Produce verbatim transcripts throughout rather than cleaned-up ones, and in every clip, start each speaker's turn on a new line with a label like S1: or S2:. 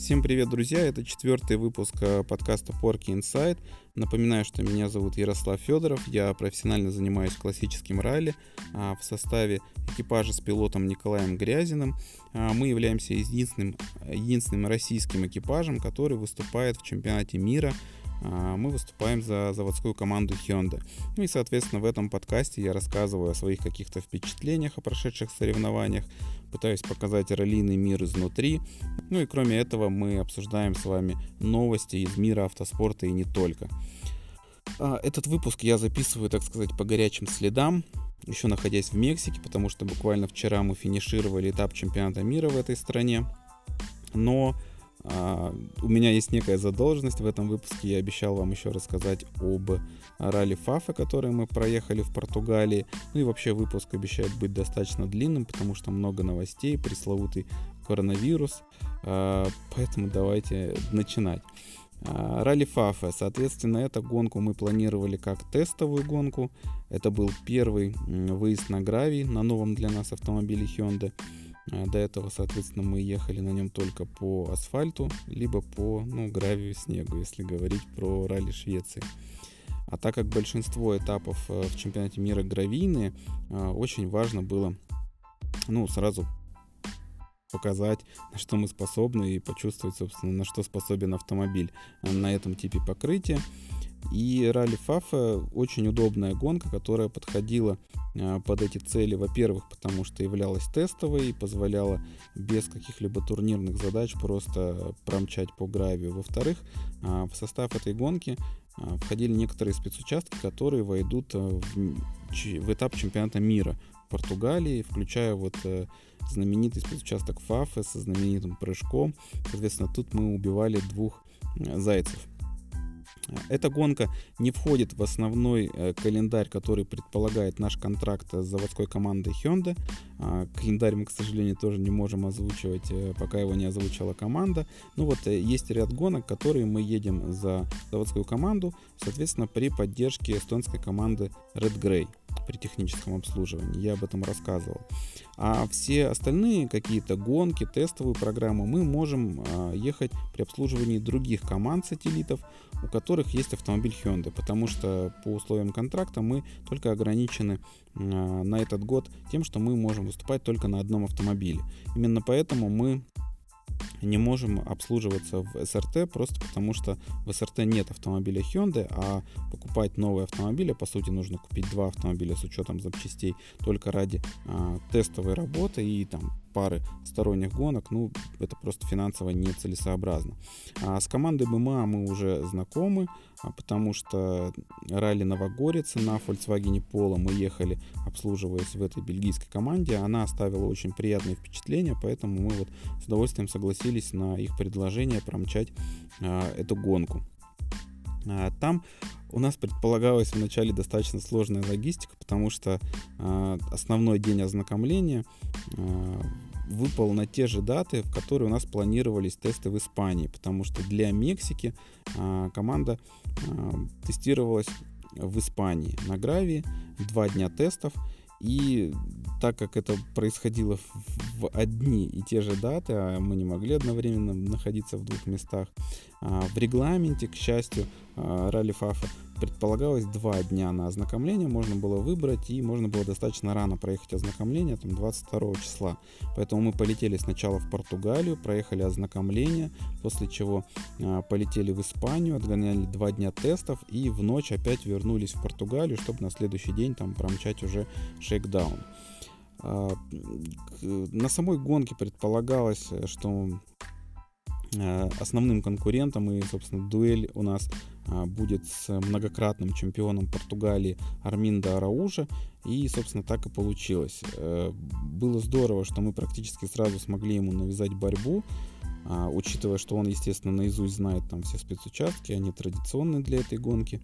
S1: Всем привет, друзья! Это четвертый выпуск э, подкаста Porky Inside. Напоминаю, что меня зовут Ярослав Федоров. Я профессионально занимаюсь классическим ралли а, в составе экипажа с пилотом Николаем Грязиным. А, мы являемся единственным, единственным российским экипажем, который выступает в чемпионате мира. А, мы выступаем за заводскую команду Hyundai. Ну и, соответственно, в этом подкасте я рассказываю о своих каких-то впечатлениях о прошедших соревнованиях, пытаюсь показать раллийный мир изнутри. Ну и кроме этого мы обсуждаем с вами новости из мира автоспорта и не только. Этот выпуск я записываю, так сказать, по горячим следам, еще находясь в Мексике, потому что буквально вчера мы финишировали этап чемпионата мира в этой стране. Но а, у меня есть некая задолженность в этом выпуске. Я обещал вам еще рассказать об ралли Фафа, который мы проехали в Португалии. Ну и вообще выпуск обещает быть достаточно длинным, потому что много новостей, пресловутый коронавирус. А, поэтому давайте начинать. А, ралли Фафа, соответственно, эту гонку мы планировали как тестовую гонку. Это был первый выезд на гравий на новом для нас автомобиле Hyundai. До этого, соответственно, мы ехали на нем только по асфальту, либо по ну, гравию, снегу, если говорить про ралли Швеции. А так как большинство этапов в чемпионате мира гравийные, очень важно было ну, сразу показать, на что мы способны, и почувствовать, собственно, на что способен автомобиль на этом типе покрытия. И ралли Фафа очень удобная гонка, которая подходила а, под эти цели, во-первых, потому что являлась тестовой и позволяла без каких-либо турнирных задач просто промчать по гравию. Во-вторых, а, в состав этой гонки а, входили некоторые спецучастки, которые войдут а, в, в этап чемпионата мира в Португалии, включая вот а, знаменитый спецучасток Фафы со знаменитым прыжком. Соответственно, тут мы убивали двух а, зайцев. Эта гонка не входит в основной э, календарь, который предполагает наш контракт с заводской командой Hyundai. А, календарь мы, к сожалению, тоже не можем озвучивать, э, пока его не озвучила команда. Ну вот, э, есть ряд гонок, которые мы едем за заводскую команду, соответственно, при поддержке эстонской команды Red Gray при техническом обслуживании. Я об этом рассказывал. А все остальные какие-то гонки, тестовые программы мы можем а, ехать при обслуживании других команд-сателлитов, у которых есть автомобиль Hyundai, потому что по условиям контракта мы только ограничены а, на этот год тем, что мы можем выступать только на одном автомобиле. Именно поэтому мы не можем обслуживаться в эс эр тэ, просто потому что в эс эр тэ нет автомобиля Hyundai, а покупать новые автомобили, по сути, нужно купить два автомобиля с учетом запчастей только ради а, тестовой работы и там пары сторонних гонок, ну, это просто финансово нецелесообразно. А с командой бэ эм а мы уже знакомы, а, потому что ралли Новогорица на Volkswagen Polo мы ехали, обслуживаясь в этой бельгийской команде. Она оставила очень приятные впечатления, поэтому мы вот с удовольствием согласились на их предложение промчать а, эту гонку. А, там у нас предполагалась вначале достаточно сложная логистика, потому что э, основной день ознакомления э, выпал на те же даты, в которые у нас планировались тесты в Испании, потому что для Мексики э, команда э, тестировалась в Испании на гравии, два дня тестов. И так как это происходило в одни и те же даты, а мы не могли одновременно находиться в двух местах, в регламенте, к счастью, ралли Фафа предполагалось два дня на ознакомление, можно было выбрать, и можно было достаточно рано проехать ознакомление, там двадцать второго числа. Поэтому мы полетели сначала в Португалию, проехали ознакомление, после чего а, полетели в Испанию, отгоняли два дня тестов и в ночь опять вернулись в Португалию, чтобы на следующий день там промчать уже шейкдаун. А, на самой гонке предполагалось, что основным конкурентом и, собственно, дуэль у нас а, будет с многократным чемпионом Португалии Арминдо Араужо. И, собственно, так и получилось. Э, было здорово, что мы практически сразу смогли ему навязать борьбу, а, учитывая, что он, естественно, наизусть знает там все спецучастки, они традиционные для этой гонки.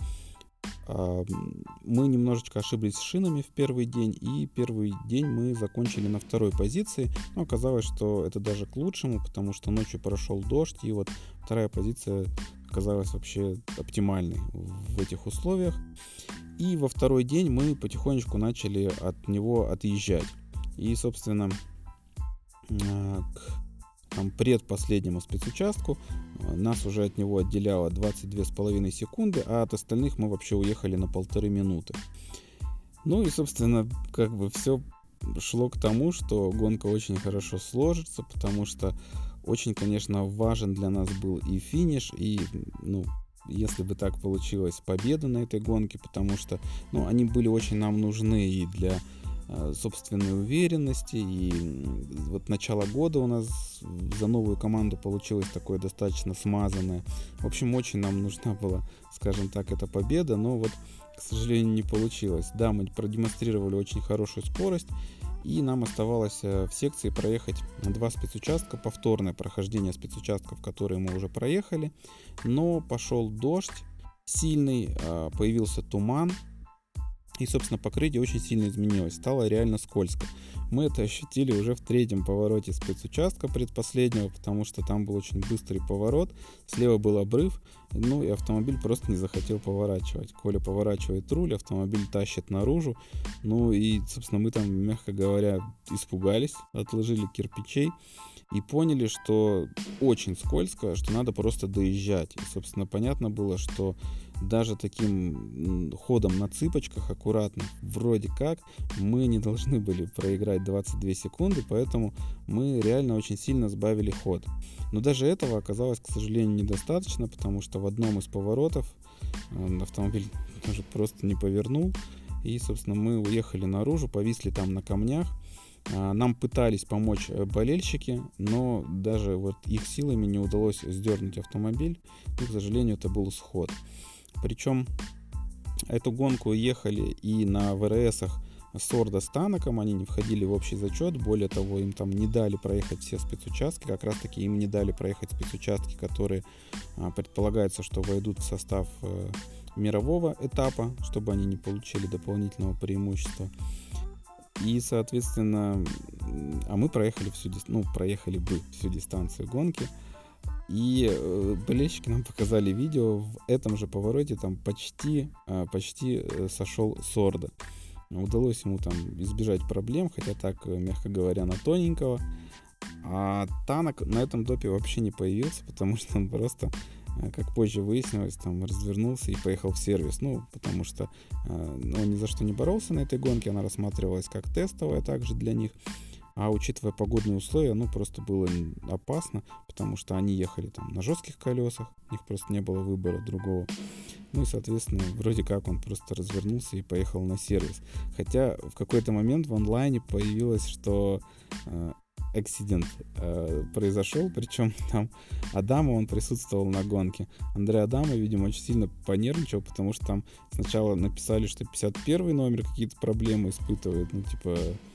S1: Мы немножечко ошиблись с шинами в первый день, и первый день мы закончили на второй позиции, но оказалось, что это даже к лучшему, потому что ночью прошел дождь, и вот вторая позиция оказалась вообще оптимальной в этих условиях. И во второй день мы потихонечку начали от него отъезжать. И, собственно, к там, предпоследнему спецучастку. Нас уже от него отделяло двадцать две с половиной секунды, а от остальных мы вообще уехали на полторы минуты. Ну и, собственно, как бы все шло к тому, что гонка очень хорошо сложится, потому что очень, конечно, важен для нас был и финиш, и, ну, если бы так получилось, победа на этой гонке, потому что, ну, они были очень нам нужны и для э, собственной уверенности, и вот начало года у нас за новую команду получилось такое достаточно смазанное. В общем, очень нам нужна была, скажем так, эта победа, но вот, к сожалению, не получилось. Да, мы продемонстрировали очень хорошую скорость, и нам оставалось в секции проехать два спецучастка, повторное прохождение спецучастков, которые мы уже проехали, но пошел дождь сильный, появился туман, и, собственно, покрытие очень сильно изменилось, стало реально скользко. Мы это ощутили уже в третьем повороте спецучастка предпоследнего, потому что там был очень быстрый поворот, слева был обрыв, ну и автомобиль просто не захотел поворачивать. Коля поворачивает руль, автомобиль тащит наружу, ну и, собственно, мы там, мягко говоря, испугались, отложили кирпичей и поняли, что очень скользко, что надо просто доезжать. И, собственно, понятно было, что даже таким ходом на цыпочках, аккуратно, вроде как, мы не должны были проиграть двадцать две секунды, поэтому мы реально очень сильно сбавили ход. Но даже этого оказалось, к сожалению, недостаточно, потому что в одном из поворотов автомобиль уже просто не повернул, и, собственно, мы уехали наружу, повисли там на камнях. Нам пытались помочь болельщики, но даже вот их силами не удалось сдернуть автомобиль, и, к сожалению, это был сход. Причем эту гонку ехали и на ВРСах Сорда с Танаком, они не входили в общий зачет, более того, им там не дали проехать все спецучастки, как раз таки им не дали проехать спецучастки, которые а, предполагается, что войдут в состав э, мирового этапа, чтобы они не получили дополнительного преимущества. И, соответственно, а мы проехали всю, ну, проехали бы всю дистанцию гонки. И э, болельщики нам показали видео, в этом же повороте там почти, э, почти э, сошел Сорда. Удалось ему там избежать проблем, хотя так, мягко говоря, на тоненького. А Танак на этом допе вообще не появился, потому что он просто, как позже выяснилось, там развернулся и поехал в сервис. Ну, потому что э, он ни за что не боролся на этой гонке, она рассматривалась как тестовая также для них. А учитывая погодные условия, ну, просто было опасно, потому что они ехали там на жестких колесах, у них просто не было выбора другого. Ну и, соответственно, вроде как он просто развернулся и поехал на сервис. Хотя в какой-то момент в онлайне появилось, что э, акцидент э, произошел, причем там Адама, он присутствовал на гонке. Андрей Адама, видимо, очень сильно понервничал, потому что там сначала написали, что пятьдесят первый номер какие-то проблемы испытывает, ну, типа,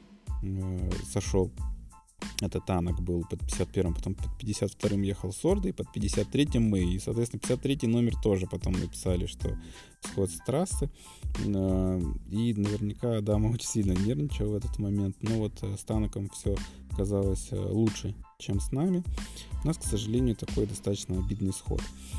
S1: э, сошел. Это Танак был под пятьдесят первым, потом под пятьдесят вторым ехал Сорда, и под пятьдесят третьим мы. И, соответственно, пятьдесят третий номер тоже потом написали, что сход с трассы. И наверняка Адама очень сильно нервничал в этот момент. Но вот с Танаком все казалось лучше, чем с нами. У нас, к сожалению, такой достаточно обидный сход.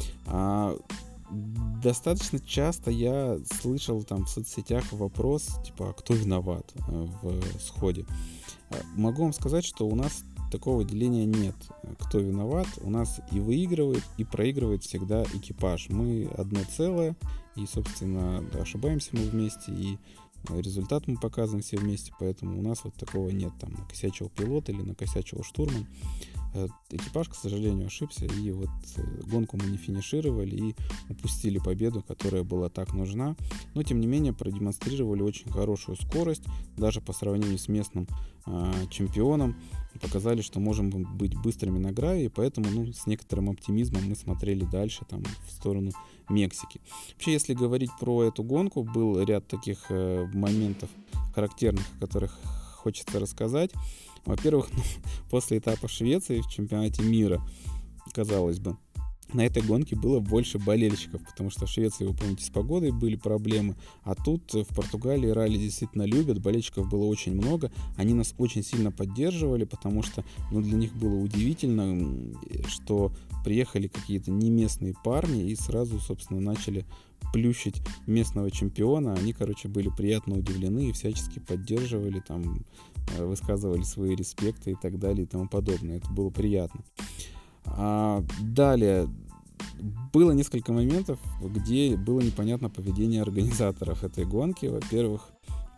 S1: А достаточно часто я слышал там в соцсетях вопрос, типа, а кто виноват в сходе? Могу вам сказать, что у нас такого деления нет. Кто виноват? У нас и выигрывает, и проигрывает всегда экипаж. Мы одно целое, и, собственно, ошибаемся мы вместе, и результат мы показываем все вместе, поэтому у нас вот такого нет. Там накосячил пилот или накосячил штурман. Экипаж, к сожалению, ошибся, и вот гонку мы не финишировали и упустили победу, которая была так нужна. Но, тем не менее, продемонстрировали очень хорошую скорость, даже по сравнению с местным э, чемпионом. Показали, что можем быть быстрыми на гравии, поэтому, ну, с некоторым оптимизмом мы смотрели дальше, там, в сторону Мексики. Вообще, если говорить про эту гонку, был ряд таких э, моментов характерных, о которых хочется рассказать. Во-первых, ну, после этапа Швеции в чемпионате мира, казалось бы, на этой гонке было больше болельщиков, потому что в Швеции, вы помните, с погодой были проблемы, а тут в Португалии ралли действительно любят, болельщиков было очень много, они нас очень сильно поддерживали, потому что, ну, для них было удивительно, что приехали какие-то неместные парни и сразу, собственно, начали плющить местного чемпиона. Они, короче, были приятно удивлены и всячески поддерживали, там, высказывали свои респекты и так далее и тому подобное. Это было приятно. А далее было несколько моментов, где было непонятно поведение организаторов этой гонки. Во-первых,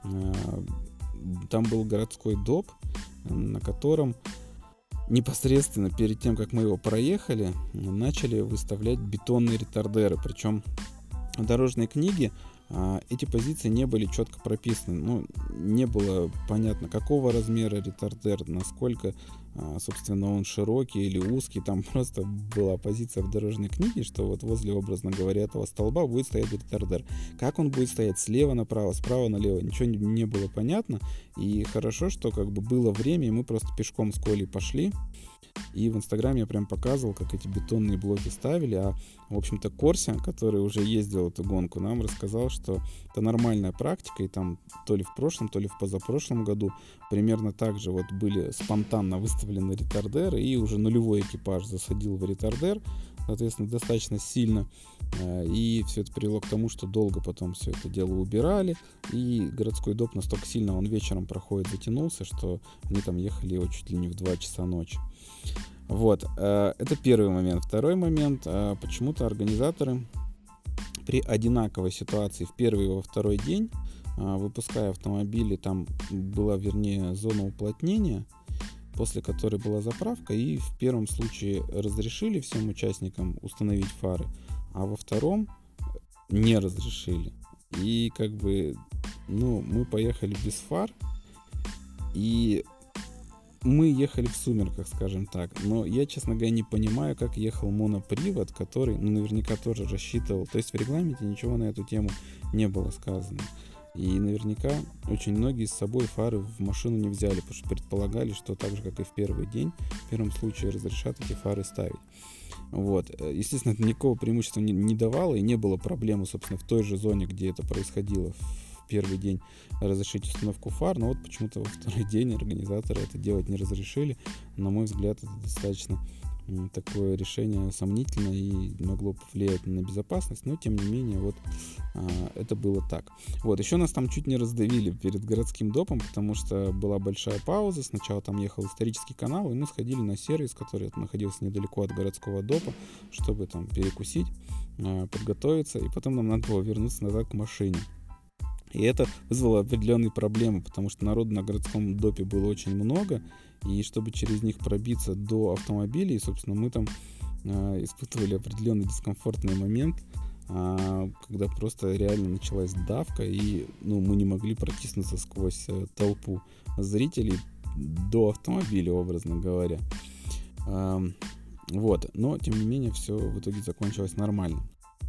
S1: там был городской доп, на котором непосредственно перед тем, как мы его проехали, начали выставлять бетонные ретардеры. Причем в дорожной книге а, эти позиции не были четко прописаны. Ну, не было понятно, какого размера ретардер, насколько, а, собственно, он широкий или узкий. Там просто была позиция в дорожной книге, что вот возле, образно говоря, этого столба будет стоять ретардер. Как он будет стоять слева направо, справа налево, ничего не, не было понятно. И хорошо, что как бы было время, и мы просто пешком с Колей пошли. И в Инстаграме я прям показывал, как эти бетонные блоки ставили. А, в общем-то, Корся, который уже ездил эту гонку, нам рассказал, что это нормальная практика. И там то ли в прошлом, то ли в позапрошлом году примерно так же вот были спонтанно выставлены ретардеры. И уже нулевой экипаж засадил в ретардер, соответственно, достаточно сильно. И все это привело к тому, что долго потом все это дело убирали. И городской доп настолько сильно он вечером проходит, затянулся, что они там ехали его чуть ли не в два часа ночи. Вот, это первый момент. Второй момент, почему-то организаторы при одинаковой ситуации в первый и во второй день, выпуская автомобили, там была, вернее, зона уплотнения, после которой была заправка, и в первом случае разрешили всем участникам установить фары, а во втором не разрешили. И как бы, ну, мы поехали без фар, и мы ехали в сумерках, скажем так. Но я, честно говоря, не понимаю, как ехал монопривод, который, ну, наверняка тоже рассчитывал. То есть в регламенте ничего на эту тему не было сказано. И наверняка очень многие с собой фары в машину не взяли, потому что предполагали, что так же, как и в первый день, в первом случае разрешат эти фары ставить. Вот. Естественно, это никакого преимущества не, не давало, и не было проблемы, собственно, в той же зоне, где это происходило в первый день, разрешить установку фар, но вот почему-то во второй день организаторы это делать не разрешили. На мой взгляд, это достаточно такое решение сомнительное и могло повлиять на безопасность, но тем не менее вот а, это было так. Вот, еще нас там чуть не раздавили перед городским допом, потому что была большая пауза, сначала там ехал исторический канал, и мы сходили на сервис, который находился недалеко от городского допа, чтобы там перекусить, а, подготовиться, и потом нам надо было вернуться назад к машине. И это вызвало определенные проблемы, потому что народу на городском допе было очень много, и чтобы через них пробиться до автомобилей, собственно, мы там э, испытывали определенный дискомфортный момент, э, когда просто реально началась давка, и ну, мы не могли протиснуться сквозь э, толпу зрителей до автомобиля, образно говоря. Э, вот, но, тем не менее, все в итоге закончилось нормально.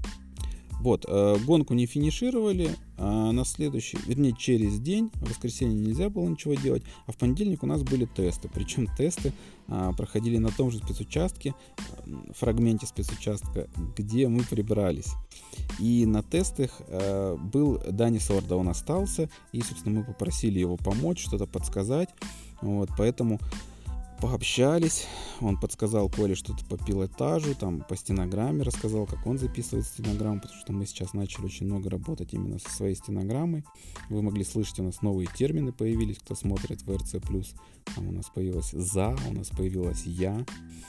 S1: Вот, э, гонку не финишировали, а на следующий, вернее, через день, в воскресенье нельзя было ничего делать, а в понедельник у нас были тесты. Причем тесты а, проходили на том же спецучастке, фрагменте спецучастка, где мы прибрались. И на тестах а, был Дани Сорда, он остался, и, собственно, мы попросили его помочь, что-то подсказать. Вот, поэтому пообщались, он подсказал Коле что-то по пилотажу, там по стенограмме рассказал, как он записывает стенограмму, потому что мы сейчас начали очень много работать именно со своей стенограммой. Вы могли слышать, у нас новые термины появились, кто смотрит в эр цэ плюс. Там у нас появилась «за», у нас появилась «я».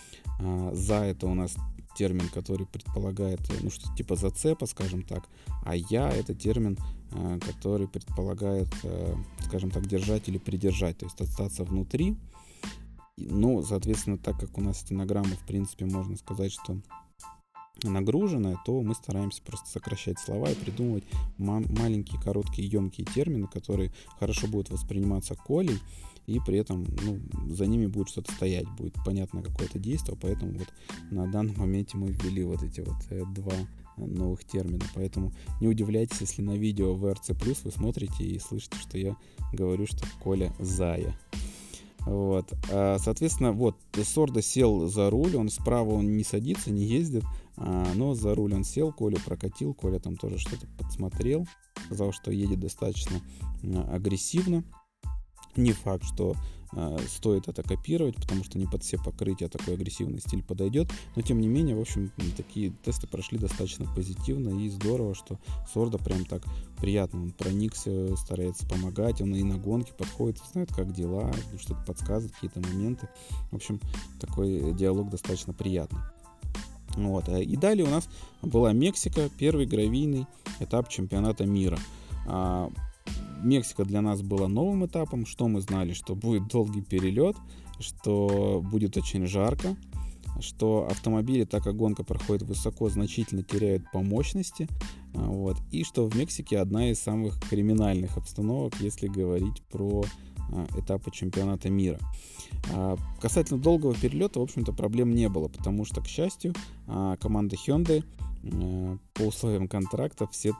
S1: А, «за» — это у нас термин, который предполагает, ну, что-то типа зацепа, скажем так, а «я» — это термин, который предполагает, скажем так, держать или придержать, то есть остаться внутри. Ну, соответственно, так как у нас стенограмма, в принципе, можно сказать, что нагруженная, то мы стараемся просто сокращать слова и придумывать ма- маленькие, короткие, емкие термины, которые хорошо будут восприниматься Колей, и при этом, ну, за ними будет что-то стоять, будет понятно какое-то действие, поэтому вот на данном моменте мы ввели вот эти вот э, два новых термина, поэтому не удивляйтесь, если на видео в эр цэ плюс вы смотрите и слышите, что я говорю, что Коля зая. Вот. Соответственно, вот Сорда сел за руль, он справа он не садится, не ездит, но за руль он сел, Коля прокатил, Коля там тоже что-то подсмотрел, сказал, что едет достаточно агрессивно. Не факт, что э, стоит это копировать, потому что не под все покрытия такой агрессивный стиль подойдет. Но тем не менее, в общем, такие тесты прошли достаточно позитивно, и здорово, что Сордо прям так приятно, он проникся, старается помогать, он и на гонке подходит, знает, как дела, что-то подсказывает, какие-то моменты. В общем, такой диалог достаточно приятный. Вот. И далее у нас была Мексика, первый гравийный этап чемпионата мира. А, Мексика для нас была новым этапом. Что мы знали? Что будет долгий перелет, что будет очень жарко, что автомобили, так как гонка проходит высоко, значительно теряют по мощности. Вот. И что в Мексике одна из самых криминальных обстановок, если говорить про этапы чемпионата мира. Касательно долгого перелета, в общем-то, проблем не было, потому что, к счастью, команда Hyundai по условиям контракта все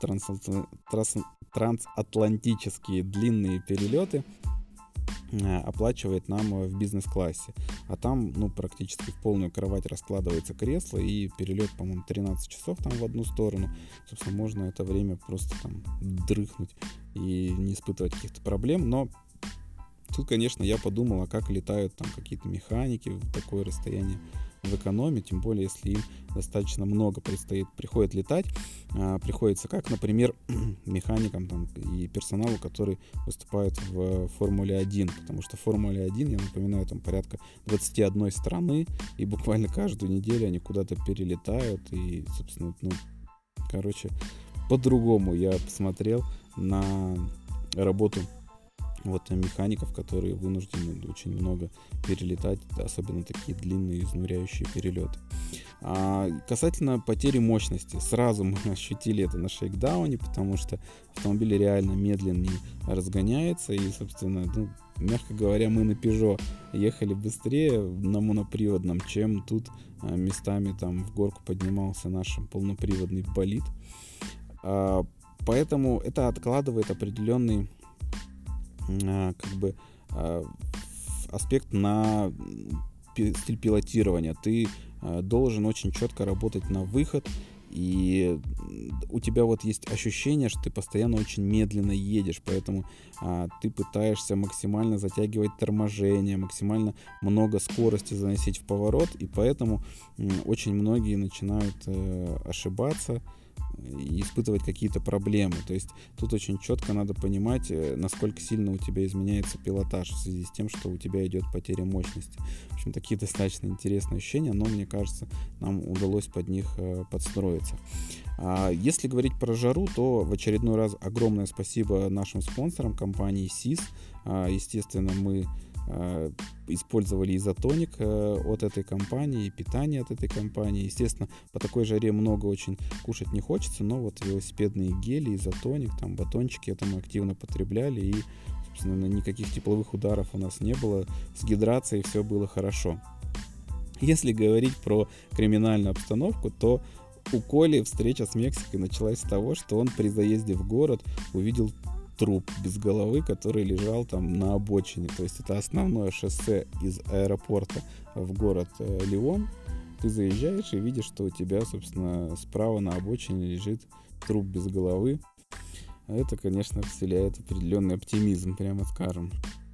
S1: трансатлантические длинные перелеты оплачивает нам в бизнес-классе. А там, ну, практически в полную кровать раскладывается кресло, и перелет, по-моему, тринадцать часов там в одну сторону. Собственно, можно это время просто там дрыхнуть и не испытывать каких-то проблем. Но тут, конечно, я подумал, а как летают там какие-то механики в такое расстояние в экономе, тем более, если им достаточно много предстоит, приходит летать, а, приходится, как, например, механикам там, и персоналу, который выступает в Формуле один, потому что в Формуле один, я напоминаю, там порядка двадцать одной страны, и буквально каждую неделю они куда-то перелетают, и, собственно, ну, короче, по-другому я посмотрел на работу вот механиков, которые вынуждены очень много перелетать, особенно такие длинные изнуряющие перелеты. А касательно потери мощности, сразу мы ощутили это на шейкдауне, потому что автомобиль реально медленнее разгоняется, и, собственно, ну, мягко говоря, мы на Peugeot ехали быстрее на моноприводном, чем тут местами там в горку поднимался наш полноприводный болид. А, поэтому это откладывает определенный как бы аспект на стиль пилотирования. Ты должен очень четко работать на выход, и у тебя вот есть ощущение, что ты постоянно очень медленно едешь, поэтому а, ты пытаешься максимально затягивать торможение, максимально много скорости заносить в поворот, и поэтому м, очень многие начинают э, ошибаться и испытывать какие-то проблемы. То есть тут очень четко надо понимать, насколько сильно у тебя изменяется пилотаж в связи с тем, что у тебя идет потеря мощности. В общем, такие достаточно интересные ощущения, но, мне кажется, нам удалось под них подстроиться. Если говорить про жару, то в очередной раз огромное спасибо нашим спонсорам, компании сис. Естественно, мы использовали изотоник от этой компании, и питание от этой компании. Естественно, по такой жаре много очень кушать не хочется, но вот велосипедные гели, изотоник, там батончики, это мы активно потребляли, и, собственно, никаких тепловых ударов у нас не было. С гидрацией все было хорошо. Если говорить про криминальную обстановку, то у Коли встреча с Мексикой началась с того, что он при заезде в город увидел труп без головы, который лежал там на обочине. То есть это основное шоссе из аэропорта в город э, Леон. Ты заезжаешь и видишь, что у тебя, собственно, справа на обочине лежит труп без головы. Это, конечно, вселяет определенный оптимизм, прямо скажем.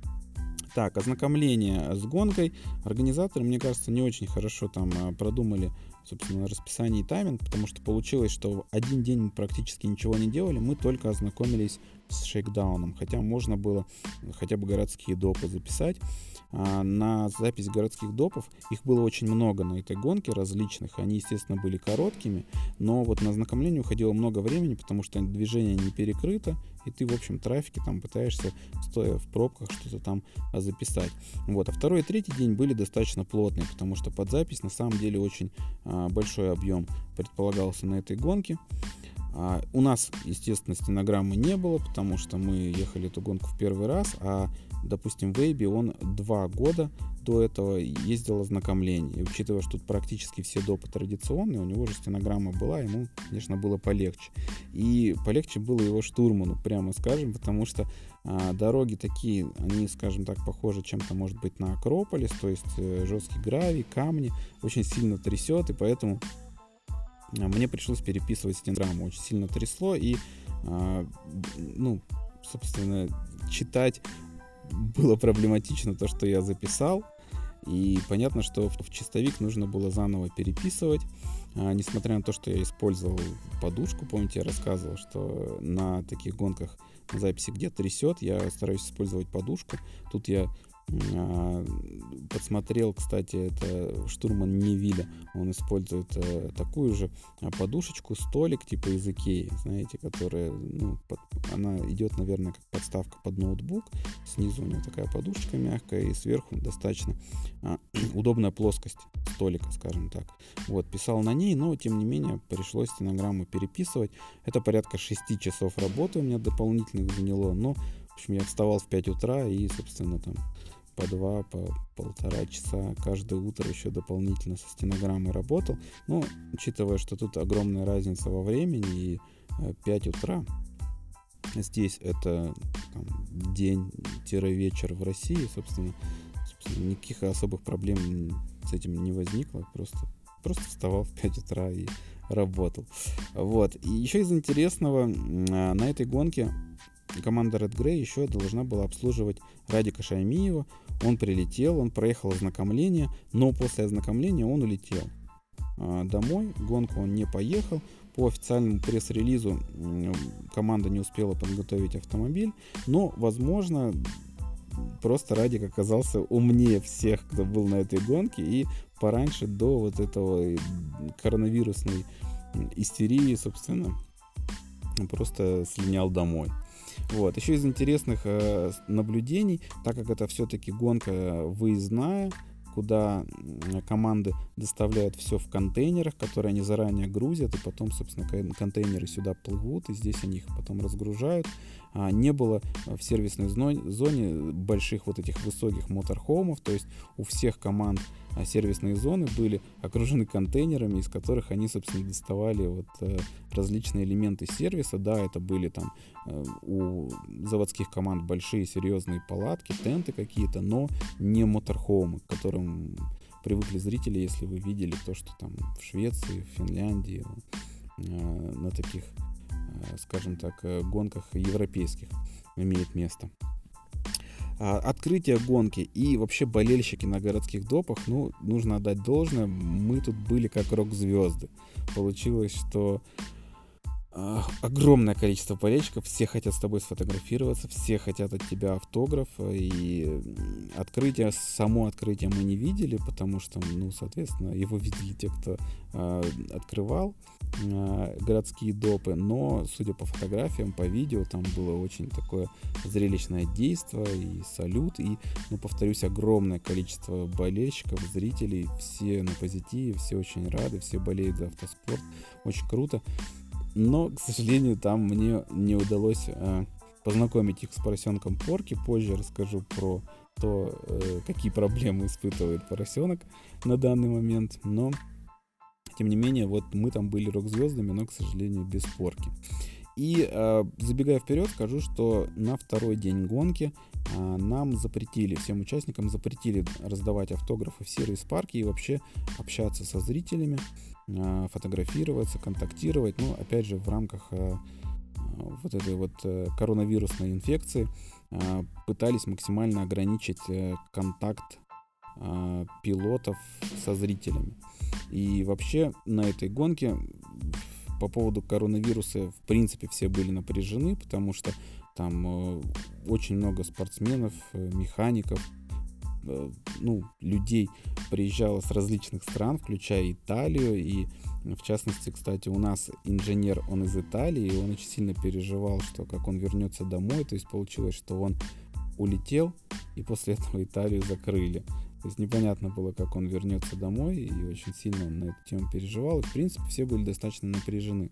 S1: Так, ознакомление с гонкой. Организаторы, мне кажется, не очень хорошо там продумали, собственно, расписание и тайминг, потому что получилось, что в один день мы практически ничего не делали, мы только ознакомились с шейкдауном, хотя можно было хотя бы городские допы записать. А на запись городских допов, их было очень много на этой гонке различных, они, естественно, были короткими, но вот на ознакомление уходило много времени, потому что движение не перекрыто, и ты, в общем, трафике там пытаешься, стоя в пробках, что-то там записать. Вот. А второй и третий день были достаточно плотные, потому что под запись на самом деле очень а, большой объем предполагался на этой гонке. А, у нас, естественно, стенограммы не было, потому что мы ехали эту гонку в первый раз, а, допустим, Вейби, он два года до этого ездил ознакомление. И учитывая, что тут практически все допы традиционные, у него же стенограмма была, ему, конечно, было полегче. И полегче было его штурману, прямо скажем, потому что а, дороги такие, они, скажем так, похожи чем-то, может быть, на Акрополис, то есть э, жесткий гравий, камни, очень сильно трясет, и поэтому мне пришлось переписывать стенограмму. Очень сильно трясло, и, а, ну, собственно, читать было проблематично то, что я записал. И понятно, что в чистовик нужно было заново переписывать. А, несмотря на то, что я использовал подушку, помните, я рассказывал, что на таких гонках на записи где трясет, я стараюсь использовать подушку. Тут я а, подсмотрел, кстати, это штурман Невиля, он использует а, такую же подушечку, столик типа из Икеи, знаете, которая, ну, под, она идет, наверное, как подставка под ноутбук. Снизу у нее такая подушечка мягкая, и сверху достаточно а, удобная плоскость столика, скажем так. Вот, писал на ней, но, тем не менее, пришлось стенограмму переписывать. Это порядка шести часов работы у меня дополнительных заняло, но, в общем, я вставал в пять утра и, собственно, там по два, по полтора часа каждое утро еще дополнительно со стенограммой работал. Но, учитывая, что тут огромная разница во времени, и пять утра здесь это там, день-вечер в России, собственно, собственно, никаких особых проблем с этим не возникло. Просто, просто вставал в пять утра и работал. Вот. И еще из интересного, на этой гонке команда Red Gray еще должна была обслуживать Радика Шаймиева. Он прилетел, он проехал ознакомление, но после ознакомления он улетел а, домой. Гонку он не поехал. По официальному пресс-релизу команда не успела подготовить автомобиль, но, возможно, просто Радик оказался умнее всех, кто был на этой гонке, и пораньше, до вот этого коронавирусной истерии, собственно, просто слинял домой. Вот. Еще из интересных э, наблюдений, так как это все-таки гонка выездная, куда команды доставляют все в контейнерах, которые они заранее грузят, и потом, собственно, контейнеры сюда плывут, и здесь они их потом разгружают. А, не было в сервисной зоне больших вот этих высоких моторхомов, то есть у всех команд сервисные зоны были окружены контейнерами, из которых они, собственно, доставали вот э, различные элементы сервиса. Да, это были там э, у заводских команд большие серьезные палатки, тенты какие-то, но не моторхомы, к которым привыкли зрители, если вы видели то, что там в Швеции, в Финляндии э, на таких, э, скажем так, гонках европейских имеет место. Открытие гонки и вообще болельщики на городских допах, ну, нужно отдать должное, мы тут были как рок-звезды. Получилось, что э, огромное количество болельщиков, все хотят с тобой сфотографироваться, все хотят от тебя автограф, и открытие, само открытие мы не видели, потому что, ну, соответственно, его видели те, кто э, открывал э, городские допы, но, судя по фотографиям, по видео, там было очень такое зрелищное действие и салют, и, ну, повторюсь, огромное количество болельщиков, зрителей, все на позитиве, все очень рады, все болеют за автоспорт, очень круто. Но, к сожалению, там мне не удалось э, познакомить их с поросенком Порки. Позже расскажу про то, э, какие проблемы испытывает поросенок на данный момент. Но, тем не менее, вот мы там были рок-звездами, но, к сожалению, без Порки. И, э, забегая вперед, скажу, что на второй день гонки э, нам запретили, всем участникам запретили раздавать автографы в сервис-парке и вообще общаться со зрителями, э, фотографироваться, контактировать. Ну, опять же, в рамках э, вот этой вот э, коронавирусной инфекции э, пытались максимально ограничить э, контакт э, пилотов со зрителями. И вообще на этой гонке по поводу коронавируса, в принципе, все были напряжены, потому что там э, очень много спортсменов, э, механиков, э, ну, людей приезжало с различных стран, включая Италию. И, в частности, кстати, у нас инженер, он из Италии, и он очень сильно переживал, что как он вернется домой. То есть получилось, что он улетел, и после этого Италию закрыли. То есть непонятно было, как он вернется домой, и очень сильно он на эту тему переживал. И, в принципе, все были достаточно напряжены.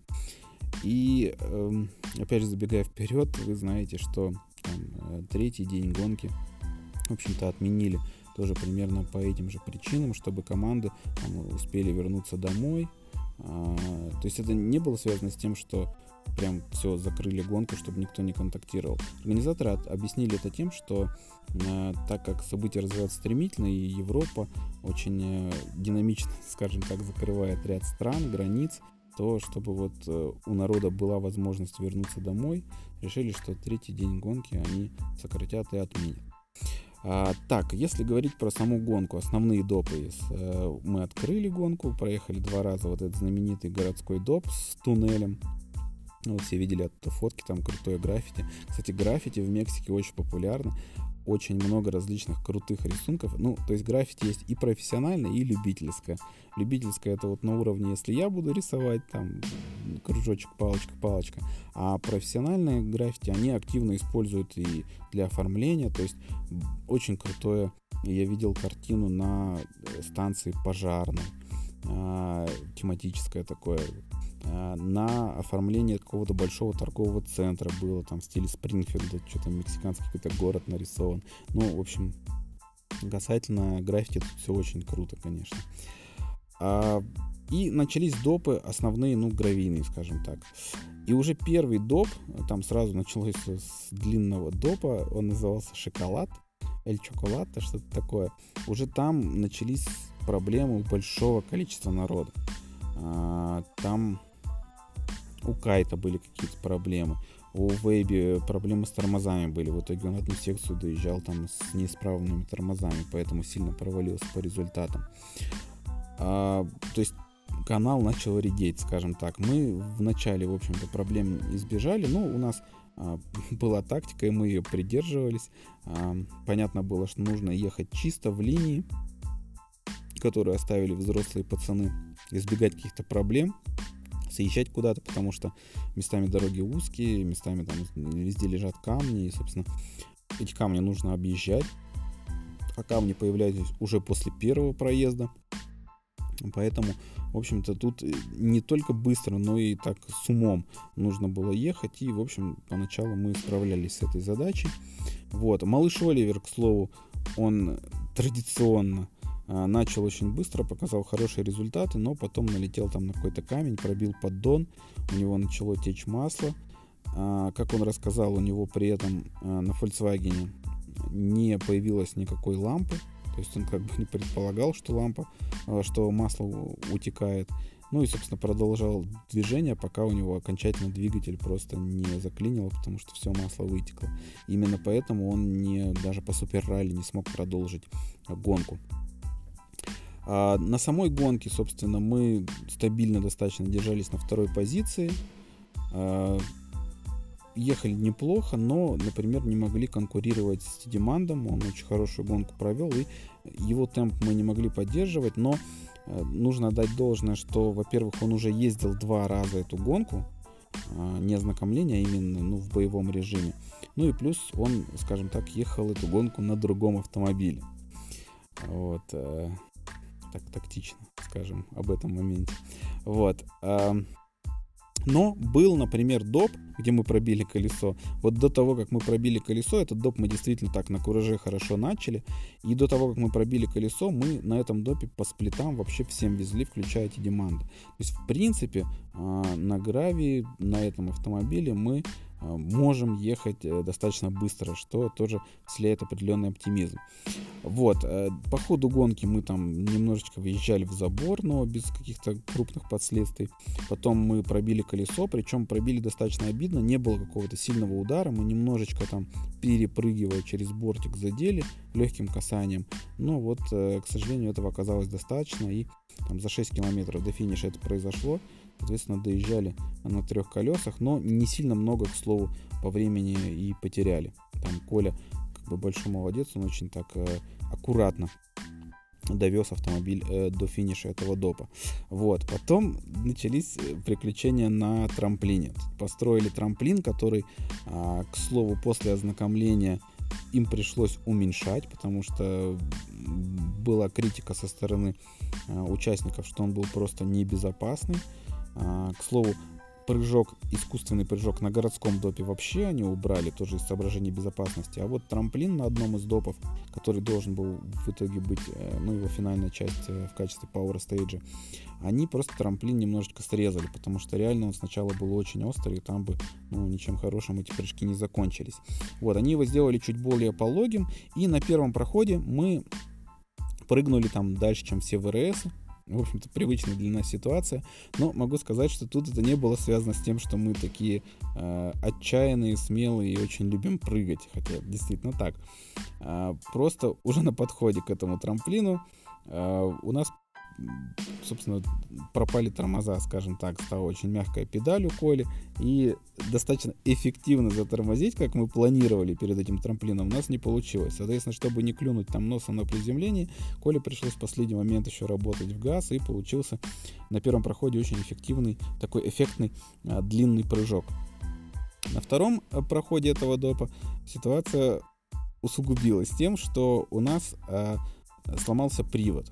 S1: И, э, опять же, забегая вперед, вы знаете, что там, третий день гонки, в общем-то, отменили тоже примерно по этим же причинам, чтобы команды там, успели вернуться домой. А, то есть это не было связано с тем, что прям все, закрыли гонку, чтобы никто не контактировал. Организаторы от, объяснили это тем, что э, так как события развиваются стремительно, и Европа очень э, динамично, скажем так, закрывает ряд стран, границ, то чтобы вот э, у народа была возможность вернуться домой, решили, что третий день гонки они сократят и отменят. А, так, если говорить про саму гонку, основные допы. Э, мы открыли гонку, проехали два раза вот этот знаменитый городской доп с туннелем. Ну, все видели оттуда фотки, там крутое граффити. Кстати, граффити в Мексике очень популярно. Очень много различных крутых рисунков. Ну, то есть граффити есть и профессиональное, и любительское. Любительское — это вот на уровне, если я буду рисовать, там, кружочек, палочка, палочка. А профессиональные граффити, они активно используют и для оформления. То есть очень крутое. Я видел картину на станции пожарной. А, тематическое такое. На оформление какого-то большого торгового центра было, там в стиле Спрингфилда, что-то мексиканский какой-то город нарисован. Ну, в общем, касательно граффити тут все очень круто, конечно. А, и начались допы основные, ну, гравийные, скажем так. И уже первый доп, там сразу началось с длинного допа, он назывался «Шоколад», «Эль Чоколато», что-то такое. Уже там начались проблемы у большого количества народа. А, там у Кайта были какие-то проблемы, у Вейби проблемы с тормозами были. В итоге он одну секцию доезжал там с неисправными тормозами, поэтому сильно провалился по результатам. А, то есть канал начал редеть, скажем так. Мы в начале, в общем-то, проблем избежали, но у нас а, была тактика, и мы ее придерживались. А, понятно было, что нужно ехать чисто в линии, которую оставили взрослые пацаны, избегать каких-то проблем, съезжать куда-то, потому что местами дороги узкие, местами там везде лежат камни, и, собственно, эти камни нужно объезжать, а камни появляются уже после первого проезда, поэтому, в общем-то, тут не только быстро, но и так с умом нужно было ехать, и, в общем, поначалу мы справлялись с этой задачей. Вот. Малыш Оливер, к слову, он традиционно начал очень быстро, показал хорошие результаты, но потом налетел там на какой-то камень, пробил поддон, у него начало течь масло. Как он рассказал, у него при этом на Volkswagen не появилось никакой лампы, то есть он как бы не предполагал, что лампа, что масло утекает. Ну и, собственно, продолжал движение, пока у него окончательно двигатель просто не заклинило, потому что все масло вытекло. Именно поэтому он не, даже по супер-ралли не смог продолжить гонку. А на самой гонке, собственно, мы стабильно достаточно держались на второй позиции. А, ехали неплохо, но, например, не могли конкурировать с Тидимандом. Он очень хорошую гонку провел, и его темп мы не могли поддерживать. Но а, нужно отдать должное, что, во-первых, он уже ездил два раза эту гонку, а, не ознакомление, а именно, ну, в боевом режиме. Ну и плюс он, скажем так, ехал эту гонку на другом автомобиле. Вот. Так тактично, скажем, об этом моменте. Вот. Но был, например, доп, где мы пробили колесо. Вот до того, как мы пробили колесо, этот доп мы действительно так на кураже хорошо начали. И до того, как мы пробили колесо, мы на этом допе по сплитам вообще всем везли, включая Тидиманда. То есть, в принципе, на гравии, на этом автомобиле мы можем ехать достаточно быстро, что тоже вселяет определенный оптимизм. Вот, по ходу гонки мы там немножечко въезжали в забор, но без каких-то крупных последствий. Потом мы пробили колесо, причем пробили достаточно обидно, не было какого-то сильного удара, мы немножечко там, перепрыгивая через бортик, задели легким касанием. Но вот, к сожалению, этого оказалось достаточно, и там за шесть километров до финиша это произошло. Соответственно, доезжали на трех колесах, но не сильно много, к слову, по времени и потеряли. Там Коля, как бы, большой молодец, он очень так э, аккуратно довез автомобиль э, до финиша этого допа. Вот. Потом начались приключения на трамплине. Построили трамплин, который, э, к слову, после ознакомления им пришлось уменьшать, потому что была критика со стороны э, участников, что он был просто небезопасный. К слову, прыжок, искусственный прыжок на городском допе вообще они убрали, тоже из соображений безопасности. А вот трамплин на одном из допов, который должен был в итоге быть, ну, его финальная часть в качестве Power Stage, они просто трамплин немножечко срезали, потому что реально он сначала был очень острый, и там бы, ну, ничем хорошим эти прыжки не закончились. Вот, они его сделали чуть более пологим, и на первом проходе мы прыгнули там дальше, чем все ВРС. в общем-то, привычная для нас ситуация. Но могу сказать, что тут это не было связано с тем, что мы такие э, отчаянные, смелые и очень любим прыгать. Хотя действительно так. А, просто уже на подходе к этому трамплину э, у нас, собственно, пропали тормоза, скажем так, стала очень мягкая педаль у Коли, и достаточно эффективно затормозить, как мы планировали перед этим трамплином, у нас не получилось. Соответственно, чтобы не клюнуть там носом на приземлении, Коле пришлось в последний момент еще работать в газ, и получился на первом проходе очень эффективный, такой эффектный а, длинный прыжок. На втором проходе этого допа ситуация усугубилась тем, что у нас а, сломался привод.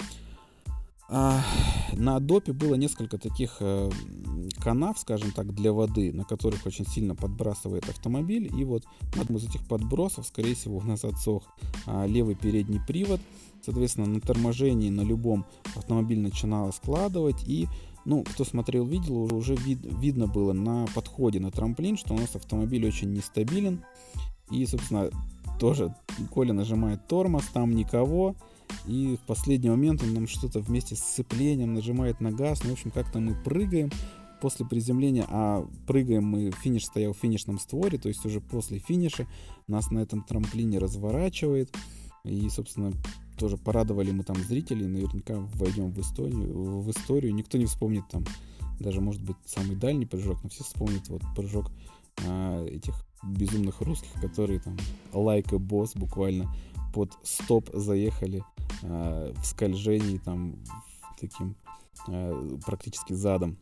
S1: А, на допе было несколько таких э, канав, скажем так, для воды, на которых очень сильно подбрасывает автомобиль. И вот на одном из этих подбросов, скорее всего, у нас отсох а, левый передний привод. Соответственно, на торможении на любом автомобиль начинало складывать. И, ну, кто смотрел, видел, уже вид, видно было на подходе на трамплин, что у нас автомобиль очень нестабилен. И, собственно, тоже Коля нажимает тормоз, там никого. И в последний момент он нам что-то вместе с сцеплением нажимает на газ. Ну, в общем, как-то мы прыгаем после приземления, а прыгаем мы, финиш стоял в финишном створе, то есть уже после финиша нас на этом трамплине разворачивает. И, собственно, тоже порадовали мы там зрителей, наверняка войдем в историю, в историю. Никто не вспомнит там даже, может быть, самый дальний прыжок, но все вспомнят вот прыжок а, этих безумных русских, которые там like a boss буквально под стоп заехали э, в скольжении там таким э, практически задом.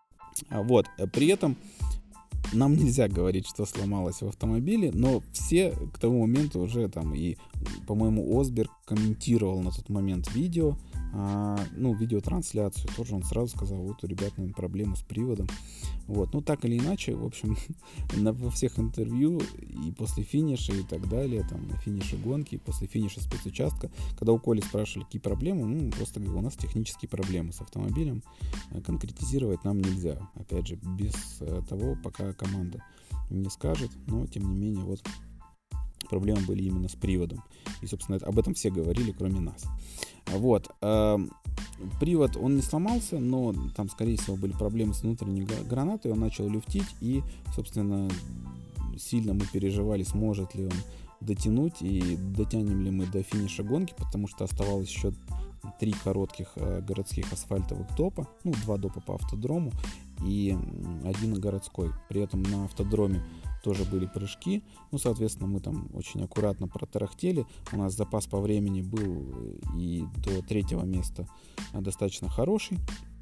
S1: А вот, при этом нам нельзя говорить, что сломалось в автомобиле, но все к тому моменту уже там, и, по-моему, Осберг комментировал на тот момент видео, а, ну, видеотрансляцию, тоже он сразу сказал, вот у ребят, наверное, проблемы с приводом. Вот, ну, так или иначе, в общем, на, во всех интервью и после финиша и так далее, там, на финише гонки, и после финиша спецучастка, когда у Коли спрашивали, какие проблемы, ну, просто говорил, у нас технические проблемы с автомобилем, конкретизировать нам нельзя. Опять же, без того, пока команда не скажет, но, тем не менее, вот, проблемы были именно с приводом. И, собственно, об этом все говорили, кроме нас. Вот. Привод, он не сломался, но там, скорее всего, были проблемы с внутренней гранатой. Он начал люфтить, и, собственно, сильно мы переживали, сможет ли он дотянуть и дотянем ли мы до финиша гонки, потому что оставалось еще три коротких городских асфальтовых допа, ну, два допа по автодрому и один городской. При этом на автодроме тоже были прыжки, ну, соответственно, мы там очень аккуратно протарахтели, у нас запас по времени был и до третьего места достаточно хороший,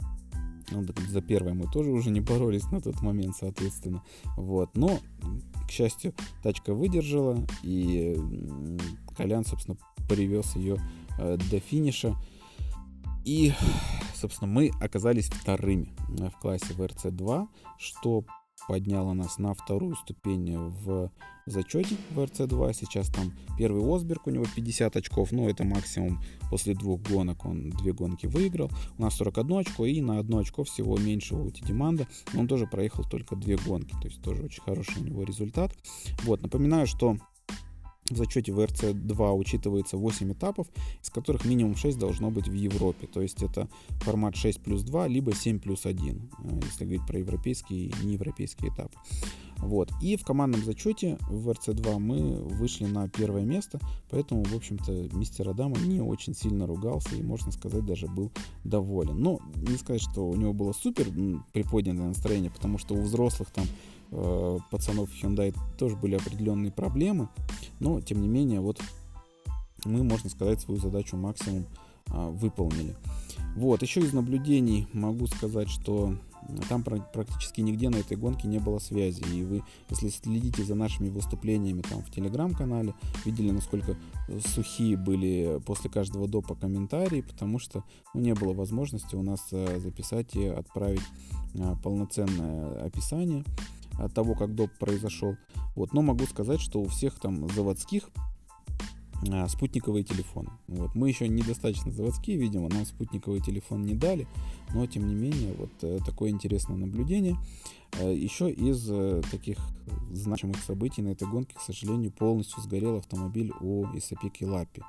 S1: за первое мы тоже уже не боролись на тот момент, соответственно, вот, но, к счастью, тачка выдержала, и Колян, собственно, привез ее до финиша, и, собственно, мы оказались вторыми в классе вэ эр цэ два, что подняло нас на вторую ступень в зачете вэ эр цэ два. Сейчас там первый Осберг, у него пятьдесят очков, но это максимум после двух гонок, он две гонки выиграл. У нас сорок одно очко, и на одно очко всего меньше у Тидиманда, но он тоже проехал только две гонки, то есть тоже очень хороший у него результат. Вот, напоминаю, что в зачете вэ эр цэ два учитывается восемь этапов, из которых минимум шесть должно быть в Европе. То есть это формат шесть плюс два, либо семь плюс один, если говорить про европейские и неевропейские этапы. Вот. И в командном зачете в вэ эр цэ два мы вышли на первое место, поэтому, в общем-то, мистер Адама не очень сильно ругался и, можно сказать, даже был доволен. Но не сказать, что у него было супер приподнятое настроение, потому что у взрослых там э, пацанов Hyundai тоже были определенные проблемы, но, тем не менее, вот мы, можно сказать, свою задачу максимум э, выполнили. Вот, еще из наблюдений могу сказать, что там практически нигде на этой гонке не было связи. И вы, если следите за нашими выступлениями там в телеграм-канале, видели, насколько сухие были после каждого допа комментарии, потому что ну, не было возможности у нас записать и отправить полноценное описание того, как доп произошел. Вот. Но могу сказать, что у всех там заводских спутниковые телефоны. Вот. Мы еще недостаточно заводские, видимо, нам спутниковый телефон не дали, но тем не менее вот э, такое интересное наблюдение. Э, еще из э, таких значимых событий на этой гонке, к сожалению, полностью сгорел автомобиль у Исапики Лаппи.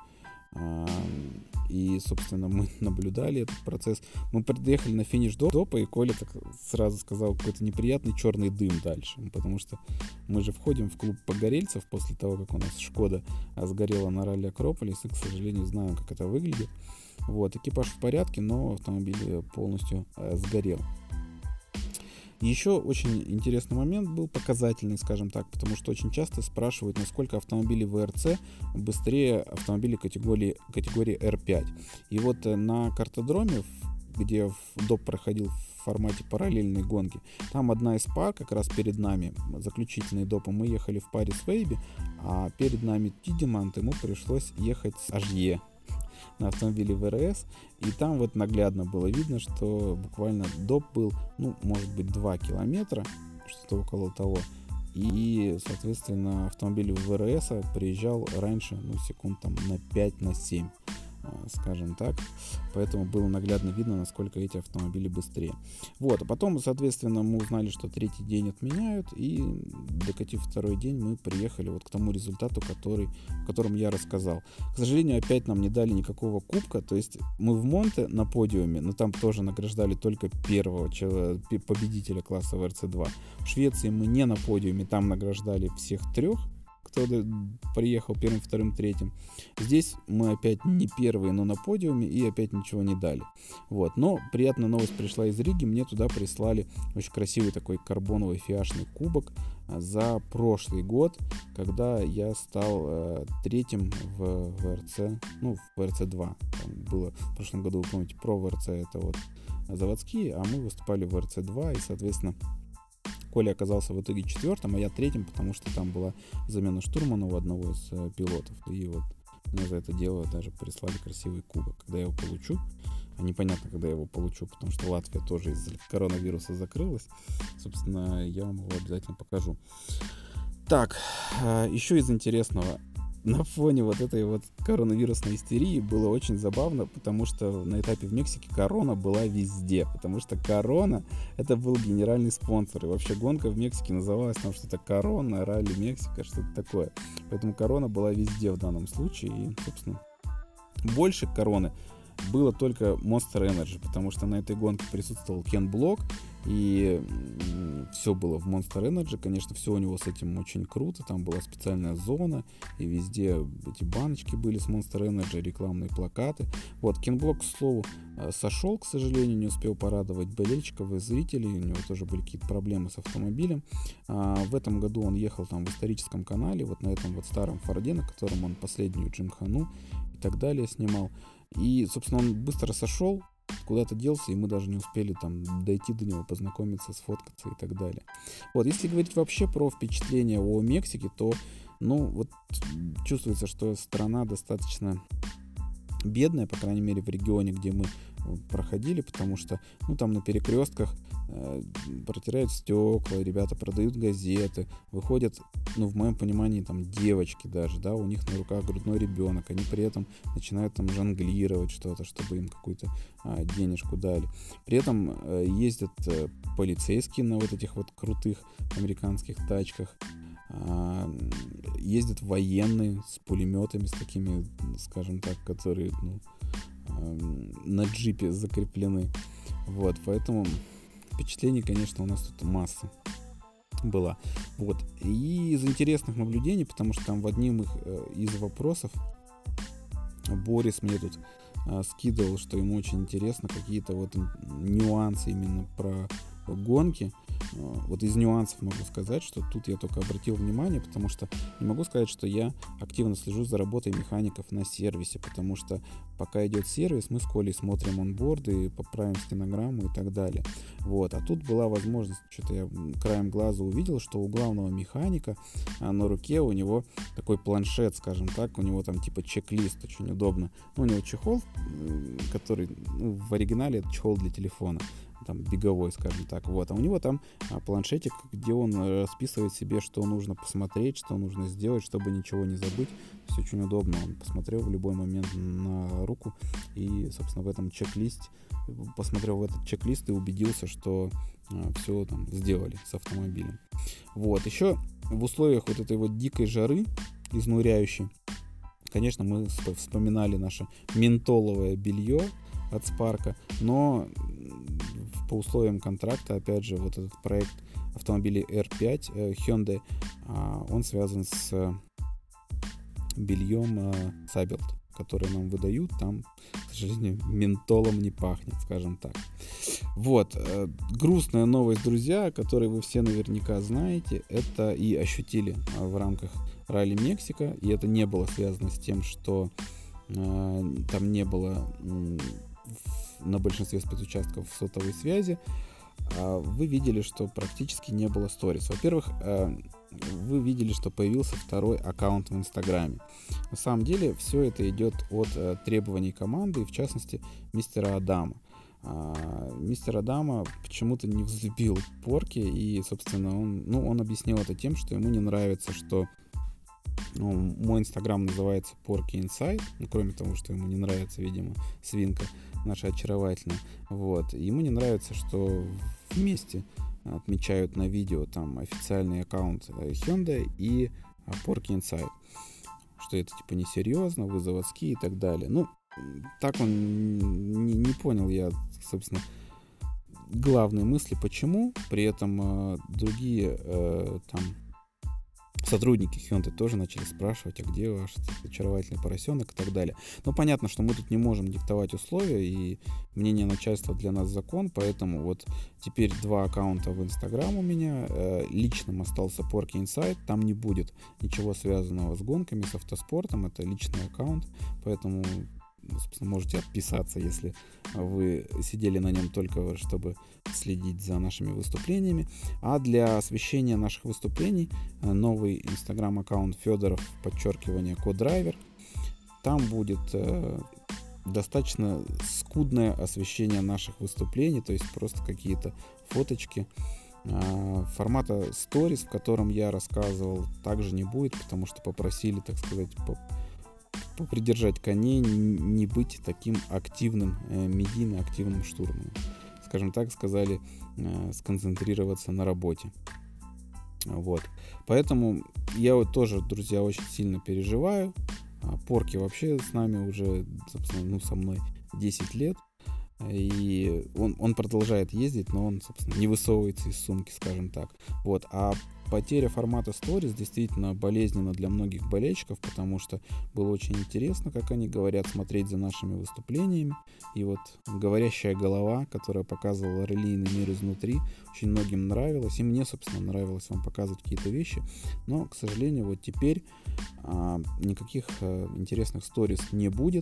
S1: И, собственно, мы наблюдали этот процесс. Мы приехали на финиш допа, и Коля так сразу сказал какой-то неприятный черный дым дальше. Потому что мы же входим в клуб погорельцев после того, как у нас Шкода сгорела на ралли Акрополис, и, к сожалению, знаем, как это выглядит. Вот, экипаж в порядке, но автомобиль полностью сгорел. Еще очень интересный момент был, показательный, скажем так, потому что очень часто спрашивают, насколько автомобили вэ эр цэ быстрее автомобилей категории, категории эр пять. И вот на картодроме, где доп проходил в формате параллельной гонки, там одна из пар как раз перед нами, заключительный доп, мы ехали в паре с Вейби, а перед нами Тидемант, ему пришлось ехать с аш и на автомобиле вэ эр эс, и там вот наглядно было видно, что буквально доп был, ну, может быть, два километра, что-то около того, и, соответственно, автомобиль вэ эр эс приезжал раньше, ну, секунд там на пять, на семь, скажем так, поэтому было наглядно видно, насколько эти автомобили быстрее. Вот, а потом, соответственно, мы узнали, что третий день отменяют, и, докатив второй день, мы приехали вот к тому результату, который, о котором я рассказал. К сожалению, опять нам не дали никакого кубка, то есть мы в Монте на подиуме, но там тоже награждали только первого победителя класса вэ эр цэ два. В Швеции мы не на подиуме, там награждали всех трех, кто приехал первым, вторым, третьим. Здесь мы опять не первые, но на подиуме, и опять ничего не дали. Вот. Но приятная новость пришла из Риги. Мне туда прислали очень красивый такой карбоновый фиашный кубок за прошлый год, когда я стал э, третьим в вэ эр цэ, ну, в вэ эр цэ два. Там было в прошлом году, вы помните, про вэ эр цэ это вот заводские, а мы выступали в вэ эр цэ два, и, соответственно, Коля оказался в итоге четвертым, а я третьим, потому что там была замена штурмана у одного из э, пилотов. И вот мне за это дело даже прислали красивый кубок. Когда я его получу, а непонятно, когда я его получу, потому что Латвия тоже из-за коронавируса закрылась. Собственно, я вам его обязательно покажу. Так, э, еще из интересного. На фоне вот этой вот коронавирусной истерии было очень забавно, потому что на этапе в Мексике Корона была везде, потому что Корона это был генеральный спонсор, и вообще гонка в Мексике называлась там что-то Корона, Ралли Мексика, что-то такое. Поэтому Корона была везде в данном случае, и, собственно, больше Короны было только Monster Energy, потому что на этой гонке присутствовал Кен Блок, и все было в Monster Energy. Конечно, все у него с этим очень круто. Там была специальная зона, и везде эти баночки были с Monster Energy, рекламные плакаты. Вот, Кен Блок, к слову, сошел, к сожалению, не успел порадовать болельщиков и зрителей. У него тоже были какие-то проблемы с автомобилем. А в этом году он ехал там в историческом канале, вот на этом вот старом Форде, на котором он последнюю Джимхану и так далее снимал. И, собственно, он быстро сошел, куда-то делся, и мы даже не успели там дойти до него, познакомиться, сфоткаться и так далее. Вот, если говорить вообще про впечатления о Мексике, то, ну, вот чувствуется, что страна достаточно бедная, по крайней мере, в регионе, где мы проходили, потому что, ну, там на перекрестках э, протирают стекла, ребята продают газеты, выходят, ну, в моем понимании, там, девочки даже, да, у них на руках грудной ребенок, они при этом начинают там жонглировать что-то, чтобы им какую-то а, денежку дали. При этом э, ездят э, полицейские на вот этих вот крутых американских тачках, а, ездят военные с пулеметами, с такими, скажем так, которые, ну, на джипе закреплены. Вот, поэтому впечатлений, конечно, у нас тут масса была. Вот. И из интересных наблюдений, потому что там в одним их, из вопросов Борис мне тут а, скидывал, что ему очень интересно какие-то вот нюансы именно про гонки. Вот из нюансов могу сказать, что тут я только обратил внимание, потому что не могу сказать, что я активно слежу за работой механиков на сервисе, потому что пока идет сервис, мы с Колей смотрим онборды, поправим стенограмму и так далее. Вот. А тут была возможность, что-то я краем глаза увидел, что у главного механика а, на руке у него такой планшет, скажем так, у него там типа чек-лист, очень удобно. Ну, у него чехол, который, ну, в оригинале это чехол для телефона, там беговой, скажем так, вот, а у него там а, планшетик, где он расписывает себе, что нужно посмотреть, что нужно сделать, чтобы ничего не забыть. Все очень удобно, он посмотрел в любой момент на руку и, собственно, в этом чек-листе, посмотрел в этот чек-лист и убедился, что а, все там сделали с автомобилем. Вот, еще в условиях вот этой вот дикой жары, изнуряющей, Конечно, мы вспоминали наше ментоловое белье от Spark, но по условиям контракта, опять же, вот этот проект автомобилей эр пять Hyundai, он связан с бельем Sabelt, которые нам выдают. Там, к сожалению, ментолом не пахнет, скажем так. Вот. Грустная новость, друзья, которую вы все наверняка знаете, это и ощутили в рамках Ралли Мексика, и это не было связано с тем, что э, там не было э, на большинстве спецучастков сотовой связи. А вы видели, что практически не было сторис. Во-первых, э, вы видели, что появился второй аккаунт в Инстаграме. На самом деле все это идет от э, требований команды, и в частности мистера Адама. А, мистер Адама почему-то не взлюбил Порки, и, собственно, он, ну, он объяснил это тем, что ему не нравится, что ну, мой инстаграм называется Porky Inside, ну, кроме того, что ему не нравится, видимо, свинка наша очаровательная. Вот. Ему не нравится, что вместе отмечают на видео там официальный аккаунт Hyundai и Porky Inside. Что это типа несерьезно, вы заводские и так далее. Ну, так он не, не понял я, собственно, главные мысли, почему. При этом э, другие э, там сотрудники Hyundai тоже начали спрашивать, а где ваш очаровательный поросенок и так далее. Но понятно, что мы тут не можем диктовать условия, и мнение начальства для нас закон, поэтому вот теперь два аккаунта в Instagram у меня. Э, личным остался Porky Inside, там не будет ничего связанного с гонками, с автоспортом, это личный аккаунт, поэтому, собственно, можете отписаться, если вы сидели на нем только чтобы следить за нашими выступлениями. А для освещения наших выступлений новый инстаграм-аккаунт Федоров, подчеркивание, Кодрайвер. Там будет э, достаточно скудное освещение наших выступлений, то есть просто какие-то фоточки. Э, формата Stories, в котором я рассказывал, также не будет, потому что попросили, так сказать, по попридержать коней, не быть таким активным, э, медийно активным штурманом. Скажем так, сказали, э, сконцентрироваться на работе. Вот. Поэтому я вот тоже, друзья, очень сильно переживаю. Порки вообще с нами уже, собственно, ну, со мной десять лет. И он, он продолжает ездить, но он, собственно, не высовывается из сумки, скажем так. Вот. А потеря формата Stories действительно болезненна для многих болельщиков, потому что было очень интересно, как они говорят, смотреть за нашими выступлениями. И вот говорящая голова, которая показывала раллийный мир изнутри, очень многим нравилось. И мне, собственно, нравилось вам показывать какие-то вещи. Но, к сожалению, вот теперь а, никаких а, интересных Stories не будет.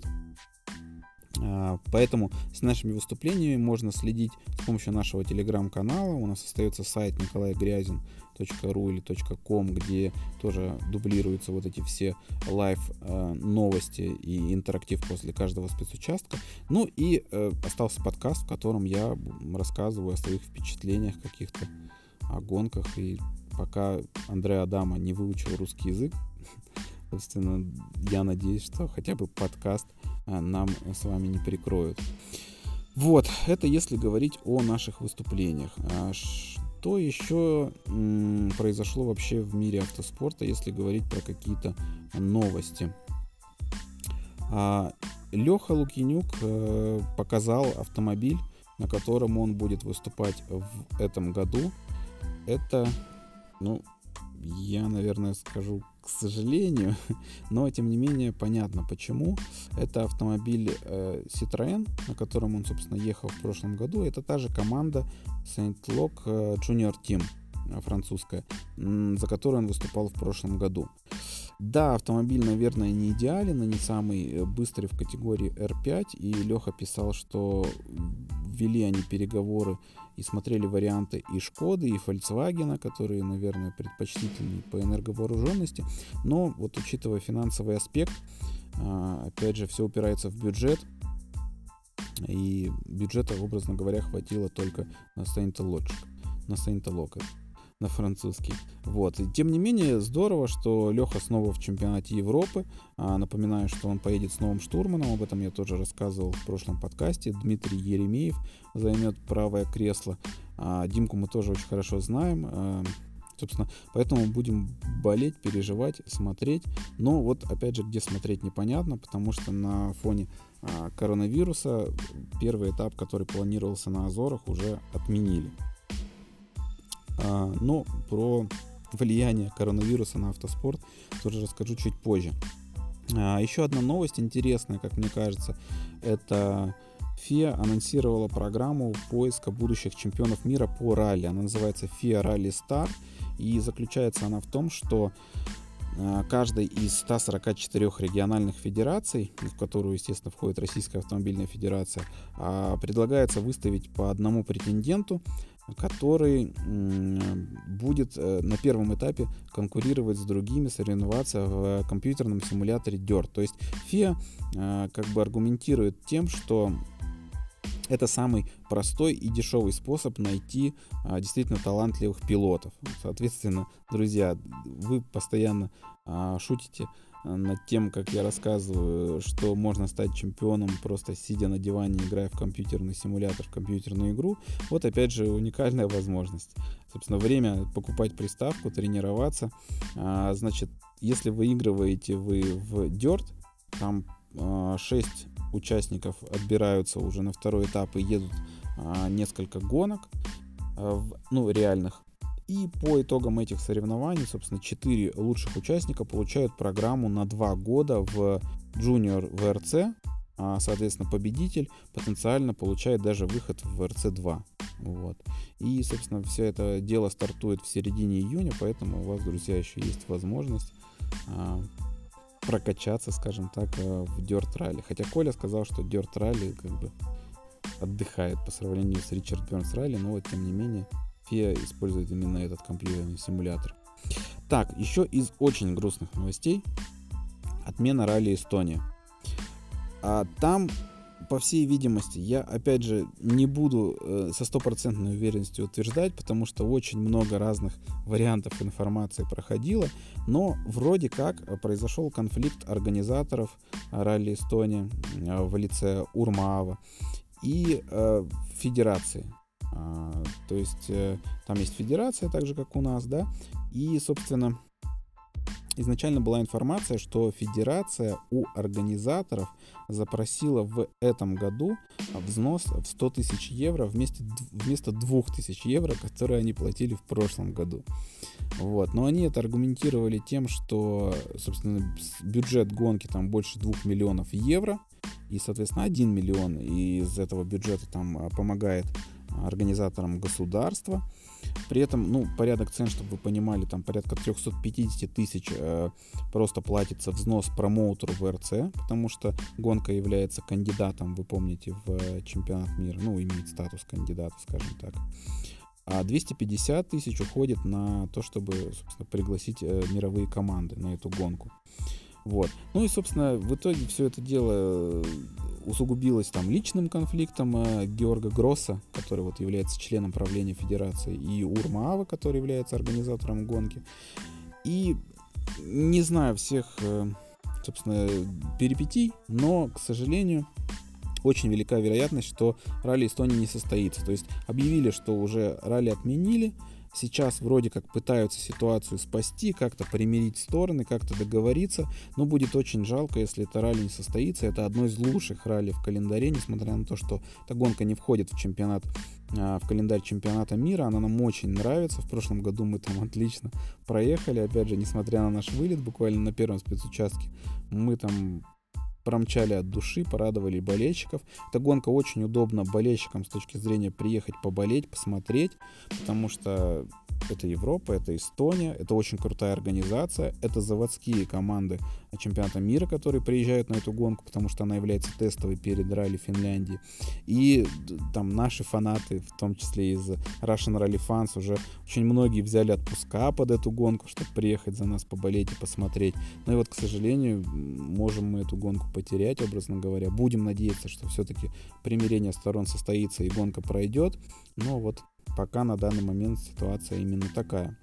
S1: Поэтому с нашими выступлениями можно следить с помощью нашего телеграм-канала. У нас остается сайт николай грязин точка ру или .com, где тоже дублируются вот эти все лайв новости и интерактив после каждого спецучастка. Ну и э, остался подкаст, в котором я рассказываю о своих впечатлениях каких-то о гонках. И пока Андре Адама не выучил русский язык, собственно, я надеюсь, что хотя бы подкаст нам с вами не перекроют. Вот, это если говорить о наших выступлениях. Что еще м, произошло вообще в мире автоспорта, если говорить про какие-то новости? А, Леха Лукьянюк э, показал автомобиль, на котором он будет выступать в этом году. Это, ну, я, наверное, скажу, к сожалению, но, тем не менее, понятно почему. Это автомобиль э, Citroën, на котором он, собственно, ехал в прошлом году. Это та же команда Saint-Lô э, Junior Team, э, французская, м, за которую он выступал в прошлом году. Да, автомобиль, наверное, не идеален, и не самый быстрый в категории эр пять, и Леха писал, что вели они переговоры и смотрели варианты и Шкоды, и Volkswagen, которые, наверное, предпочтительнее по энерговооруженности, но вот учитывая финансовый аспект, опять же, все упирается в бюджет, и бюджета, образно говоря, хватило только на Saint-Lô, на Saint-Lô, на французский. Вот. И, тем не менее, здорово, что Леха снова в чемпионате Европы. А, напоминаю, что он поедет с новым штурманом. Об этом я тоже рассказывал в прошлом подкасте. Дмитрий Еремеев займет правое кресло. А, Димку мы тоже очень хорошо знаем. А, Собственно, поэтому будем болеть, переживать, смотреть. Но вот, опять же, где смотреть непонятно, потому что на фоне а, коронавируса первый этап, который планировался на Азорах, уже отменили. А, но про влияние коронавируса на автоспорт тоже расскажу чуть позже. А, еще одна новость интересная, как мне кажется, это эф ай а анонсировала программу поиска будущих чемпионов мира по ралли. Она называется эф ай а Rally Star, и заключается она в том, что а, каждой из ста сорока четырёх региональных федераций, в которую, естественно, входит Российская автомобильная федерация, а, предлагается выставить по одному претенденту, который будет на первом этапе конкурировать с другими, соревноваться в компьютерном симуляторе дёрт. То есть эф ай а как бы аргументирует тем, что это самый простой и дешевый способ найти а, действительно талантливых пилотов. Соответственно, друзья, вы постоянно а, шутите над тем, как я рассказываю, что можно стать чемпионом, просто сидя на диване, играя в компьютерный симулятор, в компьютерную игру. Вот опять же уникальная возможность. Собственно, время покупать приставку, тренироваться. А, значит, если выигрываете вы в дёрт, там а, шесть участников отбираются уже на второй этап и едут а, несколько гонок, а, в, ну, реальных. И по итогам этих соревнований, собственно, четыре лучших участника получают программу на два года в Junior ви ар си, а, соответственно, победитель потенциально получает даже выход в ви ар си два. Вот. И, собственно, все это дело стартует в середине июня, поэтому у вас, друзья, еще есть возможность а, прокачаться, скажем так, в Dirt Rally. Хотя Коля сказал, что Dirt Rally как бы отдыхает по сравнению с Richard Burns Rally, но вот, тем не менее, эф ай а использует именно этот компьютерный симулятор. Так, еще из очень грустных новостей. Отмена ралли Эстония. А там, по всей видимости, я, опять же, не буду э, со стопроцентной уверенностью утверждать, потому что очень много разных вариантов информации проходило, но вроде как произошел конфликт организаторов ралли Эстония э, в лице Урмаава и э, федерации. А, то есть э, там есть федерация, так же как у нас, да, и, собственно, изначально была информация, что федерация у организаторов запросила в этом году взнос в сто тысяч евро вместо, вместо двух тысяч евро, которые они платили в прошлом году. Вот. Но они это аргументировали тем, что, собственно, бюджет гонки там больше двух миллионов евро, и, соответственно, один миллион из этого бюджета там помогает организаторам государства. При этом, ну, порядок цен, чтобы вы понимали, там порядка триста пятьдесят тысяч э, просто платится взнос промоутеру ви ар си, потому что гонка является кандидатом, вы помните, в чемпионат мира, ну, имеет статус кандидата, скажем так. А двести пятьдесят тысяч уходит на то, чтобы, собственно, пригласить э, мировые команды на эту гонку. Вот. Ну и, собственно, в итоге все это дело усугубилось там личным конфликтом э, Георга Гросса, который вот является членом правления федерации, и Урмаава, который является организатором гонки. И не знаю всех, э, собственно, перипетий, но, к сожалению, очень велика вероятность, что ралли Эстонии не состоится. То есть объявили, что уже ралли отменили. Сейчас вроде как пытаются ситуацию спасти, как-то примирить стороны, как-то договориться, но будет очень жалко, если это ралли не состоится. Это одно из лучших ралли в календаре, несмотря на то, что эта гонка не входит в чемпионат, в календарь чемпионата мира. Она нам очень нравится. В прошлом году мы там отлично проехали. Опять же, несмотря на наш вылет, буквально на первом спецучастке, мы там промчали от души, порадовали болельщиков. Эта гонка очень удобна болельщикам с точки зрения приехать поболеть, посмотреть, потому что это Европа, это Эстония, это очень крутая организация, это заводские команды чемпионата мира, которые приезжают на эту гонку, потому что она является тестовой перед ралли Финляндии. И там наши фанаты, в том числе из Russian Rally Fans, уже очень многие взяли отпуска под эту гонку, чтобы приехать за нас поболеть и посмотреть. Но и вот, к сожалению, можем мы эту гонку потерять, образно говоря. Будем надеяться, что все-таки примирение сторон состоится и гонка пройдет. Но вот пока на данный момент ситуация именно такая.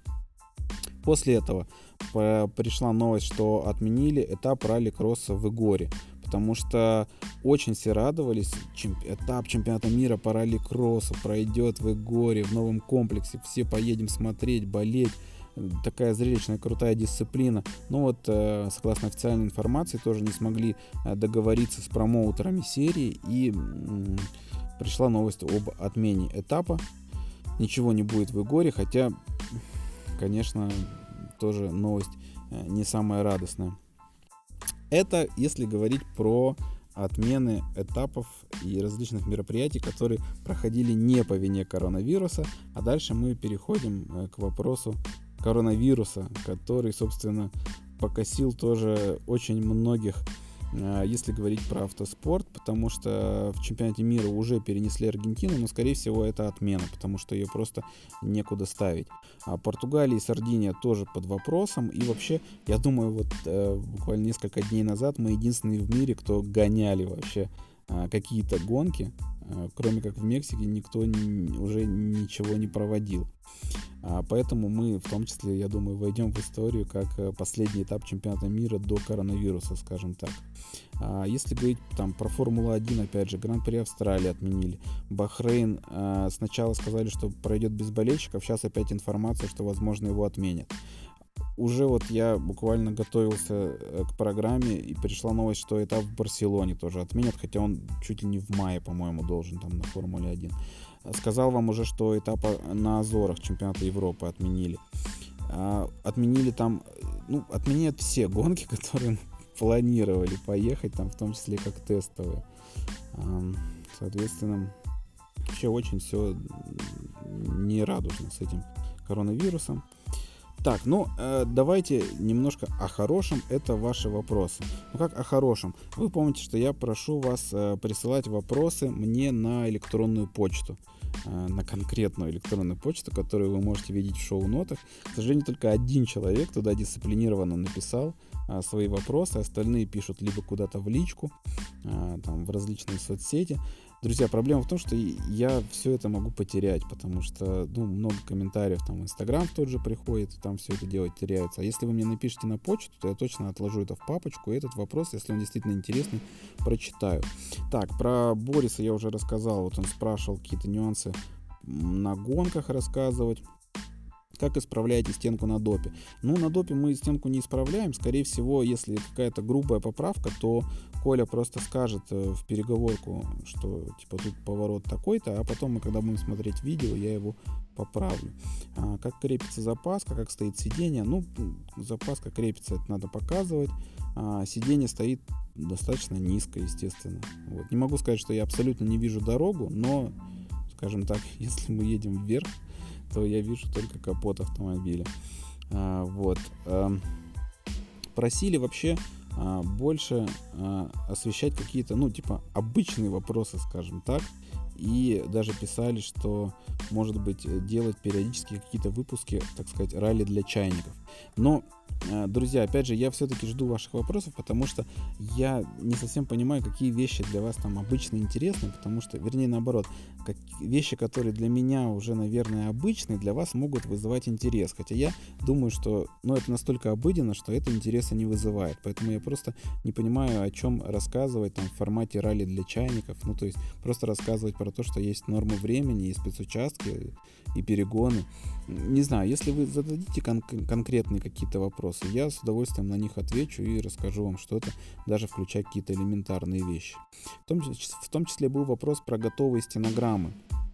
S1: После этого пришла новость, что отменили этап ралли-кросса в Игоре, потому что очень все радовались. Чемп... Этап чемпионата мира по ралли-кроссу пройдет в Игоре, в новом комплексе. Все поедем смотреть, болеть. такая зрелищная, крутая дисциплина. Но вот, э, согласно официальной информации, тоже не смогли э, договориться с промоутерами серии, и м- пришла новость об отмене этапа. Ничего не будет в Игоре, хотя, конечно, тоже новость э, не самая радостная. Это если говорить про отмены этапов и различных мероприятий, которые проходили не по вине коронавируса. А дальше мы переходим к вопросу коронавируса, который, собственно, покосил тоже очень многих, если говорить про автоспорт, потому что в чемпионате мира уже перенесли Аргентину, но, скорее всего, это отмена, потому что ее просто некуда ставить. А Португалия и Сардиния тоже под вопросом. И вообще, я думаю, вот э, буквально несколько дней назад мы единственные в мире, кто гоняли вообще э, какие-то гонки, э, кроме как в Мексике, никто не, уже ничего не проводил. А поэтому мы, в том числе, я думаю, войдем в историю как последний этап чемпионата мира до коронавируса, скажем так. А если говорить там про Формулу один, опять же, Гран-при Австралии отменили. Бахрейн а, сначала сказали, что пройдет без болельщиков, сейчас опять информация, что, возможно, его отменят. Уже вот я буквально готовился к программе, и пришла новость, что этап в Барселоне тоже отменят, хотя он чуть ли не в мае, по-моему, должен там на Формуле один. Сказал вам уже, что этап на Азорах чемпионата Европы отменили. А, отменили там, ну, отменяют все гонки, которые планировали поехать, там, в том числе как тестовые. А, соответственно, вообще очень все нерадужно с этим коронавирусом. Так, ну э, давайте немножко о хорошем. Это ваши вопросы. Ну как о хорошем? Вы помните, что я прошу вас э, присылать вопросы мне на электронную почту. Э, на конкретную электронную почту, которую вы можете видеть в шоу-нотах. К сожалению, только один человек туда дисциплинированно написал э, свои вопросы. Остальные пишут либо куда-то в личку, э, там, в различные соцсети. Друзья, проблема в том, что я все это могу потерять, потому что, ну, много комментариев там в Инстаграм тот же приходит, там все это дело теряется. А если вы мне напишите на почту, то я точно отложу это в папочку, и этот вопрос, если он действительно интересный, прочитаю. Так, про Бориса я уже рассказал, вот он спрашивал какие-то нюансы на гонках рассказывать. Как исправляете стенку на допе? Ну, на допе мы стенку не исправляем. Скорее всего, если какая-то грубая поправка, то Коля просто скажет в переговорку, что типа тут поворот такой-то, а потом мы, когда будем смотреть видео, я его поправлю. А, как крепится запаска, как стоит сиденье? Ну, запаска крепится, это надо показывать. А, сиденье стоит достаточно низко, естественно. Вот. Не могу сказать, что я абсолютно не вижу дорогу, но, скажем так, если мы едем вверх, то я вижу только капот автомобиля. А, вот. А, просили вообще а, больше а, освещать какие-то, ну, типа, обычные вопросы, скажем так. И даже писали, что, может быть, делать периодически какие-то выпуски, так сказать, ралли для чайников. Но, друзья, опять же, я все-таки жду ваших вопросов, потому что я не совсем понимаю, какие вещи для вас там обычно интересны, потому что, вернее, наоборот, как вещи, которые для меня уже, наверное, обычные, для вас могут вызывать интерес. Хотя я думаю, что, ну, это настолько обыденно, что это интереса не вызывает. Поэтому я просто не понимаю, о чем рассказывать там в формате ралли для чайников. Ну, то есть просто рассказывать про то, что есть нормы времени и спецучастки, и перегоны. Не знаю, если вы зададите кон- конкретные какие-то вопросы, я с удовольствием на них отвечу и расскажу вам что-то, даже включая какие-то элементарные вещи. В том, в том числе был вопрос про готовые стенограммы.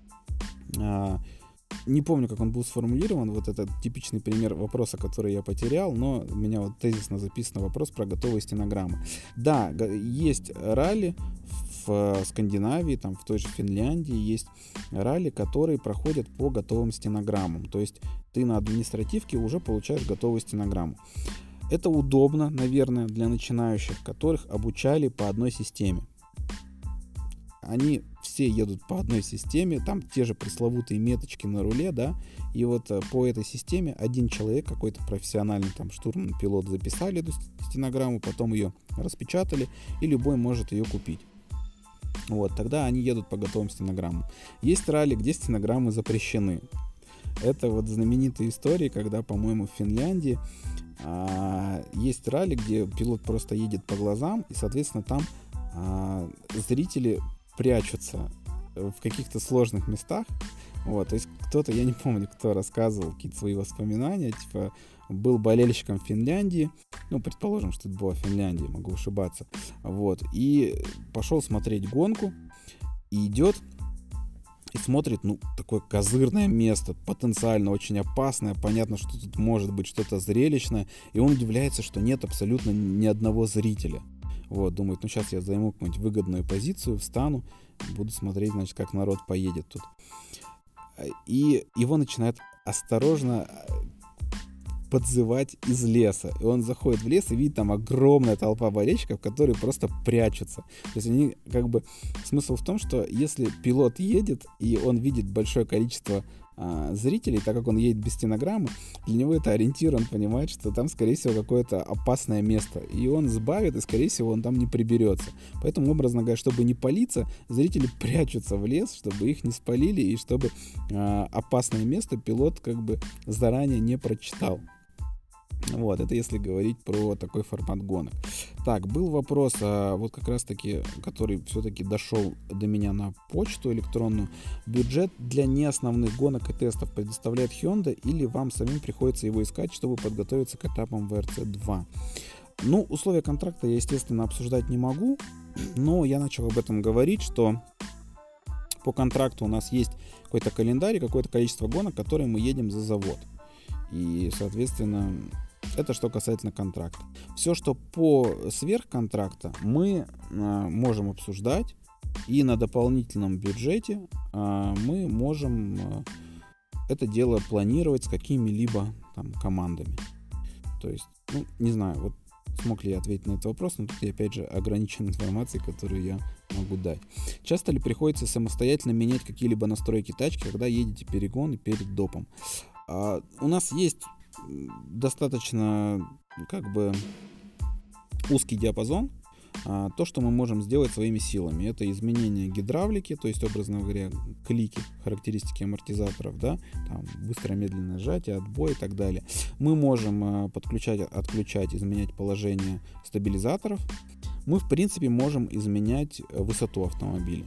S1: А, не помню, как он был сформулирован, вот этот типичный пример вопроса, который я потерял, но у меня вот тезисно записан вопрос про готовые стенограммы. Да, есть ралли в Скандинавии, там в той же Финляндии есть ралли, которые проходят по готовым стенограммам. То есть ты на административке уже получаешь готовую стенограмму. Это удобно, наверное, для начинающих, которых обучали по одной системе. Они все едут по одной системе, там те же пресловутые меточки на руле, да, и вот по этой системе один человек, какой-то профессиональный там штурман, пилот, записали эту стенограмму, потом ее распечатали, и любой может ее купить. Вот, тогда они едут по готовым стенограммам. Есть ралли, где стенограммы запрещены. Это вот знаменитые истории, когда, по-моему, в Финляндии а, есть ралли, где пилот просто едет по глазам, и, соответственно, там а, зрители прячутся в каких-то сложных местах, Вот, то есть кто-то, я не помню, кто рассказывал какие-то свои воспоминания, типа, был болельщиком Финляндии, ну, предположим, что это была Финляндия, могу ошибаться, вот, и пошел смотреть гонку, и идет, и смотрит, ну, такое козырное место, потенциально очень опасное, понятно, что тут может быть что-то зрелищное, и он удивляется, что нет абсолютно ни одного зрителя. Вот, думает, ну, сейчас я займу какую-нибудь выгодную позицию, встану, буду смотреть, значит, как народ поедет тут. И его начинает осторожно подзывать из леса. И он заходит в лес и видит там огромная толпа болельщиков, которые просто прячутся. То есть они как бы... Смысл в том, что если пилот едет, и он видит большое количество а, зрителей, так как он едет без стенограммы, для него это ориентир, он понимает, что там, скорее всего, какое-то опасное место. И он сбавит, и, скорее всего, он там не приберется. Поэтому, образно говоря, чтобы не палиться, зрители прячутся в лес, чтобы их не спалили, и чтобы а, опасное место пилот как бы заранее не прочитал. Вот, это если говорить про такой формат гонок. Так, был вопрос, а, вот как раз-таки, который все-таки дошел до меня на почту электронную. Бюджет для неосновных гонок и тестов предоставляет Hyundai или вам самим приходится его искать, чтобы подготовиться к этапам ви эр си два? Ну, условия контракта я, естественно, обсуждать не могу, но я начал об этом говорить, что по контракту у нас есть какой-то календарь и какое-то количество гонок, которые мы едем за завод. И, соответственно, это что касательно контракта. Все, что по сверхконтракта, мы а, можем обсуждать, и на дополнительном бюджете а, мы можем а, это дело планировать с какими-либо там командами. То есть, ну, не знаю, вот смог ли я ответить на этот вопрос, но тут я, опять же, ограничен информацией, которую я могу дать. Часто ли приходится самостоятельно менять какие-либо настройки тачки, когда едете перегон и перед допом? А, у нас есть достаточно как бы узкий диапазон. А, то, что мы можем сделать своими силами, это изменение гидравлики, то есть, образно говоря, клики, характеристики амортизаторов, да, там быстрое, медленное сжатие, отбой и так далее. Мы можем а, подключать, отключать, изменять положение стабилизаторов. Мы, в принципе, можем изменять высоту автомобиля.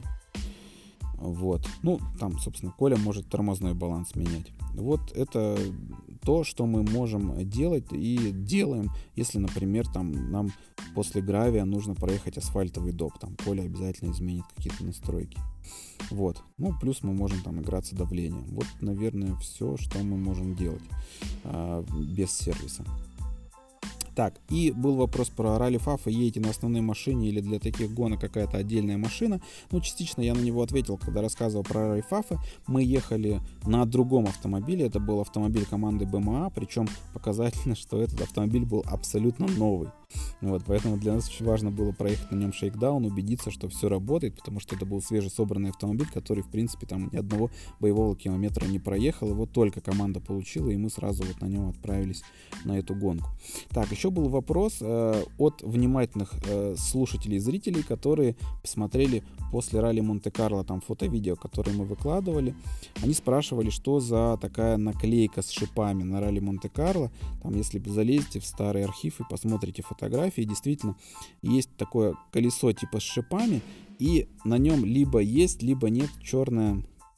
S1: Вот. Ну, там, собственно, Коля может тормозной баланс менять. Вот это то, что мы можем делать и делаем, если, например, там нам после гравия нужно проехать асфальтовый доп. Там Коля обязательно изменит какие-то настройки. Вот. Ну, плюс мы можем там играться давлением. Вот, наверное, все, что мы можем делать а, без сервиса. Так, и был вопрос про ралли Фафа, едете на основной машине или для таких гонок какая-то отдельная машина. Ну, частично я на него ответил, когда рассказывал про ралли Фафа. Мы ехали на другом автомобиле, это был автомобиль команды бэ эм а, причем показательно, что этот автомобиль был абсолютно новый. Вот, поэтому для нас очень важно было проехать на нем шейкдаун, убедиться, что все работает, потому что это был свежесобранный автомобиль, который, в принципе, там ни одного боевого километра не проехал. Его только команда получила, и мы сразу вот на нем отправились на эту гонку. Так, еще был вопрос э, от внимательных э, слушателей и зрителей, которые посмотрели после ралли Монте-Карло там фото-видео, которые мы выкладывали. Они спрашивали, что за такая наклейка с шипами на ралли Монте-Карло. Там, если вы залезете в старый архив и посмотрите фотографии, действительно есть такое колесо типа с шипами, и на нем либо есть, либо нет черная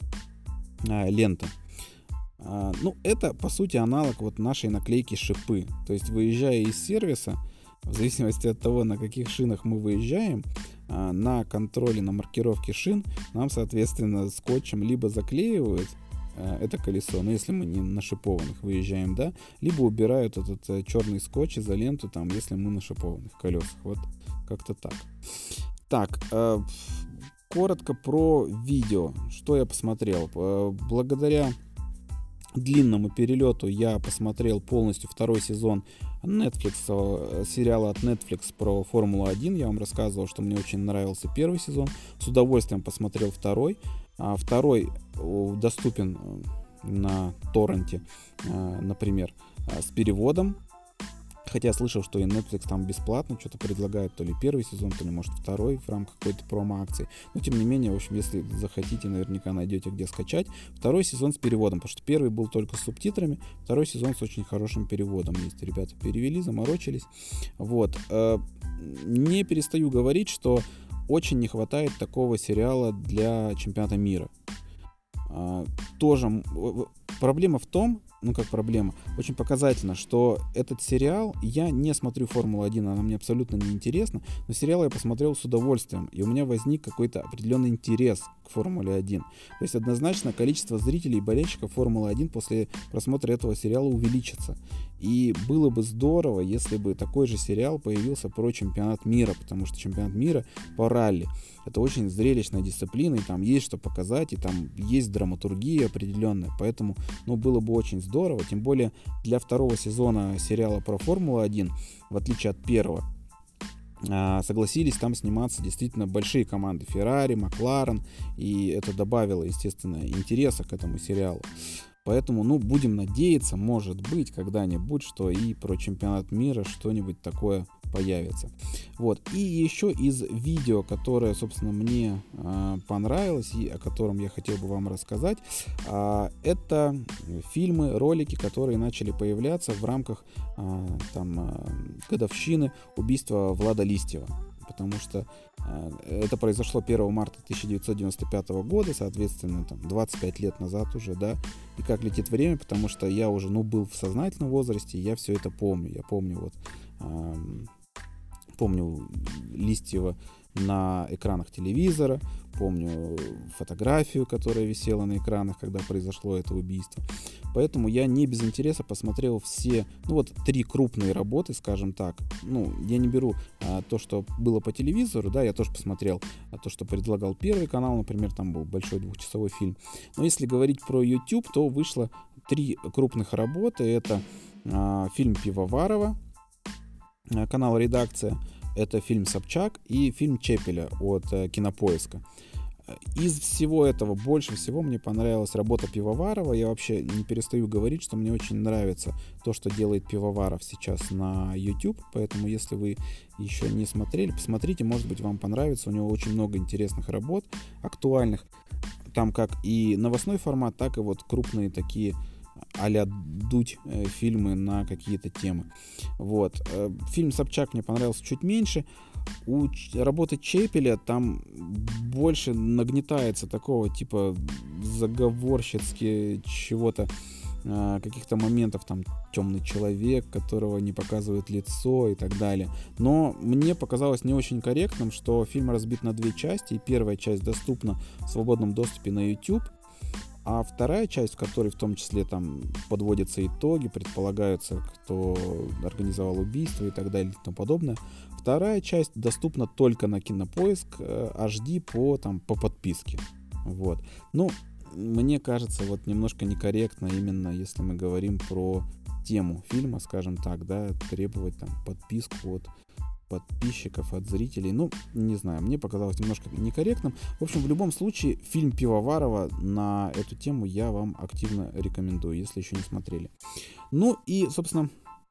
S1: а, лента. А, ну, это, по сути, аналог вот нашей наклейки шипы. То есть, выезжая из сервиса, в зависимости от того, на каких шинах мы выезжаем, а, на контроле, на маркировке шин, нам, соответственно, скотчем либо заклеивают это колесо, но если мы не на шипованных выезжаем, да, либо убирают этот э, черный скотч за ленту, там, если мы на шипованных колесах. Вот как-то так. Так, э, коротко про видео. Что я посмотрел? Э, благодаря длинному перелету я посмотрел полностью второй сезон Netflix, сериала от Netflix про Формулу один. Я вам рассказывал, что мне очень нравился первый сезон. С удовольствием посмотрел второй. А второй доступен на торренте, например, с переводом. Хотя я слышал, что и Netflix там бесплатно что-то предлагает, то ли первый сезон, то ли, может, второй в рамках какой-то промо-акции. Но, тем не менее, в общем, если захотите, наверняка найдете, где скачать. Второй сезон с переводом, потому что первый был только с субтитрами, второй сезон с очень хорошим переводом есть. Ребята перевели, заморочились. Вот. Не перестаю говорить, что очень не хватает такого сериала для чемпионата мира. тоже проблема в том, ну как проблема, очень показательно, что этот сериал, я не смотрю Формулу один, она мне абсолютно не интересна, но сериал я посмотрел с удовольствием, и у меня возник какой-то определенный интерес к Формуле один. То есть однозначно количество зрителей и болельщиков Формулы один после просмотра этого сериала увеличится. И было бы здорово, если бы такой же сериал появился про чемпионат мира, потому что чемпионат мира по ралли — это очень зрелищная дисциплина, и там есть что показать, и там есть драматургия определенная, поэтому, ну, было бы очень здорово, тем более для второго сезона сериала про Формулу один, в отличие от первого, согласились там сниматься действительно большие команды: Феррари, Макларен, и это добавило, естественно, интереса к этому сериалу. Поэтому, ну, будем надеяться, может быть, когда-нибудь, что и про чемпионат мира что-нибудь такое появится. Вот. И еще из видео, которое, собственно, мне э, понравилось и о котором я хотел бы вам рассказать, э, это фильмы, ролики, которые начали появляться в рамках э, там, э, годовщины убийства Влада Листьева. Потому что э, это произошло первого марта тысяча девятьсот девяносто пятого года, соответственно, там, двадцать пять лет назад уже, да. И как летит время, потому что я уже, ну, был в сознательном возрасте, и я все это помню. Я помню вот, э, помню Листьева на экранах телевизора, помню фотографию, которая висела на экранах, когда произошло это убийство. Поэтому я не без интереса посмотрел все, ну вот, три крупные работы, скажем так. Ну, я не беру а, то, что было по телевизору, да, я тоже посмотрел а, то, что предлагал Первый канал, например, там был большой двухчасовой фильм. Но если говорить про YouTube, то вышло три крупных работы. Это а, фильм Пивоварова, а, канал «Редакция», это фильм «Собчак» и фильм Чепеля от э, Кинопоиска. Из всего этого больше всего мне понравилась работа Пивоварова. Я вообще не перестаю говорить, что мне очень нравится то, что делает Пивоваров сейчас на YouTube. Поэтому, если вы еще не смотрели, посмотрите, может быть, вам понравится. У него очень много интересных работ, актуальных. Там как и новостной формат, так и вот крупные такие а-ля Дудь э, фильмы на какие-то темы. Вот. Э, фильм «Собчак» мне понравился чуть меньше. У ч- работы Чепеля там больше нагнетается такого типа заговорщицки чего-то, э, каких-то моментов, там темный человек, которого не показывают лицо и так далее. Но мне показалось не очень корректным, что фильм разбит на две части, и первая часть доступна в свободном доступе на YouTube, а вторая часть, в которой в том числе там подводятся итоги, предполагаются, кто организовал убийство и так далее и тому подобное, вторая часть доступна только на Кинопоиск эйч ди по, там, по подписке. Вот. Ну, мне кажется, вот немножко некорректно, именно если мы говорим про тему фильма, скажем так, да, требовать там подписку от подписчиков, от зрителей. Ну, не знаю, мне показалось немножко некорректным. В общем, в любом случае, фильм Пивоварова на эту тему я вам активно рекомендую, если еще не смотрели. Ну и, собственно,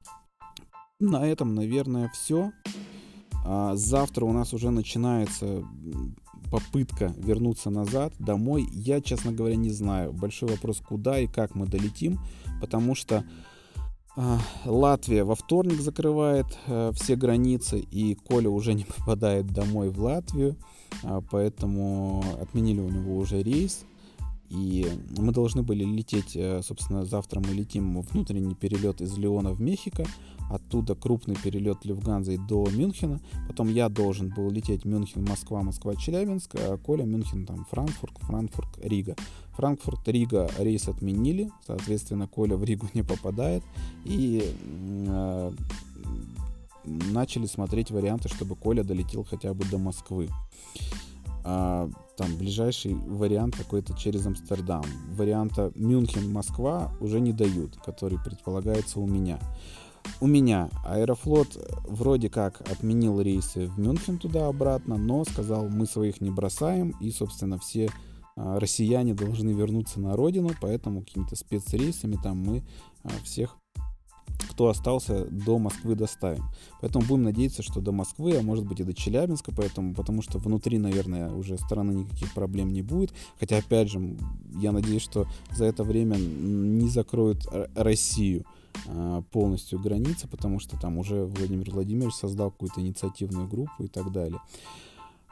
S1: на этом, наверное, все. А завтра у нас уже начинается попытка вернуться назад, домой. Я, честно говоря, не знаю. Большой вопрос, куда и как мы долетим, потому что Латвия во вторник закрывает э, все границы, и Коля уже не попадает домой в Латвию, э, поэтому отменили у него уже рейс. И мы должны были лететь, э, собственно, завтра мы летим в внутренний перелет из Лиона в Мехико, оттуда крупный перелет Люфтганзой до Мюнхена, потом я должен был лететь Мюнхен, Москва, Москва, Челябинск, а Коля Мюнхен, там, Франкфурт, Франкфурт, Рига. Франкфурт, Рига рейс отменили, соответственно, Коля в Ригу не попадает, и э, начали смотреть варианты, чтобы Коля долетел хотя бы до Москвы. А, там ближайший вариант какой-то через Амстердам. Варианта Мюнхен-Москва уже не дают, который предполагается у меня. У меня Аэрофлот вроде как отменил рейсы в Мюнхен туда-обратно, но сказал, мы своих не бросаем, и, собственно, все а, россияне должны вернуться на родину, поэтому какими-то спецрейсами там мы а, всех, кто остался, до Москвы доставим. Поэтому будем надеяться, что до Москвы, а может быть и до Челябинска, поэтому, потому что внутри, наверное, уже стороны никаких проблем не будет. Хотя, опять же, я надеюсь, что за это время не закроют Россию а, полностью границы, потому что там уже Владимир Владимирович создал какую-то инициативную группу и так далее.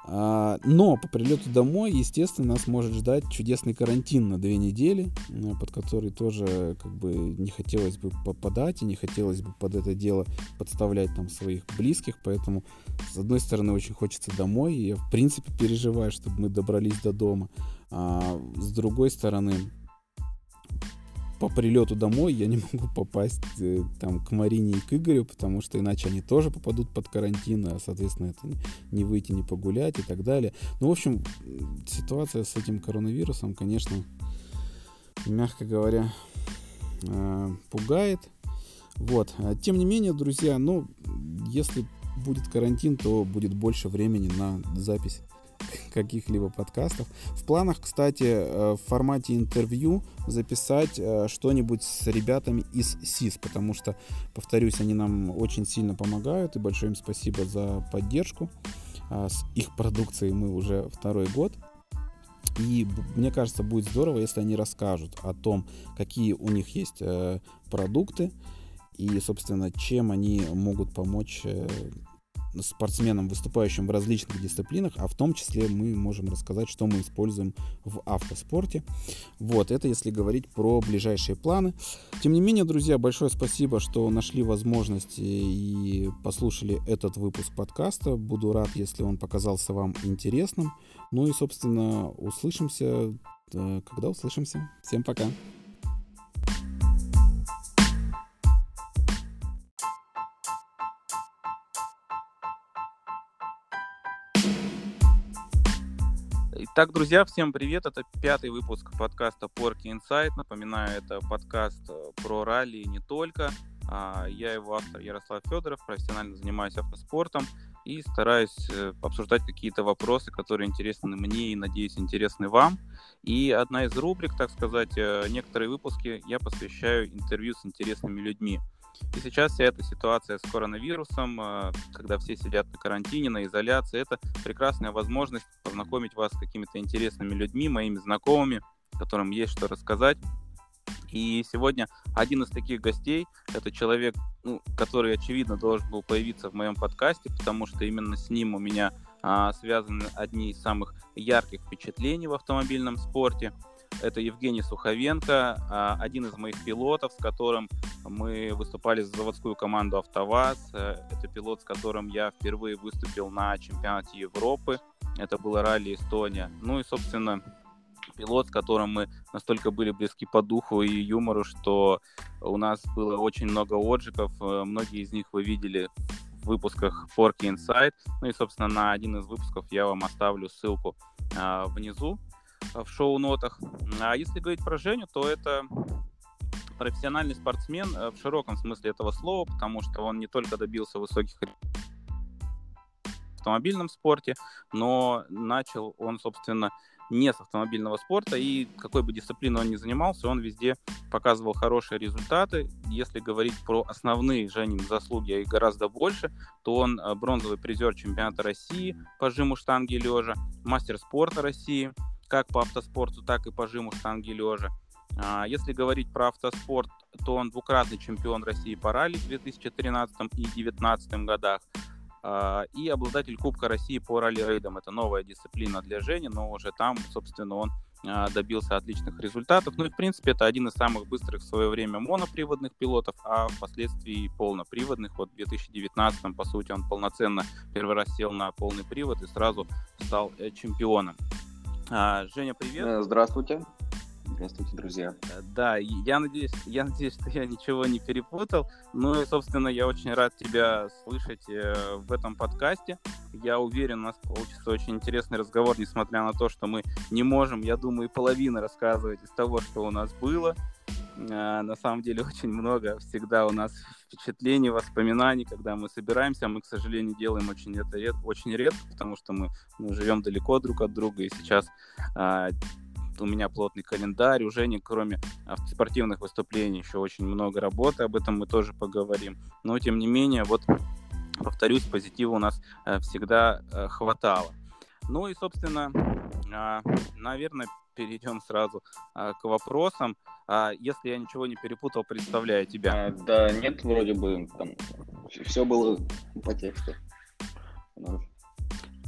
S1: А, но по прилету домой, естественно, нас может ждать чудесный карантин на две недели, под который тоже как бы не хотелось бы попадать и не хотелось бы под это дело подставлять там своих близких, поэтому с одной стороны очень хочется домой, и я в принципе переживаю, чтобы мы добрались до дома, а с другой стороны по прилету домой я не могу попасть э, там к Марине и к Игорю, потому что иначе они тоже попадут под карантин, а, соответственно, это не выйти, не погулять и так далее. Ну, в общем, ситуация с этим коронавирусом, конечно, мягко говоря, э, пугает. Вот. Тем не менее, друзья, ну, если будет карантин, то будет больше времени на запись каких-либо подкастов. В планах, кстати, в формате интервью записать что-нибудь с ребятами из СИС, потому что, повторюсь, они нам очень сильно помогают, и большое им спасибо за поддержку. С их продукцией мы уже второй год. И мне кажется, будет здорово, если они расскажут о том, какие у них есть продукты и, собственно, чем они могут помочь спортсменам, выступающим в различных дисциплинах, а в том числе мы можем рассказать, что мы используем в автоспорте. Вот, это если говорить про ближайшие планы. Тем не менее, друзья, большое спасибо, что нашли возможность и послушали этот выпуск подкаста. Буду рад, если он показался вам интересным. Ну и, собственно, услышимся, когда услышимся. Всем пока!
S2: Итак, друзья, всем привет. Это пятый выпуск подкаста Porky Insight. Напоминаю, это подкаст про ралли и не только. Я его автор Ярослав Федоров, профессионально занимаюсь автоспортом и стараюсь обсуждать какие-то вопросы, которые интересны мне и, надеюсь, интересны вам. И одна из рубрик, так сказать, некоторые выпуски я посвящаю интервью с интересными людьми. И сейчас вся эта ситуация с коронавирусом, когда все сидят на карантине, на изоляции, это прекрасная возможность познакомить вас с какими-то интересными людьми, моими знакомыми, которым есть что рассказать. И сегодня один из таких гостей – это человек, ну, который, очевидно, должен был появиться в моем подкасте, потому что именно с ним у меня а, связаны одни из самых ярких впечатлений в автомобильном спорте. Это Евгений Суховенко, один из моих пилотов, с которым мы выступали за заводскую команду «АвтоВАЗ». Это пилот, с которым я впервые выступил на чемпионате Европы. Это было ралли Эстония. Ну и, собственно, пилот, с которым мы настолько были близки по духу и юмору, что у нас было очень много отжигов. Многие из них вы видели в выпусках Porky Insight. Ну и, собственно, на один из выпусков я вам оставлю ссылку внизу в шоу-нотах. А если говорить про Женю, то это профессиональный спортсмен в широком смысле этого слова, потому что он не только добился высоких в автомобильном спорте, но начал он, собственно, не с автомобильного спорта, и какой бы дисциплиной он ни занимался, он везде показывал хорошие результаты. Если говорить про основные Женины заслуги, а их гораздо больше, то он бронзовый призер чемпионата России по жиму штанги лежа, мастер спорта России, как по автоспорту, так и по жиму штанги лежа. Если говорить про автоспорт, то он двукратный чемпион России по ралли в две тысячи тринадцатом и две тысячи девятнадцатом годах и обладатель Кубка России по ралли-рейдам. Это новая дисциплина для Жени, но уже там, собственно, он добился отличных результатов. Ну и, в принципе, это один из самых быстрых в свое время моноприводных пилотов, а впоследствии полноприводных. Вот в две тысячи девятнадцатом, по сути, он полноценно первый раз сел на полный привод и сразу стал чемпионом. Женя, привет.
S3: Здравствуйте. Здравствуйте, друзья.
S2: Да, я надеюсь, я надеюсь, что я ничего не перепутал. Ну и, собственно, я очень рад тебя слышать в этом подкасте. Я уверен, у нас получится очень интересный разговор, несмотря на то, что мы не можем, я думаю, и половины рассказывать из того, что у нас было. На самом деле очень много всегда у нас впечатлений, воспоминаний, когда мы собираемся. Мы, к сожалению, делаем очень это ред... очень редко, потому что мы, мы живем далеко друг от друга, и сейчас а, у меня плотный календарь. У Жени, кроме спортивных выступлений, еще очень много работы, об этом мы тоже поговорим. Но, тем не менее, вот, повторюсь, позитива у нас а, всегда а, хватало. Ну и, собственно, а, наверное, перейдем сразу а, к вопросам. А, если я ничего не перепутал, представляю тебя.
S3: А, да, нет, вроде бы там все было по тексту.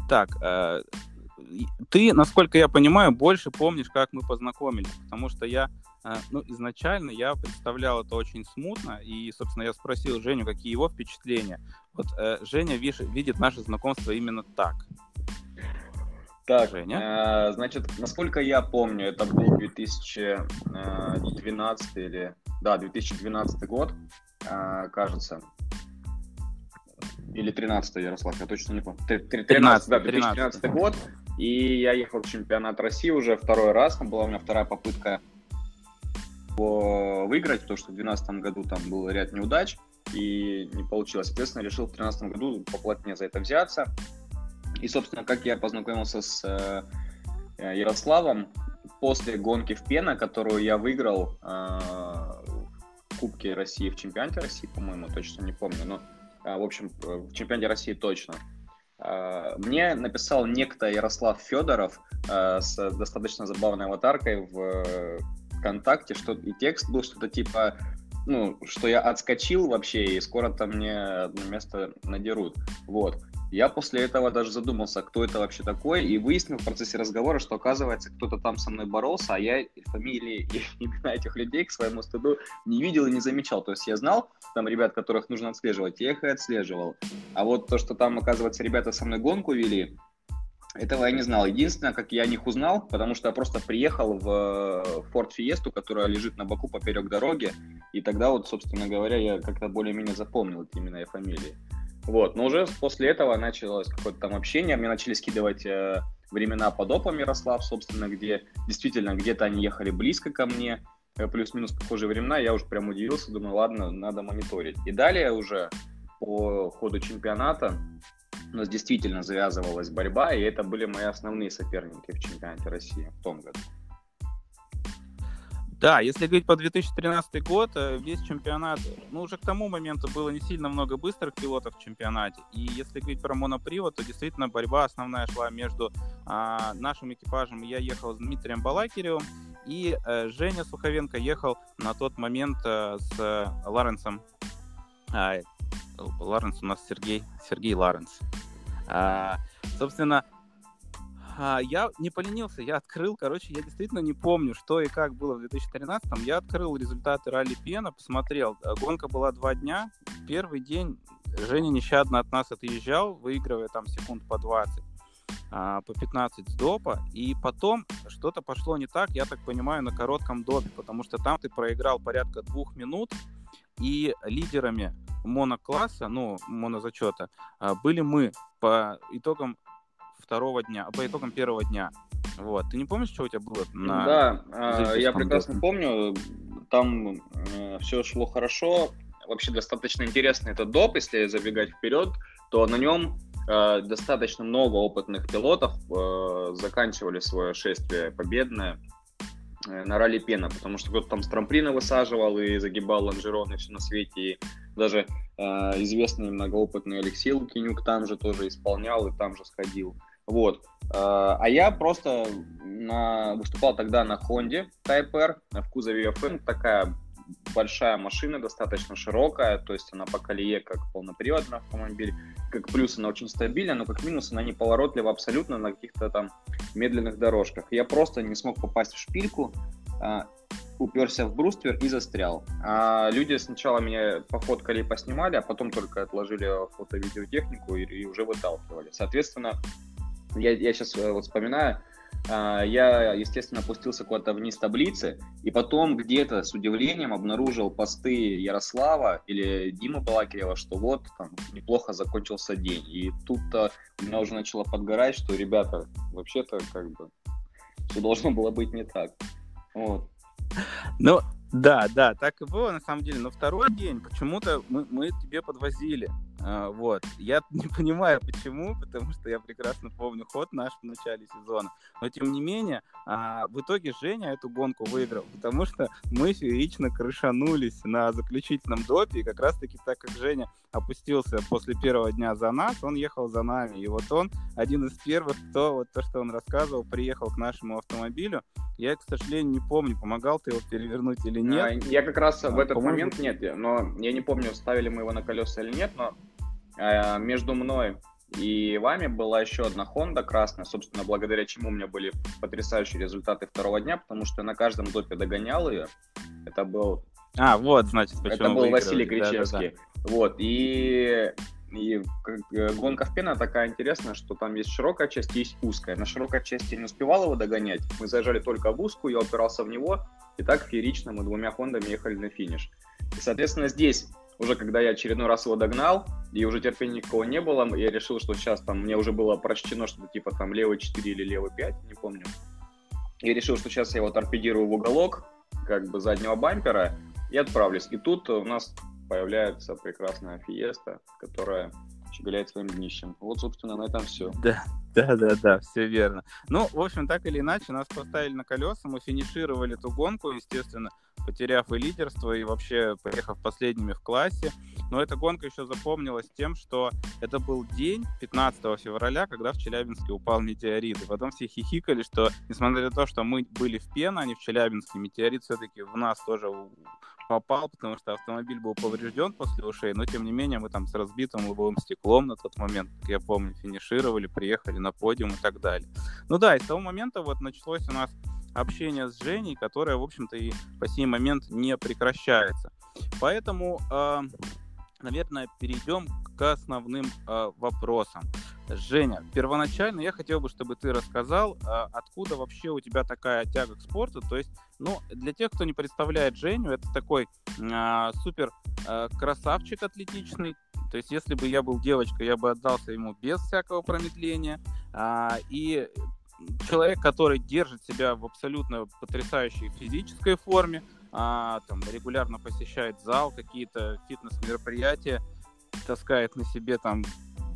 S2: Так, э, ты, насколько я понимаю, больше помнишь, как мы познакомились, потому что я, э, ну, изначально я представлял это очень смутно, и, собственно, я спросил Женю, какие его впечатления. Вот э, Женя виш, видит наше знакомство именно так.
S3: Так,
S2: Женя?
S3: э, значит, насколько я помню, это был две тысячи двенадцатый или, да, две тысячи двенадцатый год, э, кажется. Или тринадцатый, Ярослав, я точно не помню. тринадцатый, да, две тысячи тринадцатый год. И я ехал в чемпионат России уже второй раз. Была у меня вторая попытка его выиграть, потому что в две тысячи двенадцатом году там был ряд неудач и не получилось. Соответственно, решил в две тысячи тринадцатом году поплотнее за это взяться. И, собственно, как я познакомился с э, Ярославом после гонки в Пена, которую я выиграл э, в Кубке России, в чемпионате России, по-моему, точно не помню, но в общем, в чемпионате России точно. Мне написал некто Ярослав Федоров с достаточно забавной аватаркой в ВКонтакте, что и текст был что-то типа, ну, что я отскочил вообще, и скоро-то мне одно место надерут. Вот. Я после этого даже задумался, кто это вообще такой, и выяснил в процессе разговора, что, оказывается, кто-то там со мной боролся, а я фамилии и имена этих людей к своему стыду не видел и не замечал. То есть я знал там ребят, которых нужно отслеживать, я их и отслеживал. А вот то, что там, оказывается, ребята со мной гонку вели, этого я не знал. Единственное, как я о них узнал, потому что я просто приехал в Ford Fiesta, которая лежит на боку поперек дороги, и тогда вот, собственно говоря, я как-то более-менее запомнил эти имена и фамилии. Вот, но уже после этого началось какое-то там общение, мне начали скидывать э, времена по допам Ярослав, собственно, где действительно где-то они ехали близко ко мне, э, плюс-минус похожие времена, я уже прям удивился, думаю, ладно, надо мониторить. И далее уже по ходу чемпионата у нас действительно завязывалась борьба, и это были мои основные соперники в чемпионате России в том году.
S2: Да, если говорить по две тысячи тринадцатый год, весь чемпионат, ну, уже к тому моменту было не сильно много быстрых пилотов в чемпионате. И если говорить про монопривод, то действительно борьба основная шла между а, нашим экипажем. Я ехал с Дмитрием Балакиревым, и а, Женя Суховенко ехал на тот момент а, с а, Ларенсом. А, Ларенс у нас Сергей, Сергей Ларенс. А, собственно, я не поленился, я открыл, короче, я действительно не помню, что и как было в две тысячи тринадцатом. Я открыл результаты ралли Пена, посмотрел. Гонка была два дня. Первый день Женя нещадно от нас отъезжал, выигрывая там секунд по двадцать, по пятнадцать с допа. И потом что-то пошло не так, я так понимаю, на коротком допе, потому что там ты проиграл порядка двух минут, и лидерами монокласса, ну, монозачета, были мы по итогам второго дня, по итогам первого дня. Вот. Ты не помнишь, что у тебя было на...
S3: Да, я прекрасно допе? помню. Там э, все шло хорошо. Вообще достаточно интересный этот доп, если забегать вперед, то на нем э, достаточно много опытных пилотов э, заканчивали свое шествие победное э, на ралли Пена, потому что кто-то там с трамплина высаживал и загибал лонжероны, все на свете, и даже э, известный многоопытный Алексей Лукинюк там же тоже исполнял и там же сходил. Вот. А я просто на... выступал тогда на Honda Type R в кузове эф эм. Такая большая машина, достаточно широкая, то есть она по колее как полноприводный автомобиль. Как плюс она очень стабильна, но как минус она неповоротлива абсолютно на каких-то там медленных дорожках. Я просто не смог попасть в шпильку, уперся в бруствер и застрял. А люди сначала меня пофоткали и поснимали, а потом только отложили фото-видеотехнику и, и уже выталкивали. Соответственно, Я, я сейчас вот вспоминаю, я, естественно, опустился куда-то вниз таблицы, и потом где-то с удивлением обнаружил посты Ярослава или Димы Балакирева, что вот там неплохо закончился день. И тут-то у меня уже начало подгорать, что, ребята, вообще-то как бы все должно было быть не так. Вот.
S2: Ну, да, да, так и было на самом деле. Но второй день почему-то мы, мы тебе подвозили. А, вот. Я не понимаю, почему, потому что я прекрасно помню ход наш в начале сезона. Но, тем не менее, а, в итоге Женя эту гонку выиграл, потому что мы феерично крышанулись на заключительном допе. И как раз-таки так как Женя опустился после первого дня за нас, он ехал за нами. И вот он один из первых, кто, вот то, что он рассказывал, приехал к нашему автомобилю. Я, к сожалению, не помню, помогал ты его перевернуть или нет.
S3: Я как раз в этот
S2: По-моему...
S3: момент нет, но я не помню, ставили мы его на колеса или нет, но э, между мной и вами была еще одна Honda красная, собственно, благодаря чему у меня были потрясающие результаты второго дня, потому что я на каждом допе догонял ее. Это был...
S2: А, вот, значит, почему
S3: Это был Василий Кричевский.
S2: Да, да, да.
S3: Вот, и... И гонка в пена такая интересная, что там есть широкая часть, есть узкая. На широкой части я не успевал его догонять. Мы заезжали только в узкую, я упирался в него, и так феерично мы двумя Хондами ехали на финиш. И, соответственно, здесь, уже когда я очередной раз его догнал, и уже терпения никакого не было, я решил, что сейчас там мне уже было прочтено что-то типа там левый четыре или левый пять, не помню. Я решил, что сейчас я его торпедирую в уголок, как бы заднего бампера, и отправлюсь. И тут у нас появляется прекрасная Фиеста, которая щеголяет своим днищем. Вот, собственно, на этом все.
S2: Да, да, да, да, все верно. Ну, в общем, так или иначе, нас поставили на колеса, мы финишировали эту гонку, естественно, потеряв и лидерство, и вообще поехав последними в классе. Но эта гонка еще запомнилась тем, что это был день пятнадцатого февраля, когда в Челябинске упал метеорит. И потом все хихикали, что, несмотря на то, что мы были в Пено, а не в Челябинске, метеорит все-таки в нас тоже попал, потому что автомобиль был поврежден после ушей, но тем не менее мы там с разбитым лобовым стеклом на тот момент, как я помню, финишировали, приехали на подиум и так далее. Ну да, и с того момента вот началось у нас общение с Женей, которое, в общем-то, и по сей момент не прекращается. Поэтому, э, наверное, перейдем к основным э, вопросам. Женя, первоначально я хотел бы, чтобы ты рассказал, э, откуда вообще у тебя такая тяга к спорту. То есть, ну, для тех, кто не представляет Женю, это такой э, супер э, красавчик атлетичный. То есть, если бы я был девочкой, я бы отдался ему без всякого промедления. Э, и человек, который держит себя в абсолютно потрясающей физической форме, а, там, регулярно посещает зал, какие-то фитнес-мероприятия, таскает на себе там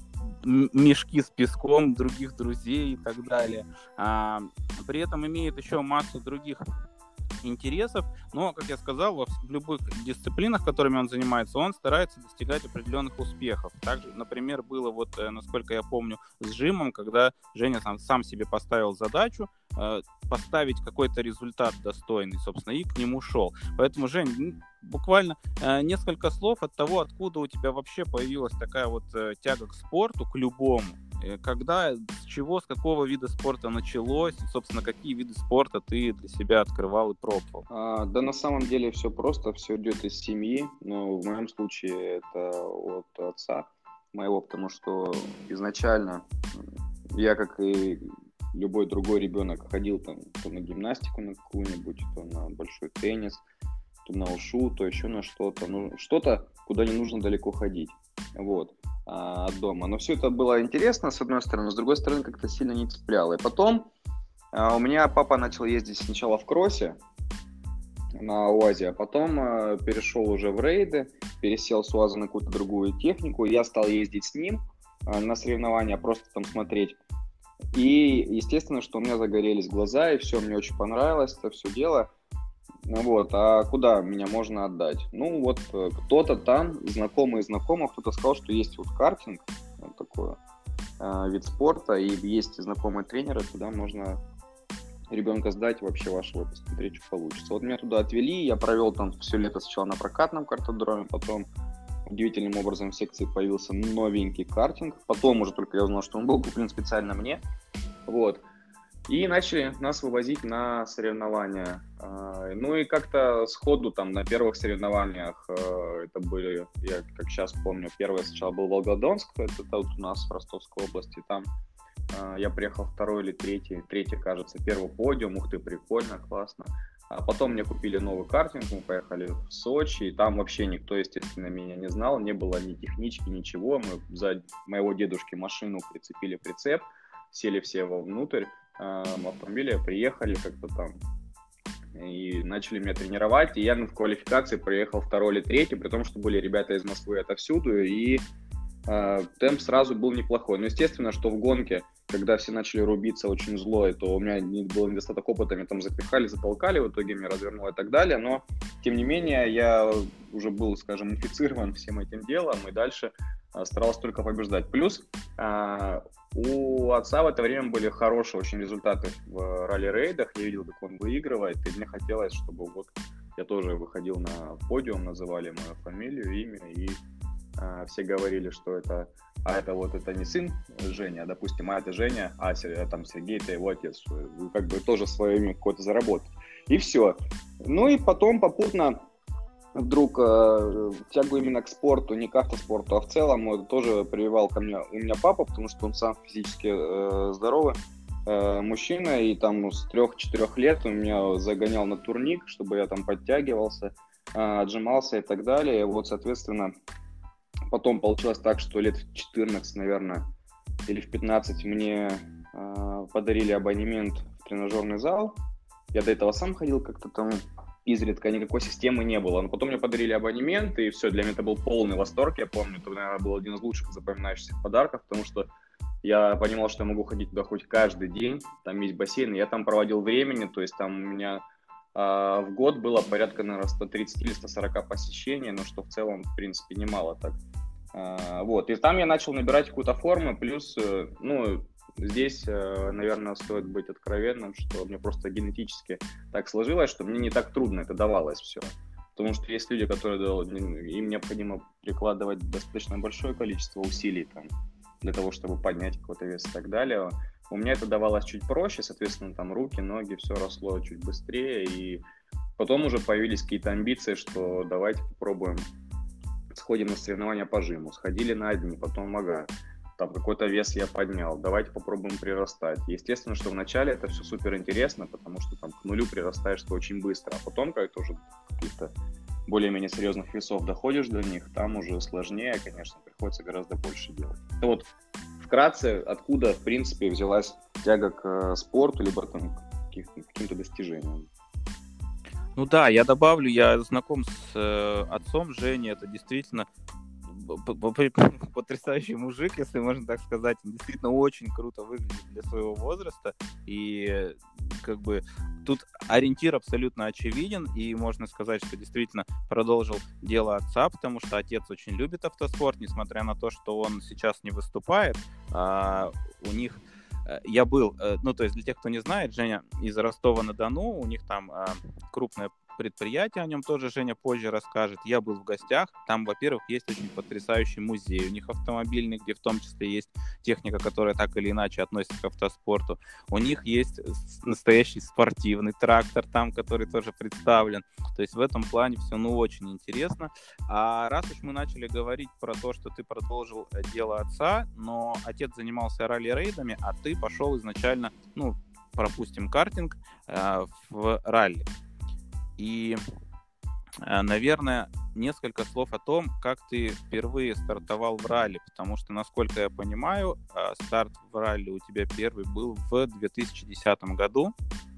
S2: мешки с песком других друзей и так далее. А, при этом имеет еще массу других интересов, но, как я сказал, в любых дисциплинах, которыми он занимается, он старается достигать определенных успехов. Также, например, было вот, насколько я помню, с жимом, когда Женя сам, сам себе поставил задачу э, поставить какой-то результат достойный, собственно, и к нему шел. Поэтому, Жень, буквально э, несколько слов от того, откуда у тебя вообще появилась такая вот э, тяга к спорту, к любому. Когда, с чего, с какого вида спорта началось, и, собственно, какие виды спорта ты для себя открывал и пробовал?
S3: А, да, на самом деле все просто, все идет из семьи, но в моем случае это от отца моего, потому что изначально я, как и любой другой ребенок, ходил там то на гимнастику на какую-нибудь, то на большой теннис, то на ушу, то еще на что-то, ну, что-то, куда не нужно далеко ходить, вот. От дома. Но все это было интересно, с одной стороны, с другой стороны, как-то сильно не цепляло. И потом а, у меня папа начал ездить сначала в кроссе на УАЗе, а потом а, перешел уже в рейды, пересел с УАЗа на какую-то другую технику. Я стал ездить с ним а, на соревнования, просто там смотреть. И, естественно, что у меня загорелись глаза, и все, мне очень понравилось это все дело. Вот, а куда меня можно отдать? Ну, вот кто-то там, знакомый знакомых, кто-то сказал, что есть вот картинг, вот такой э, вид спорта, и есть знакомые тренеры, туда можно ребенка сдать, вообще вашего, посмотреть, что получится. Вот меня туда отвели, я провел там все лето сначала на прокатном картодроме, потом удивительным образом в секции появился новенький картинг, потом уже только я узнал, что он был куплен специально мне, вот. И начали нас вывозить на соревнования. Ну и как-то сходу там на первых соревнованиях, это были, я как сейчас помню, первый сначала был Волгодонск, это тут у нас в Ростовской области, там я приехал второй или третий, третий, кажется, первый подиум, ух ты, прикольно, классно. А потом мне купили новый картинг, мы поехали в Сочи, и там вообще никто, естественно, меня не знал, не было ни технички, ничего, мы за моего дедушки машину прицепили прицеп, сели все вовнутрь автомобиля, приехали как-то там и начали меня тренировать, и я в квалификации проехал второй или третий, при том, что были ребята из Москвы отовсюду, и э, темп сразу был неплохой. Но естественно, что в гонке, когда все начали рубиться очень зло, то у меня не было недостаток опыта, меня там запихали, затолкали, в итоге меня развернуло и так далее, но тем не менее я уже был, скажем, инфицирован всем этим делом, и дальше э, старался только побеждать. Плюс э, у отца в это время были хорошие очень результаты в ралли-рейдах, я видел, как он выигрывает, и мне хотелось, чтобы вот я тоже выходил на подиум, называли мою фамилию, имя, и э, все говорили, что это, а это вот это не сын Женя, допустим, а это Женя, а там Сергей, это его отец, как бы тоже свое имя какое-то заработать. И все. Ну и потом попутно вдруг э, тягу именно к спорту, не к автоспорту, а в целом это тоже прививал ко мне у меня папа, потому что он сам физически э, здоровый э, мужчина, и там с трех-четырех лет он меня загонял на турник, чтобы я там подтягивался, э, отжимался и так далее. Вот, соответственно, потом получилось так, что лет в четырнадцать, наверное, или в пятнадцать мне э, подарили абонемент в тренажерный зал. Я до этого сам ходил как-то там изредка, никакой системы не было. Но потом мне подарили абонемент, и все, для меня это был полный восторг. Я помню, это, наверное, был один из лучших запоминающихся подарков, потому что я понимал, что я могу ходить туда хоть каждый день. Там есть бассейн, и я там проводил времени, то есть там у меня а, в год было порядка, наверное, сто тридцать или сто сорок посещений, но что в целом, в принципе, немало так. А, вот, и там я начал набирать какую-то форму, плюс, ну, здесь, наверное, стоит быть откровенным, что мне просто генетически так сложилось, что мне не так трудно это давалось все. Потому что есть люди, которые им необходимо прикладывать достаточно большое количество усилий там, для того, чтобы поднять какой-то вес и так далее. У меня это давалось чуть проще, соответственно, там руки, ноги, все росло чуть быстрее. И потом уже появились какие-то амбиции, что давайте попробуем, сходим на соревнования по жиму. Сходили на одни, потом ага. Там какой-то вес я поднял, давайте попробуем прирастать. Естественно, что вначале это все супер интересно, потому что там к нулю прирастаешь ты очень быстро, а потом, как ты уже каких-то более-менее серьезных весов доходишь до них, там уже сложнее, конечно, приходится гораздо больше делать. Это вот вкратце, откуда, в принципе, взялась тяга к спорту, либо там, к каким-то достижениям.
S2: Ну да, я добавлю, я знаком с э, отцом Жени, это действительно потрясающий мужик, если можно так сказать. Он действительно очень круто выглядит для своего возраста. И как бы тут ориентир абсолютно очевиден. И можно сказать, что действительно продолжил дело отца, потому что отец очень любит автоспорт, несмотря на то, что он сейчас не выступает. А у них я был, ну то есть для тех, кто не знает, Женя из Ростова-на-Дону, у них там крупное предприятие, о нем тоже Женя позже расскажет. Я был в гостях, там, во-первых, есть очень потрясающий музей у них автомобильный, где в том числе есть техника, которая так или иначе относится к автоспорту. У них есть настоящий спортивный трактор там, который тоже представлен. То есть в этом плане все, ну, очень интересно. А раз уж мы начали говорить про то, что ты продолжил дело отца, но отец занимался ралли-рейдами, а ты пошел изначально, ну, пропустим картинг, э, в ралли. И, наверное, несколько слов о том, как ты впервые стартовал в ралли, потому что, насколько я понимаю, старт в ралли у тебя первый был в две тысячи десятом году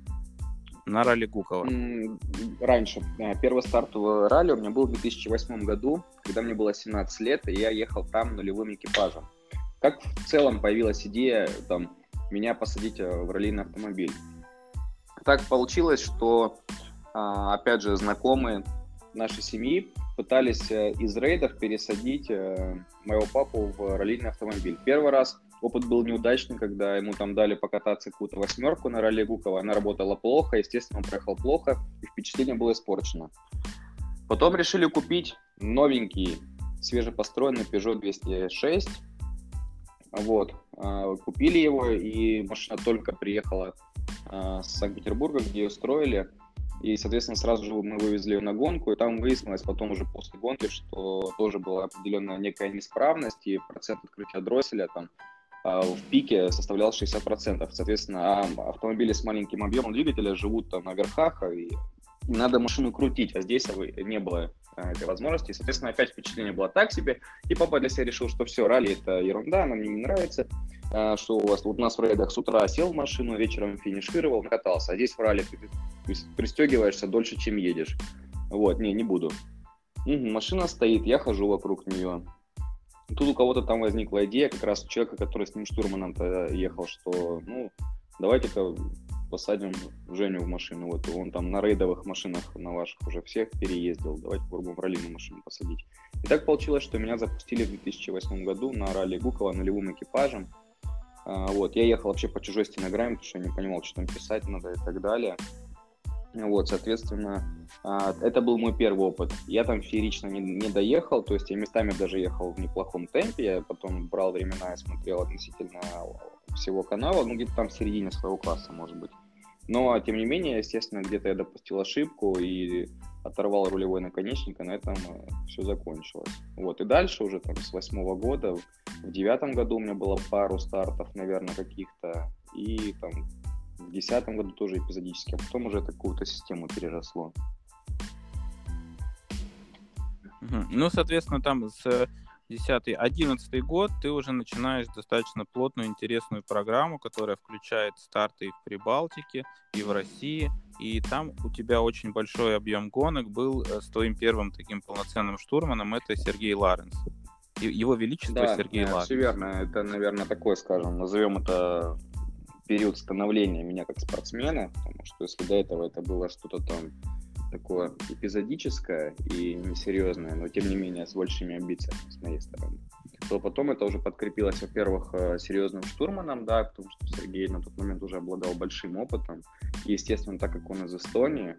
S2: на ралли Гукова.
S3: Раньше. Первый старт в ралли у меня был в две тысячи восьмом году, когда мне было семнадцать лет, и я ехал там нулевым экипажем. Как в целом появилась идея там, меня посадить в раллийный автомобиль? Так получилось, что опять же, знакомые нашей семьи пытались из рейдов пересадить моего папу в раллийный автомобиль. Первый раз опыт был неудачный, когда ему там дали покататься какую-то восьмерку на ралли Гукова. Она работала плохо, естественно, он проехал плохо, и впечатление было испорчено. Потом решили купить новенький, свежепостроенный Peugeot двести шесть. Вот. Купили его, и машина только приехала с Санкт-Петербурга, где ее строили. И, соответственно, сразу же мы вывезли ее на гонку, и там выяснилось потом уже после гонки, что тоже была определенная некая неисправность, и процент открытия дросселя там в пике составлял шестьдесят процентов. Соответственно, автомобили с маленьким объемом двигателя живут там на верхах, и надо машину крутить, а здесь не было этой возможности. И, соответственно, опять впечатление было так себе. И папа для себя решил, что все, ралли — это ерунда, она мне не нравится. Что у вас, вот у нас в рейдах с утра сел в машину, вечером финишировал, накатался, а здесь в ралли ты пристегиваешься дольше, чем едешь. Вот, не, не буду. Угу, машина стоит, я хожу вокруг нее. Тут у кого-то там возникла идея, как раз у человека, который с ним штурманом-то ехал, что, ну, давайте-ка посадим Женю в машину. Вот он там на рейдовых машинах, на ваших уже всех переездил. Давайте попробуем в раллийную машину посадить. И так получилось, что меня запустили в две тысячи восьмом году на ралли Гукова нулевым экипажем. Вот, я ехал вообще по чужой стенограмме, потому что я не понимал, что там писать надо и так далее. Вот, соответственно, это был мой первый опыт. Я там феерично не, не доехал, то есть я местами даже ехал в неплохом темпе, я потом брал времена и смотрел относительно всего канала, ну где-то там в середине своего класса, может быть. Но, тем не менее, естественно, где-то я допустил ошибку и оторвал рулевой наконечник, и на этом все закончилось. Вот, и дальше уже там с восьмого года, в девятом году у меня было пару стартов, наверное, каких-то, и там в десятом году тоже эпизодически, а потом уже это какую-то систему переросло.
S2: Ну, соответственно, там с десятый, одиннадцатый год ты уже начинаешь достаточно плотную, интересную программу, которая включает старты и в Прибалтике, и в России, и там у тебя очень большой объем гонок был с твоим первым таким полноценным штурманом, это Сергей Ларенс. Его Величество
S3: да,
S2: Сергей
S3: да,
S2: Ларенс.
S3: Все верно, это, наверное, такой, скажем, назовем это период становления меня как спортсмена, потому что если до этого это было что-то там такое эпизодическое и несерьезное, но тем не менее с большими амбициями с моей стороны, то потом это уже подкрепилось, во-первых, серьезным штурманом, да, потому что Сергей на тот момент уже обладал большим опытом. И, естественно, так как он из Эстонии,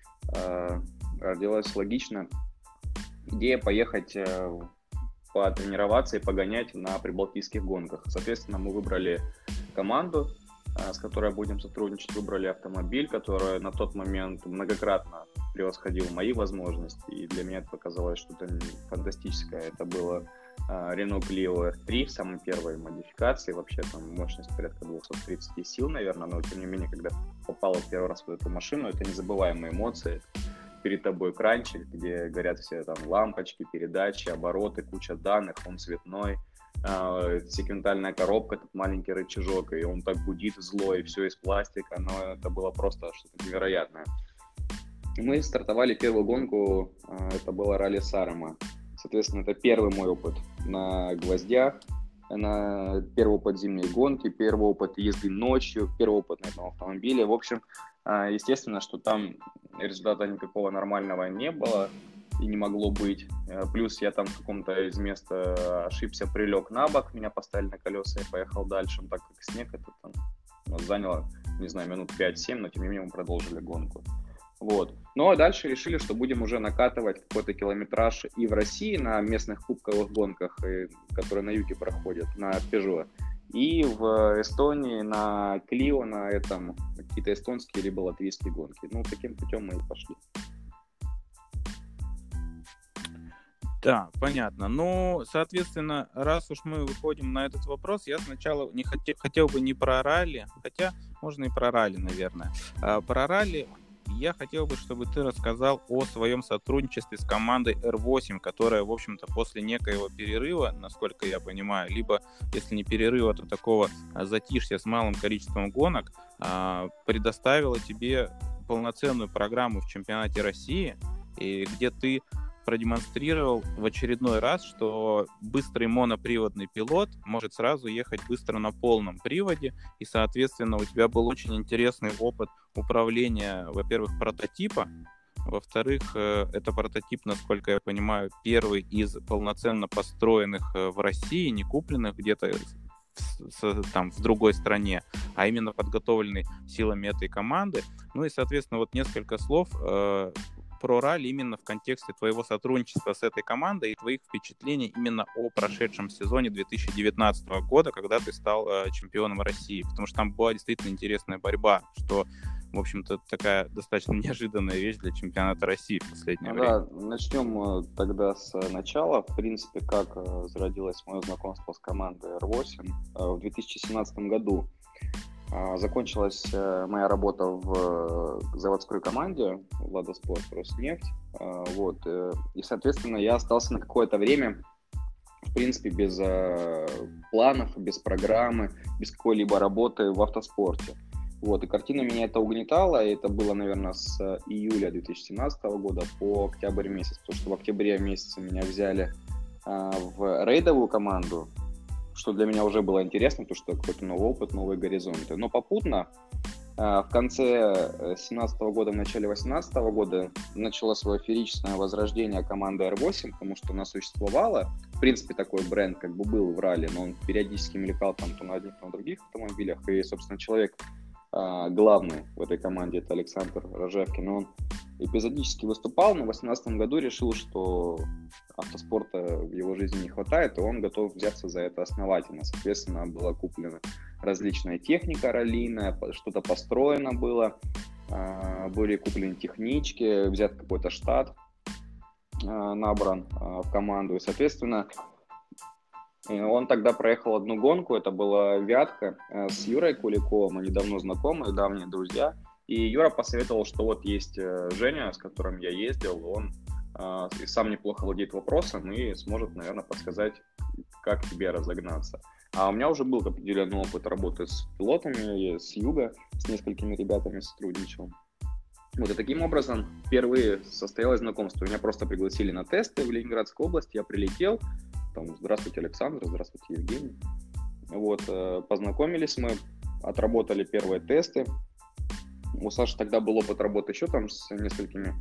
S3: родилась логично идея поехать потренироваться и погонять на прибалтийских гонках. Соответственно, мы выбрали команду, с которой будем сотрудничать, выбрали автомобиль, который на тот момент многократно превосходил мои возможности, и для меня это показалось что-то фантастическое. Это было Renault Clio эр три в самой первой модификации, вообще там мощность порядка двести тридцать сил, наверное, но тем не менее, когда попала первый раз в эту машину, это незабываемые эмоции. Перед тобой экранчик, где горят все там лампочки, передачи, обороты, куча данных, он цветной. Секвентальная коробка, этот маленький рычажок, и он так гудит злой, все из пластика, но это было просто что-то невероятное. Мы стартовали первую гонку, это было ралли Сааремаа. Соответственно, это первый мой опыт на гвоздях, на первый опыт зимней гонки, первый опыт езды ночью, первый опыт на этом автомобиле. В общем, естественно, что там результата никакого нормального не было и не могло быть. Плюс я там в каком-то из мест ошибся, прилег на бок, меня поставили на колеса, я поехал дальше, так как снег это там заняло, не знаю, минут пять-семь, но тем не менее мы продолжили гонку. Вот. Ну а дальше решили, что будем уже накатывать какой-то километраж и в России на местных кубковых гонках, которые на юге проходят, на Peugeot, и в Эстонии на Clio, на этом какие-то эстонские либо латвийские гонки. Ну, таким путем мы и пошли.
S2: Да, понятно. Ну, соответственно, раз уж мы выходим на этот вопрос, я сначала не хотел, хотел бы не про ралли, хотя можно и про ралли, наверное. А, про ралли я хотел бы, чтобы ты рассказал о своем сотрудничестве с командой эр восемь, которая, в общем-то, после некоего перерыва, насколько я понимаю, либо, если не перерыва, то такого затишья с малым количеством гонок, предоставила тебе полноценную программу в чемпионате России, и где ты продемонстрировал в очередной раз, что быстрый моноприводный пилот может сразу ехать быстро на полном приводе, и, соответственно, у тебя был очень интересный опыт управления, во-первых, прототипа, во-вторых, это прототип, насколько я понимаю, первый из полноценно построенных в России, не купленных где-то там в другой стране, а именно подготовленный силами этой команды. Ну и, соответственно, вот несколько слов про ралли именно в контексте твоего сотрудничества с этой командой и твоих впечатлений именно о прошедшем сезоне две тысячи девятнадцатого года, когда ты стал э, чемпионом России, потому что там была действительно интересная борьба, что, в общем-то, такая достаточно неожиданная вещь для чемпионата России в последнее
S3: да,
S2: время.
S3: Начнем тогда с начала. В принципе, как зародилось мое знакомство с командой эр восемь. В две тысячи семнадцатом году закончилась моя работа в заводской команде Lada Sport Роснефть. Вот. И, соответственно, я остался на какое-то время, в принципе, без планов, без программы, без какой-либо работы в автоспорте. Вот. И картина меня это угнетала. И это было, наверное, с июля две тысячи семнадцатого года по октябрь месяц. Потому что в октябре месяце меня взяли в рейдовую команду, что для меня уже было интересно, потому что какой-то новый опыт, новые горизонты. Но попутно в конце семнадцатого года, в начале восемнадцатого года начало свое фееричное возрождение команды эр восемь, потому что она существовала. В принципе, такой бренд как бы был в ралли, но он периодически мелькал там то на одних, то на других автомобилях. И, собственно, человек, главный в этой команде, это Александр Рожевкин. Он эпизодически выступал, но в две тысячи восемнадцатом году решил, что автоспорта в его жизни не хватает, и он готов взяться за это основательно. Соответственно, была куплена различная техника раллийная, что-то построено было, были куплены технички, взят какой-то штат, набран в команду, и, соответственно, он тогда проехал одну гонку, это была Вятка с Юрой Куликовым, они давно знакомы, давние друзья, и Юра посоветовал, что вот есть Женя, с которым я ездил, он и сам неплохо владеет вопросом и сможет, наверное, подсказать, как тебе разогнаться. А у меня уже был определенный опыт работы с пилотами, с юга, с несколькими ребятами сотрудничал. Вот, и таким образом впервые состоялось знакомство. Меня просто пригласили на тесты в Ленинградской области, я прилетел, там, здравствуйте, Александр, здравствуйте, Евгений. Вот, познакомились мы, отработали первые тесты. У Саши тогда был опыт работы еще там с несколькими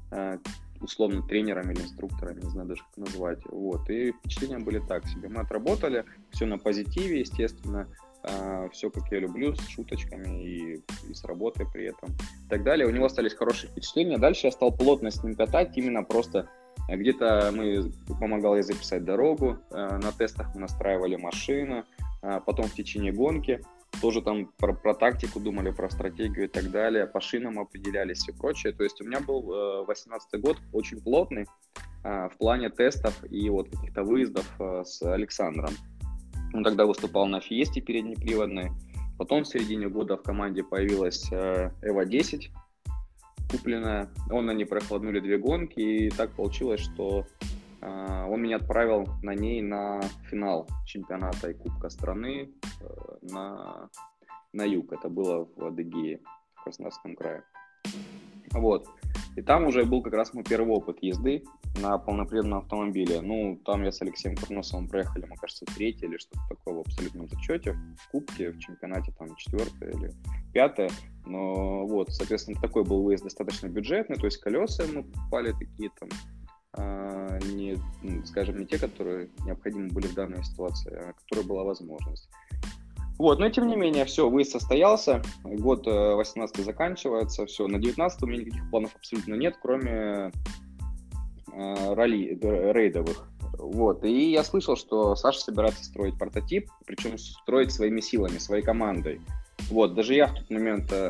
S3: условно тренерами или инструкторами, не знаю даже как назвать. Вот, и впечатления были так себе. Мы отработали, все на позитиве, естественно, все как я люблю, с шуточками и, и с работой при этом и так далее. У него остались хорошие впечатления. Дальше я стал плотно с ним катать, именно просто где-то мы помогал я записать дорогу, на тестах мы настраивали машину, потом в течение гонки тоже там про, про тактику думали, про стратегию и так далее, по шинам определялись и прочее. То есть у меня был восемнадцатый год очень плотный в плане тестов и вот каких-то выездов с Александром. Он тогда выступал на Фиесте переднеприводной. Потом в середине года в команде появилась Эва десять купленная. Он на ней проехал одну или две гонки, и так получилось, что он меня отправил на ней на финал чемпионата и Кубка страны на, на юг. Это было в Адыгее, в Краснодарском крае. Вот. И там уже был как раз мой первый опыт езды на полноприводном автомобиле. Ну, там я с Алексеем Курносовым проехали, мне кажется, третье или что-то такое в абсолютном зачете, в Кубке, в чемпионате там четвертое или пятое. Но вот, соответственно, такой был выезд достаточно бюджетный, то есть колеса мы покупали такие там, а, не, скажем, не те, которые необходимы были в данной ситуации, а которые была возможность. Вот, но тем не менее, все, выезд состоялся, год восемнадцатый заканчивается, все, на девятнадцатый у меня никаких планов абсолютно нет, кроме э, ралли, рейдовых. Вот, и я слышал, что Саша собирается строить прототип, причем строить своими силами, своей командой. Вот, даже я в тот момент э,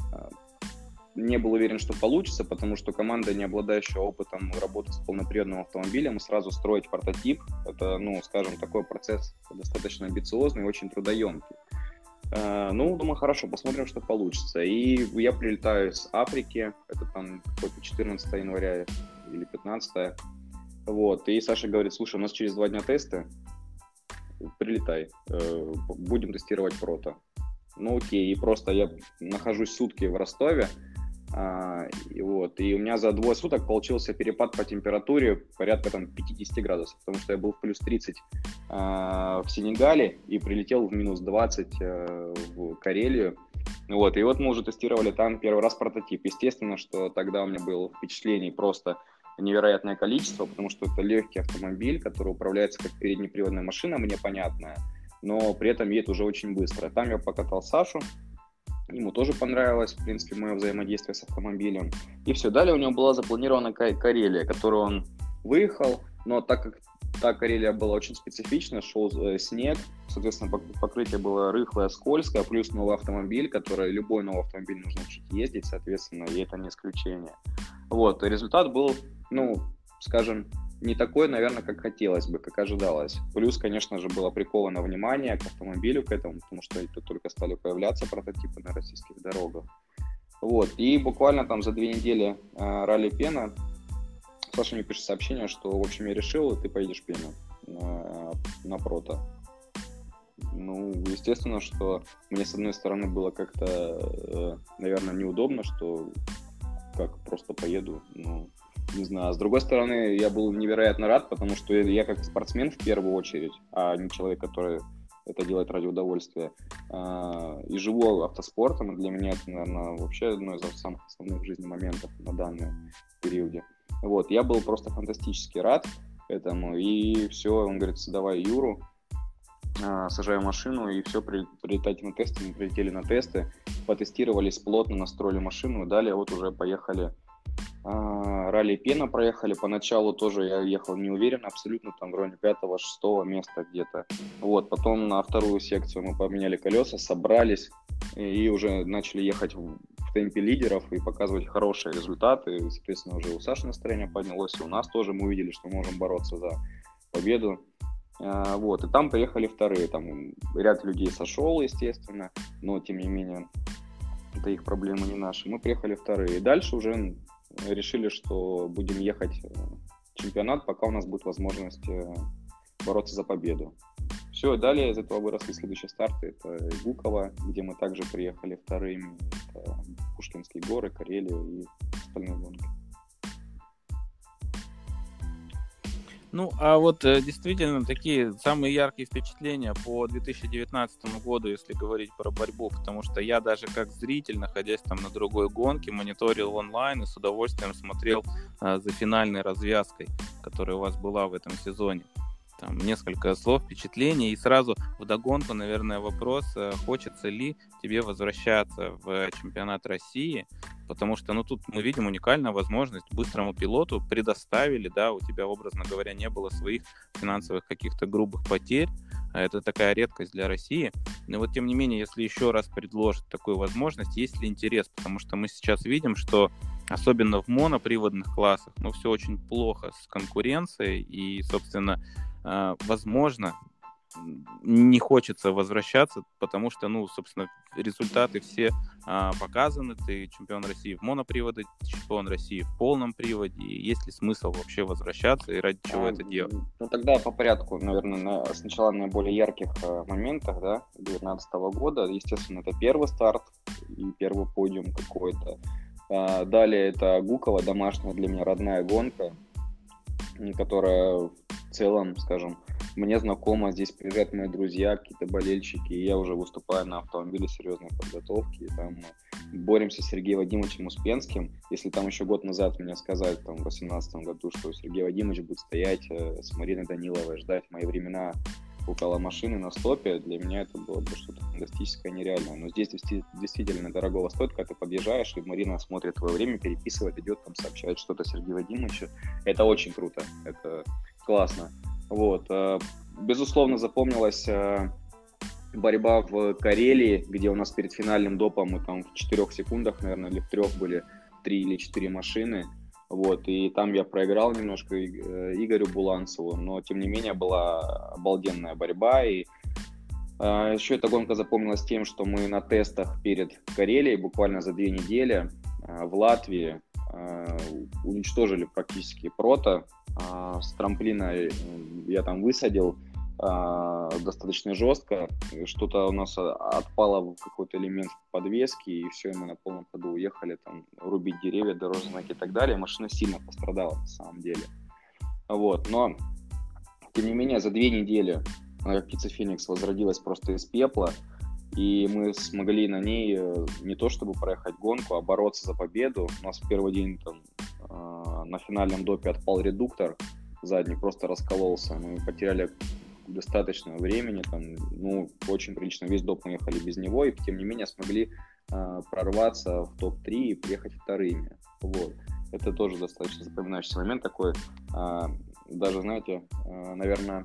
S3: не был уверен, что получится, потому что команда, не обладающая опытом работы с полноприводным автомобилем, сразу строить прототип, это, ну, скажем, такой процесс достаточно амбициозный и очень трудоемкий. Э, ну, думаю, хорошо, посмотрим, что получится. И я прилетаю с Африки, это там какое-то четырнадцатое января или пятнадцатое, вот, и Саша говорит: слушай, у нас через два дня тесты, прилетай, э, будем тестировать прото. Ну, окей, и просто я нахожусь сутки в Ростове, А, и, вот, и у меня за двое суток получился перепад по температуре порядка там пятьдесят градусов, потому что я был в плюс тридцать а, в Сенегале и прилетел в минус двадцать а, в Карелию. Вот, и вот мы уже тестировали там первый раз прототип. Естественно, что тогда у меня было впечатлений просто невероятное количество, потому что это легкий автомобиль, который управляется как переднеприводная машина, мне понятная, но при этом едет уже очень быстро. Там я покатал Сашу. Ему тоже понравилось, в принципе, мое взаимодействие с автомобилем. И все, далее у него была запланирована Карелия, которую он выехал, но так как та Карелия была очень специфична, шел э, снег, соответственно, покрытие было рыхлое, скользкое, плюс новый автомобиль, который, любой новый автомобиль нужно учить ездить, соответственно, и это не исключение. Вот, и результат был, ну, скажем, не такой, наверное, как хотелось бы, как ожидалось. Плюс, конечно же, было приковано внимание к автомобилю, к этому, потому что тут только стали появляться прототипы на российских дорогах. Вот, и буквально там за две недели э, ралли Пена Саша мне пишет сообщение, что, в общем, я решил, ты поедешь Пену на, на прото. Ну, естественно, что мне, с одной стороны, было как-то, э, наверное, неудобно, что как просто поеду, ну, не знаю. С другой стороны, я был невероятно рад, потому что я как спортсмен в первую очередь, а не человек, который это делает ради удовольствия, и живу автоспортом, и для меня это, наверное, вообще одно из самых основных в жизни моментов на данном периоде. Вот, я был просто фантастически рад этому, и все, он говорит: давай Юру, сажаю машину, и все, прилетайте на тесты. Мы прилетели на тесты, потестировались плотно, настроили машину, и далее вот уже поехали. Ралли Пена проехали. Поначалу тоже я ехал неуверенно, абсолютно там в районе пятого-шестого места где-то. Вот, потом на вторую секцию мы поменяли колеса, собрались и уже начали ехать в темпе лидеров и показывать хорошие результаты. И, соответственно, уже у Саши настроение поднялось, и у нас тоже мы увидели, что можем бороться за победу. Вот, и там поехали вторые. Там ряд людей сошел, естественно, но тем не менее это их проблемы, не наши. Мы приехали вторые. И дальше уже решили, что будем ехать в чемпионат, пока у нас будет возможность бороться за победу. Все, и далее из этого выросли следующие старты. Это Гуково, где мы также приехали вторыми. Это Пушкинские горы, Карелия и остальные гонки.
S2: Ну, а вот э, действительно такие самые яркие впечатления по две тысячи девятнадцатому году, если говорить про борьбу, потому что я даже как зритель, находясь там на другой гонке, мониторил онлайн и с удовольствием смотрел э, за финальной развязкой, которая у вас была в этом сезоне. Там несколько слов, впечатлений, и сразу вдогонку, наверное, вопрос, хочется ли тебе возвращаться в чемпионат России, потому что, ну, тут мы видим уникальную возможность быстрому пилоту предоставили, да, у тебя, образно говоря, не было своих финансовых каких-то грубых потерь, это такая редкость для России, но вот, тем не менее, если еще раз предложат такую возможность, есть ли интерес, потому что мы сейчас видим, что особенно в моноприводных классах, ну, все очень плохо с конкуренцией, и, собственно, возможно, не хочется возвращаться, потому что, ну, собственно, результаты все а, показаны. Ты чемпион России в моноприводе, чемпион России в полном приводе. Есть ли смысл вообще возвращаться и ради чего а, это делать?
S3: Ну, тогда по порядку, наверное, на, сначала на более ярких а, моментах, да, две тысячи девятнадцатого года. Естественно, это первый старт и первый подиум какой-то. А, далее это Гуково, домашняя для меня родная гонка, которая в целом, скажем, мне знакома, здесь приезжают мои друзья, какие-то болельщики, и я уже выступаю на автомобиле серьезной подготовки, и там мы боремся с Сергеем Вадимовичем Успенским. Если там еще год назад мне сказали, там, в две тысячи восемнадцатом году, что Сергей Вадимович будет стоять э, с Мариной Даниловой, ждать мои времена около машины на стопе, для меня это было бы что-то фантастическое, нереальное. Но здесь действительно дорогого стоит, когда ты подъезжаешь, и Марина смотрит твое время, переписывает, идет, там, сообщает что-то Сергею Вадимовичу. Это очень круто, это классно. Вот. Безусловно, запомнилась борьба в Карелии, где у нас перед финальным допом мы там в четырех секундах, наверное, или в трех были три или четыре машины. Вот, и там я проиграл немножко Игорю Буланцеву, но тем не менее была обалденная борьба. И э, еще эта гонка запомнилась тем, что мы на тестах перед Карелией буквально за две недели э, в Латвии э, уничтожили практически прото. Э, с трамплина я там высадил э, достаточно жестко. Что-то у нас отпало, какой-то элемент подвески, и все, мы на полном ходу уехали там рубить деревья, дорожные знаки и так далее. Машина сильно пострадала на самом деле. Вот, но тем не менее за две недели птица Феникс возродилась просто из пепла, и мы смогли на ней не то чтобы проехать гонку, а бороться за победу. У нас в первый день там на финальном допе отпал редуктор задний, просто раскололся. Мы потеряли достаточно времени, там, ну, очень прилично, весь доп мы ехали без него, и тем не менее смогли э, прорваться в топ три и приехать вторыми. Вот. Это тоже достаточно запоминающийся момент такой. Э, даже, знаете, э, наверное,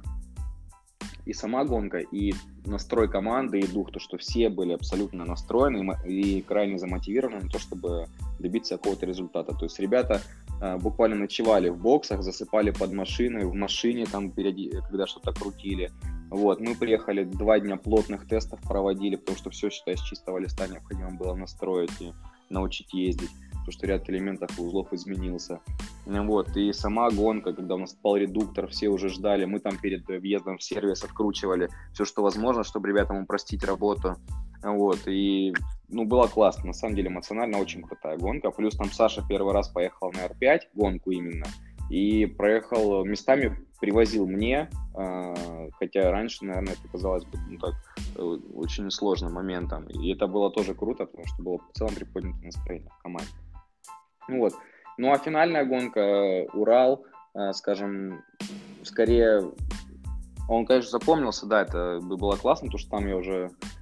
S3: и сама гонка, и настрой команды, и дух, то, что все были абсолютно настроены и, и крайне замотивированы на то, чтобы добиться какого-то результата. То есть ребята э, буквально ночевали в боксах, засыпали под машиной, в машине, там, когда что-то крутили. Вот. Мы приехали, два дня плотных тестов проводили, потому что все, считай, с чистого листа необходимо было настроить и научить ездить, потому что ряд элементов и узлов изменился. Вот. И сама гонка, когда у нас пал редуктор, все уже ждали, мы там перед въездом в сервис откручивали все, что возможно, чтобы ребятам упростить работу. Вот. И, ну, было классно, на самом деле эмоционально очень крутая гонка. Плюс там Саша первый раз поехал на эр пять, гонку именно, и проехал местами, привозил мне, хотя раньше, наверное, это казалось бы, ну, так, очень сложным моментом. И это было тоже круто, потому что было в целом приподнятое настроение в команде. Ну вот. Ну а финальная гонка, Урал, скажем, скорее, он, конечно, запомнился, да, это было классно, потому что там я уже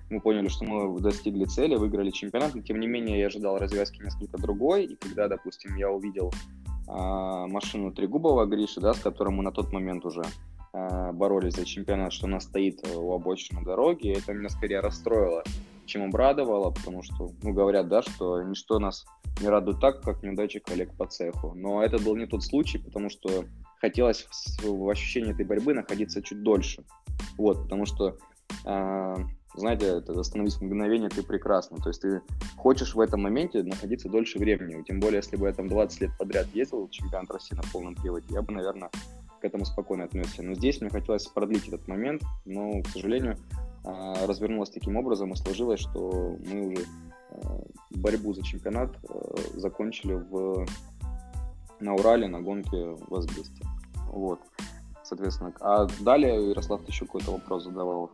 S3: мы поняли, что мы достигли цели, выиграли чемпионат, но тем не менее я ожидал развязки несколько другой, и когда, допустим, я увидел а, машину Трегубова Гриши, да, с которым мы на тот момент уже а, боролись за чемпионат, что она стоит у обочины дороги, это меня скорее расстроило, чем обрадовало, потому что, ну, говорят, да, что ничто нас не радует так, как неудачи коллег по цеху. Но это был не тот случай, потому что хотелось в, в ощущении этой борьбы находиться чуть дольше. Вот, потому что, э, знаете, это «Остановись в мгновение, ты прекрасна». То есть ты хочешь в этом моменте находиться дольше времени. Тем более, если бы я там двадцать лет подряд ездил в чемпионат России на полном приводе, я бы, наверное, к этому спокойно отнесся. Но здесь мне хотелось продлить этот момент, но, к сожалению, э, развернулось таким образом и сложилось, что мы уже э, борьбу за чемпионат э, закончили в, на Урале на гонке в Асбесте. Вот. Соответственно, а далее, Ярослав, ты еще какой-то вопрос задавал.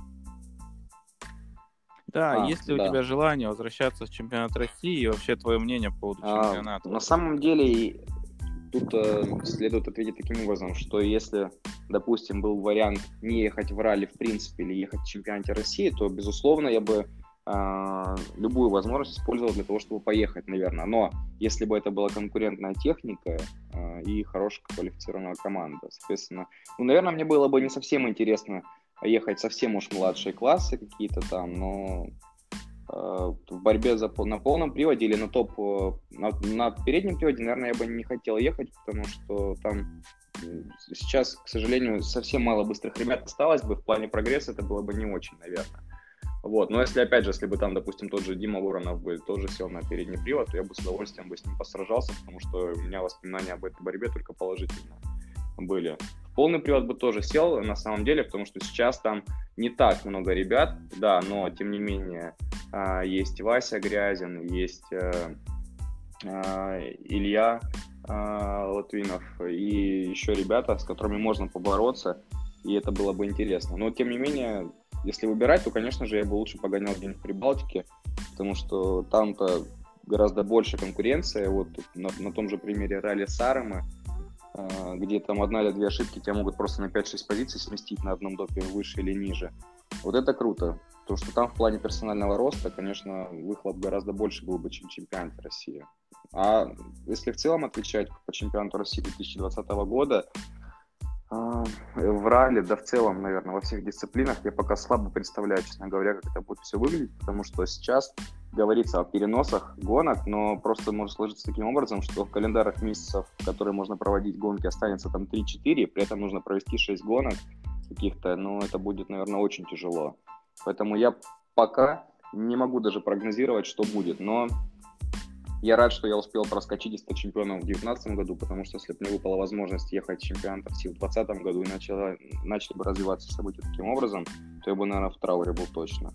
S2: Да,
S3: А,
S2: есть ли у
S3: да.
S2: тебя желание возвращаться в чемпионат России и вообще твое мнение по поводу
S3: А,
S2: чемпионата?
S3: на самом деле, тут э, следует ответить таким образом, что если, допустим, был вариант не ехать в ралли в принципе или ехать в чемпионате России, то, безусловно, я бы э, любую возможность использовал для того, чтобы поехать, наверное. Но если бы это была конкурентная техника э, и хорошая квалифицированная команда, соответственно, ну, наверное, мне было бы не совсем интересно ехать совсем уж младшие классы какие-то там, но э, в борьбе за, на полном приводе или на топ, на, на переднем приводе, наверное, я бы не хотел ехать, потому что там сейчас, к сожалению, совсем мало быстрых ребят осталось бы, в плане прогресса это было бы не очень, наверное. Вот, но если, опять же, если бы там, допустим, тот же Дима Воронов бы тоже сел на передний привод, то я бы с удовольствием бы с ним посражался, потому что у меня воспоминания об этой борьбе только положительные были. Полный привод бы тоже сел, на самом деле, потому что сейчас там не так много ребят, да, но, тем не менее, есть Вася Грязин, есть Илья Латвинов и еще ребята, с которыми можно побороться, и это было бы интересно. Но, тем не менее, если выбирать, то, конечно же, я бы лучше погонял где-нибудь в Прибалтике, потому что там-то гораздо больше конкуренция. Вот на, на том же примере ралли Сарема, где там одна или две ошибки тебя могут просто на пять-шесть позиций сместить на одном допе выше или ниже. Вот это круто. Потому что там в плане персонального роста, конечно, выхлоп гораздо больше был бы, чем в чемпионате России. А если в целом отвечать по чемпионату России две тысячи двадцатого года, в ралли, да в целом, наверное, во всех дисциплинах я пока слабо представляю, честно говоря, как это будет все выглядеть, потому что сейчас говорится о переносах гонок, но просто может сложиться таким образом, что в календарах месяцев, в которые можно проводить гонки, останется там три-четыре, при этом нужно провести шесть гонок каких-то, но это будет, наверное, очень тяжело. Поэтому я пока не могу даже прогнозировать, что будет, но я рад, что я успел проскочить и стать чемпионом в две тысячи девятнадцатом году, потому что если бы мне выпала возможность ехать в чемпионат России в две тысячи двадцатом году и начало, начали бы развиваться события таким образом, то я бы, наверное, в трауре был точно.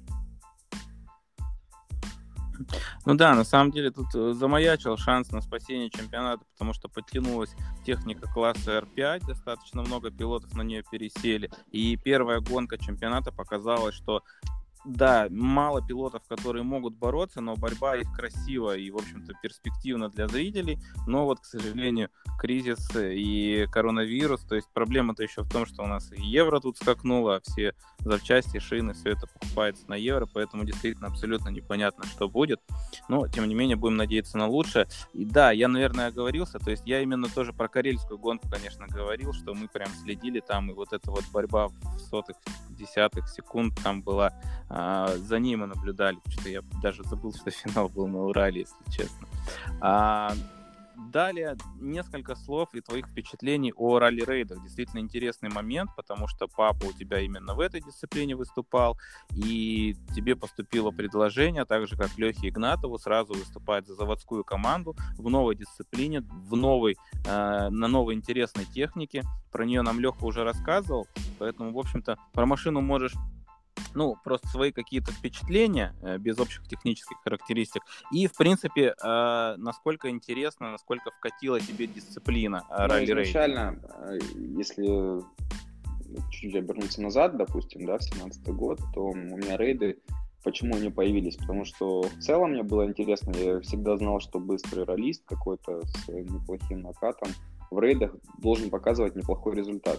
S2: Ну да, на самом деле тут замаячил шанс на спасение чемпионата, потому что подтянулась техника класса эр пять, достаточно много пилотов на нее пересели, и первая гонка чемпионата показала, что да, мало пилотов, которые могут бороться, но борьба их красива и, в общем-то, перспективна для зрителей. Но вот, к сожалению, кризис и коронавирус, то есть проблема-то еще в том, что у нас и евро тут скакнуло, а все запчасти, шины, все это покупается на евро, поэтому действительно абсолютно непонятно, что будет. Но, тем не менее, будем надеяться на лучшее. И да, я, наверное, оговорился, то есть я именно тоже про карельскую гонку, конечно, говорил, что мы прям следили там, и вот эта вот борьба в сотых, десятых секунд там была. За ней мы наблюдали, что я даже забыл, что финал был на Урале, если честно. А, далее несколько слов и твоих впечатлений о ралли-рейдах. Действительно интересный момент, потому что папа у тебя именно в этой дисциплине выступал, и тебе поступило предложение, так же как Лехе Игнатову, сразу выступать за заводскую команду в новой дисциплине, в новой, э, на новой интересной технике. Про нее нам Леха уже рассказывал, поэтому, в общем-то, про машину можешь ну, просто свои какие-то впечатления, э, без общих технических характеристик. И, в принципе, э, насколько интересно, насколько вкатила тебе дисциплина э, ралли-рейд.
S3: Ну, изначально, если чуть-чуть обернуться назад, допустим, да, в семнадцатый год, то у меня рейды, почему они появились? Потому что в целом мне было интересно, я всегда знал, что быстрый раллист какой-то с неплохим накатом в рейдах должен показывать неплохой результат.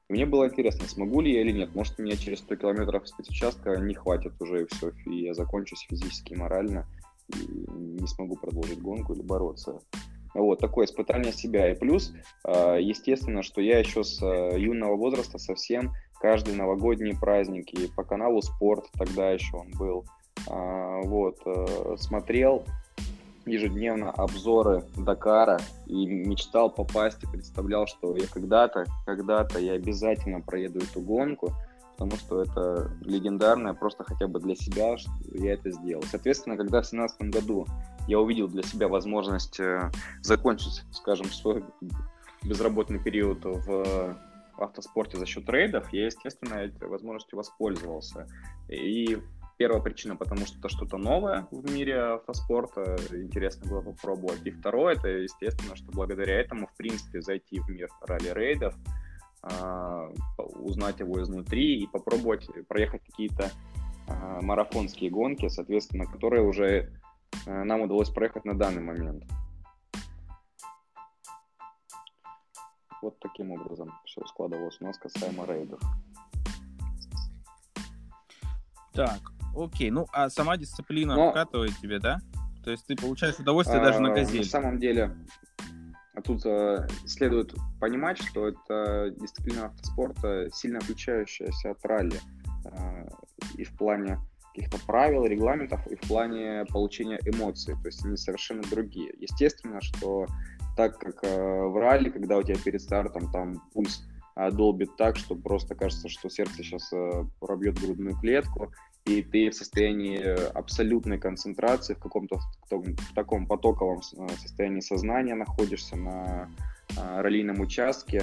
S3: И мне было интересно, смогу ли я или нет. Может, мне через сто километров спецучастка не хватит уже, и все, и я закончусь физически и морально, и не смогу продолжить гонку или бороться. Вот, такое испытание себя. И плюс, естественно, что я еще с юного возраста совсем каждые новогодние праздники по каналу «Спорт», тогда еще он был, вот, смотрел ежедневно обзоры Дакара и мечтал попасть и представлял, что я когда-то, когда-то я обязательно проеду эту гонку, потому что это легендарное, просто хотя бы для себя, что я это сделал. Соответственно, когда в две тысячи семнадцатом году я увидел для себя возможность э, закончить, скажем, свой безработный период в автоспорте за счет рейдов, я, естественно, этой возможностью воспользовался. И первая причина, потому что это что-то новое в мире автоспорта, интересно было попробовать. И второе, это, естественно, что благодаря этому, в принципе, зайти в мир ралли-рейдов, Uh, узнать его изнутри и попробовать проехать какие-то uh, марафонские гонки, соответственно, которые уже uh, нам удалось проехать на данный момент. Вот таким образом все складывалось у нас касаемо рейдов.
S2: Так, окей. Ну, а сама дисциплина
S3: Но...
S2: вкатывает тебе, да? То есть ты получаешь удовольствие uh, даже на газель?
S3: На самом деле... А тут э, следует понимать, что это дисциплина автоспорта, сильно отличающаяся от ралли. Э, и в плане каких-то правил, регламентов, и в плане получения эмоций. То есть они совершенно другие. Естественно, что так как э, в ралли, когда у тебя перед стартом там пульс э, долбит так, что просто кажется, что сердце сейчас э, пробьет грудную клетку, и ты в состоянии абсолютной концентрации, в каком-то в таком потоковом состоянии сознания находишься на раллийном участке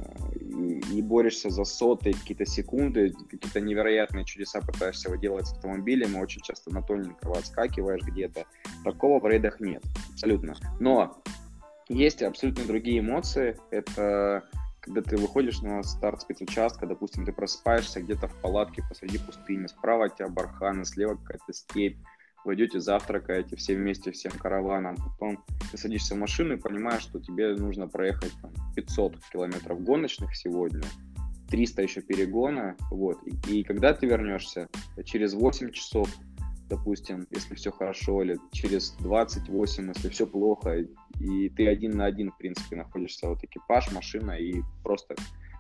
S3: и, и борешься за сотые какие-то секунды, какие-то невероятные чудеса пытаешься выделывать с автомобилем, и очень часто на тоненького отскакиваешь где-то. Такого в рейдах нет, абсолютно. Но есть абсолютно другие эмоции. Это когда ты выходишь на старт спецучастка, допустим, ты просыпаешься где-то в палатке посреди пустыни, справа от тебя барханы, слева какая-то степь, вы идете завтракаете все вместе, всем караваном, потом ты садишься в машину и понимаешь, что тебе нужно проехать там, пятьсот километров гоночных сегодня, триста еще перегона, вот, и, и когда ты вернешься, через восемь часов, допустим, если все хорошо, или через двадцать восемь, если все плохо, и ты один на один, в принципе, находишься, вот экипаж, машина и просто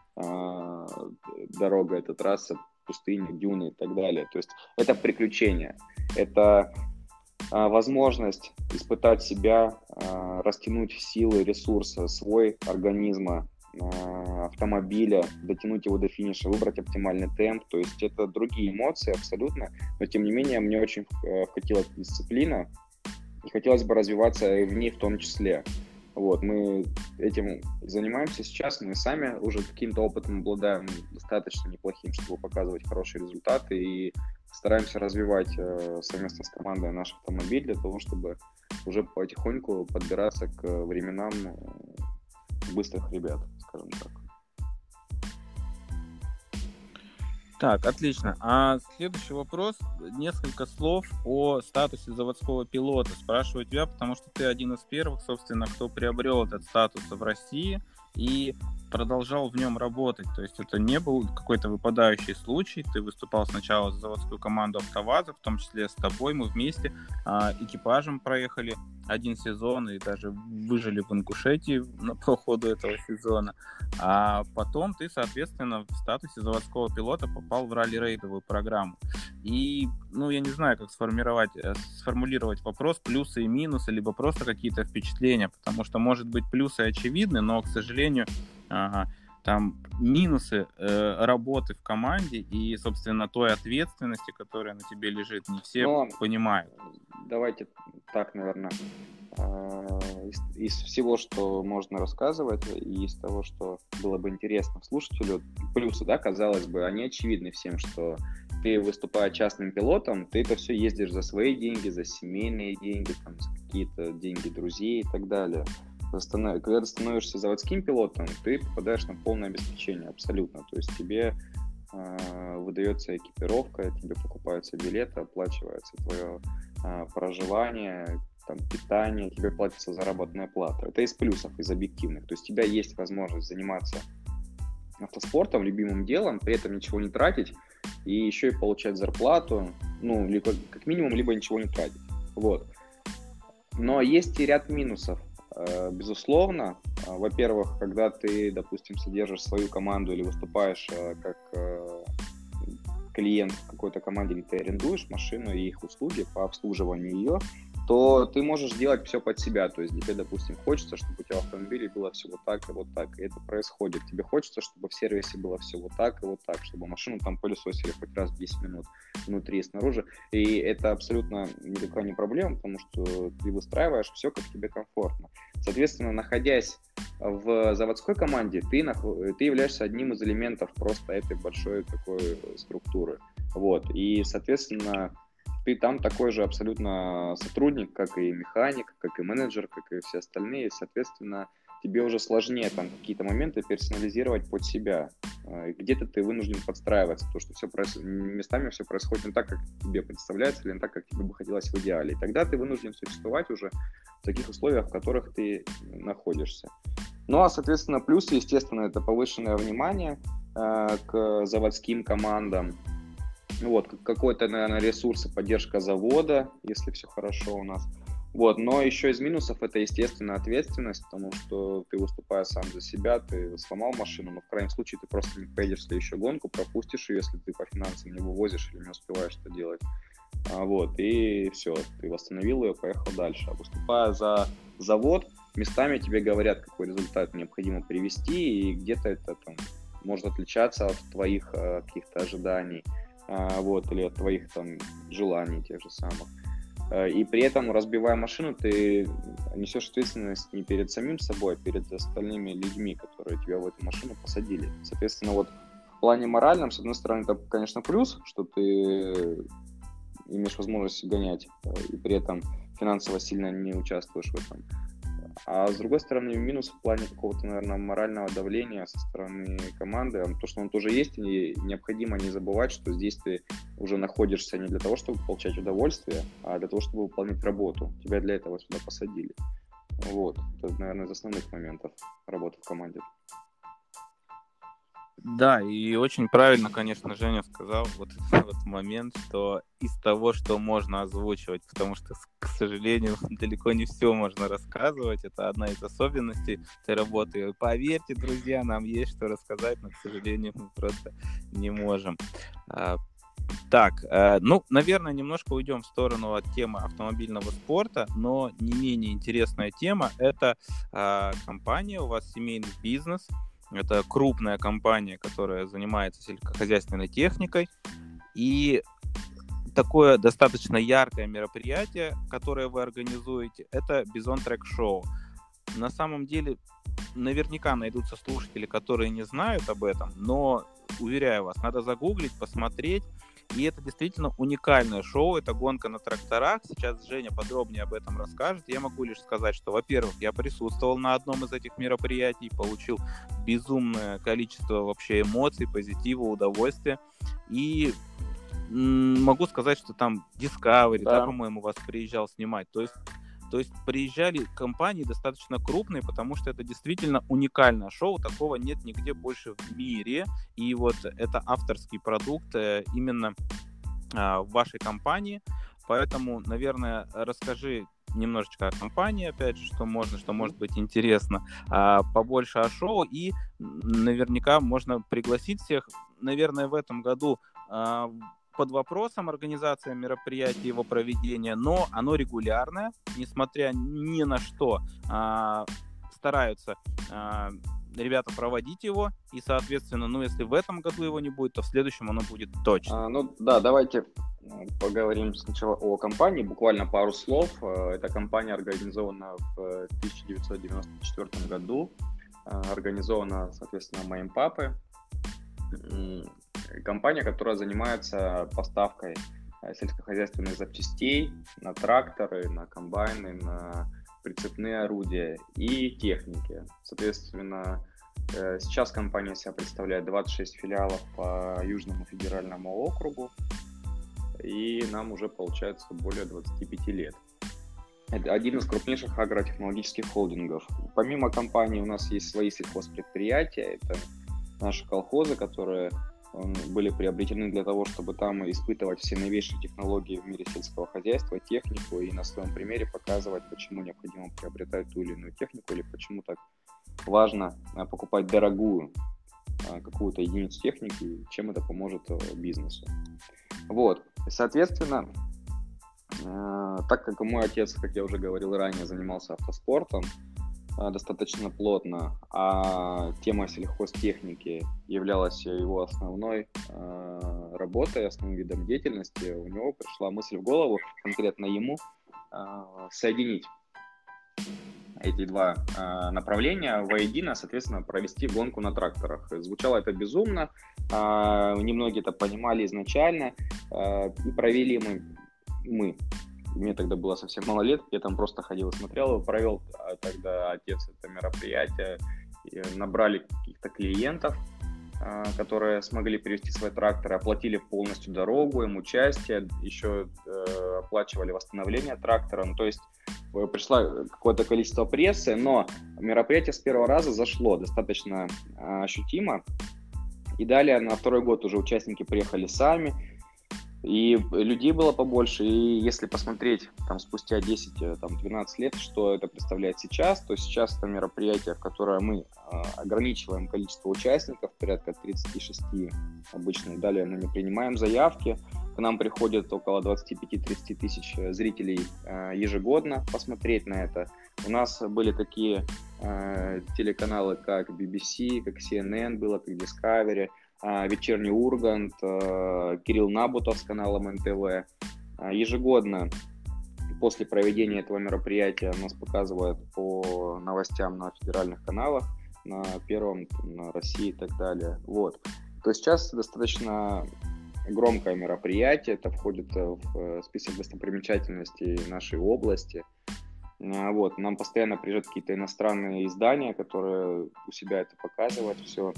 S3: э, дорога, эта трасса, пустыня, дюны и так далее. То есть это приключение, это э, возможность испытать себя, э, растянуть силы, ресурсы, свой организма, э, автомобиля, дотянуть его до финиша, выбрать оптимальный темп. То есть это другие эмоции абсолютно, но тем не менее мне очень вкатила дисциплина, и хотелось бы развиваться и в ней в том числе. Вот, мы этим занимаемся сейчас, мы сами уже каким-то опытом обладаем достаточно неплохим, чтобы показывать хорошие результаты, и стараемся развивать э, совместно с командой наш автомобиль для того, чтобы уже потихоньку подбираться к временам быстрых ребят, скажем так.
S2: Так, отлично. А следующий вопрос. Несколько слов о статусе заводского пилота. Спрашиваю тебя, потому что ты один из первых, собственно, кто приобрел этот статус в России и продолжал в нем работать. То есть это не был какой-то выпадающий случай. Ты выступал сначала за заводскую команду АвтоВАЗа, в том числе с тобой. Мы вместе а, экипажем проехали один сезон и даже выжили в Ингушетии по ходу этого сезона. А потом ты, соответственно, в статусе заводского пилота попал в ралли-рейдовую программу. И, ну, я не знаю, как сформировать, сформулировать вопрос, плюсы и минусы, либо просто какие-то впечатления, потому что, может быть, плюсы очевидны, но, к сожалению, ага, там минусы э, работы в команде и, собственно, той ответственности, которая на тебе лежит, не все но понимают.
S3: Давайте так, наверное, из, из всего, что можно рассказывать, и из того, что было бы интересно слушателю, плюсы, да, казалось бы, они очевидны всем, что ты, выступая частным пилотом, ты это все ездишь за свои деньги, за семейные деньги, там, за какие-то деньги друзей и так далее. Когда ты становишься заводским пилотом, ты попадаешь на полное обеспечение абсолютно. То есть тебе э, выдается экипировка, тебе покупаются билеты, оплачивается твое э, проживание, там, питание, тебе платится заработная плата. Это из плюсов, из объективных. То есть у тебя есть возможность заниматься автоспортом, любимым делом, при этом ничего не тратить и еще и получать зарплату, ну, либо, как минимум, либо ничего не тратить. Вот. Но есть и ряд минусов. Безусловно, во-первых, когда ты, допустим, содержишь свою команду или выступаешь как клиент в какой-то команде, или ты арендуешь машину и их услуги по обслуживанию ее, то ты можешь делать все под себя. То есть тебе, допустим, хочется, чтобы у тебя в автомобиле было все вот так и вот так, и это происходит. Тебе хочется, чтобы в сервисе было все вот так и вот так, чтобы машину там пылесосили хоть раз в десять минут внутри и снаружи. И это абсолютно никакая не проблема, потому что ты выстраиваешь все, как тебе комфортно. Соответственно, находясь в заводской команде, ты, ты являешься одним из элементов просто этой большой такой структуры. Вот. И, соответственно, ты там такой же абсолютно сотрудник, как и механик, как и менеджер, как и все остальные. Соответственно, тебе уже сложнее там какие-то моменты персонализировать под себя. Где-то ты вынужден подстраиваться, потому что все проис... местами все происходит не так, как тебе представляется, или не так, как тебе бы хотелось в идеале. И тогда ты вынужден существовать уже в таких условиях, в которых ты находишься. Ну, а, соответственно, плюсы, естественно, это повышенное внимание э, к заводским командам. Вот, какой-то, наверное, ресурс и поддержка завода, если все хорошо у нас. Вот, но еще из минусов это, естественно, ответственность, потому что ты выступаешь сам за себя, ты сломал машину, но в крайнем случае ты просто не поедешь в следующую гонку, пропустишь ее, если ты по финансам не вывозишь или не успеваешь это делать. А, вот, и все, ты восстановил ее, поехал дальше. А выступая за завод, местами тебе говорят, какой результат необходимо привести, и где-то это там может отличаться от твоих а, каких-то ожиданий. Вот, или от твоих там желаний тех же самых. И при этом, разбивая машину, ты несешь ответственность не перед самим собой, а перед остальными людьми, которые тебя в эту машину посадили. Соответственно, вот в плане моральном, с одной стороны, это, конечно, плюс, что ты имеешь возможность гонять, и при этом финансово сильно не участвуешь в этом. А с другой стороны, минус в плане какого-то, наверное, морального давления со стороны команды. То, что он тоже есть, и необходимо не забывать, что здесь ты уже находишься не для того, чтобы получать удовольствие, а для того, чтобы выполнять работу. Тебя для этого сюда посадили. Вот. Это, наверное, из основных моментов работы в команде.
S2: Да, и очень правильно, конечно, Женя сказал вот этот вот момент, что из того, что можно озвучивать, потому что, к сожалению, далеко не все можно рассказывать, это одна из особенностей этой работы. Поверьте, друзья, нам есть что рассказать, но, к сожалению, мы просто не можем. Так, ну, наверное, немножко уйдем в сторону от темы автомобильного спорта, но не менее интересная тема – это компания, у вас семейный бизнес. Это крупная компания, которая занимается сельскохозяйственной техникой. И такое достаточно яркое мероприятие, которое вы организуете, это Bison Track Show. На самом деле, наверняка найдутся слушатели, которые не знают об этом, но, уверяю вас, надо загуглить, посмотреть. И это действительно уникальное шоу, это гонка на тракторах. Сейчас Женя подробнее об этом расскажет. Я могу лишь сказать, что, во-первых, я присутствовал на одном из этих мероприятий, получил безумное количество вообще эмоций, позитива, удовольствия. И м- могу сказать, что там Discovery, да. Да, по-моему, вас приезжал снимать. То есть То есть приезжали компании достаточно крупные, потому что это действительно уникальное шоу, такого нет нигде больше в мире. И вот это авторский продукт именно в вашей компании. Поэтому, наверное, расскажи немножечко о компании, опять же, что можно, что может быть интересно, побольше о шоу. И наверняка можно пригласить всех, наверное, в этом году под вопросом организация мероприятия, его проведения, но оно регулярное, несмотря ни на что, а, стараются а, ребята проводить его, и, соответственно, ну, если в этом году его не будет, то в следующем оно будет точно.
S3: А, ну, да, давайте поговорим сначала о компании, буквально пару слов. Эта компания организована в тысяча девятьсот девяносто четвёртом году, организована, соответственно, моим папой. Компания, которая занимается поставкой сельскохозяйственных запчастей на тракторы, на комбайны, на прицепные орудия и техники. Соответственно, сейчас компания себя представляет двадцать шесть филиалов по Южному федеральному округу, и нам уже получается более двадцать пять лет. Это один из крупнейших агротехнологических холдингов. Помимо компании у нас есть свои сельхозпредприятия, это наши колхозы, которые были приобретены для того, чтобы там испытывать все новейшие технологии в мире сельского хозяйства, технику, и на своем примере показывать, почему необходимо приобретать ту или иную технику, или почему так важно покупать дорогую какую-то единицу техники, чем это поможет бизнесу. Вот, соответственно, так как мой отец, как я уже говорил ранее, занимался автоспортом достаточно плотно, а тема сельхозтехники являлась его основной работой, основным видом деятельности, у него пришла мысль в голову, конкретно ему, соединить эти два э, направления воедино, соответственно, провести гонку на тракторах. Звучало это безумно, э, немногие это понимали изначально, э, и провели мы, мы, мне тогда было совсем мало лет, я там просто ходил и смотрел, провел а тогда отец это мероприятие, и набрали каких-то клиентов, э, которые смогли привезти свои тракторы, оплатили полностью дорогу, им участие, еще э, оплачивали восстановление трактора, ну, то есть пришло какое-то количество прессы, но мероприятие с первого раза зашло достаточно ощутимо. И далее на второй год уже участники приехали сами, и людей было побольше. И если посмотреть там, спустя десять-двенадцать лет, что это представляет сейчас, то сейчас это мероприятие, в которое мы ограничиваем количество участников, порядка тридцать шесть обычно, и далее мы не принимаем заявки. К нам приходит около двадцать пять-тридцать тысяч зрителей э, ежегодно посмотреть на это. У нас были такие э, телеканалы, как би би си, как си эн эн, было, как Discovery, э, Вечерний Ургант, э, Кирилл Набутов с каналом эн тэ вэ. Э, ежегодно после проведения этого мероприятия нас показывают по новостям на федеральных каналах, на Первом, на России и так далее. Вот. То есть сейчас достаточно громкое мероприятие, это входит в список достопримечательностей нашей области. Вот. Нам постоянно приезжают какие-то иностранные издания, которые у себя это показывают, все.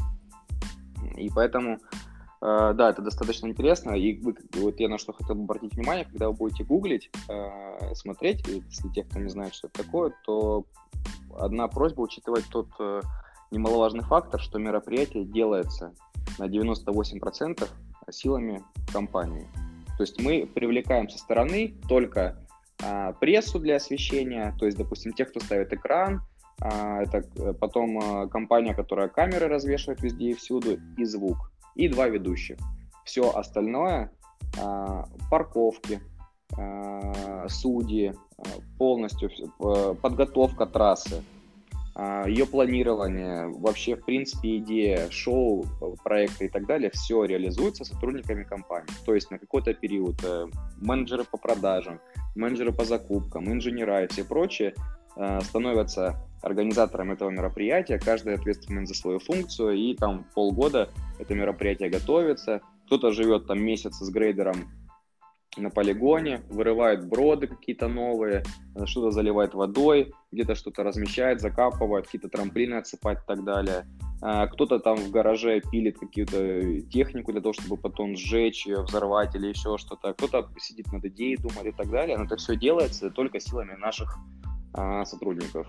S3: И поэтому, да, это достаточно интересно. И вы, вот я на что хотел бы обратить внимание, когда вы будете гуглить, смотреть, если те, кто не знает, что это такое, то одна просьба учитывать тот немаловажный фактор, что мероприятие делается на девяносто восемь процентов силами компании. То есть мы привлекаем со стороны только а, прессу для освещения, то есть, допустим, тех, кто ставит экран, а, это потом а, компания, которая камеры развешивает везде и всюду, и звук, и два ведущих. Все остальное, а, парковки, а, судьи, а, полностью а, подготовка трассы, ее планирование, вообще, в принципе, идея, шоу, проекты и так далее, все реализуется сотрудниками компании. То есть на какой-то период менеджеры по продажам, менеджеры по закупкам, инженера и все прочие становятся организатором этого мероприятия, каждый ответственен за свою функцию, и там полгода это мероприятие готовится. Кто-то живет там месяц с грейдером на полигоне, вырывает броды какие-то новые, что-то заливает водой, где-то что-то размещает, закапывает, какие-то трамплины отсыпать и так далее. Кто-то там в гараже пилит какую-то технику для того, чтобы потом сжечь ее, взорвать или еще что-то. Кто-то сидит над идеей, думает и так далее. Но это все делается только силами наших а, сотрудников.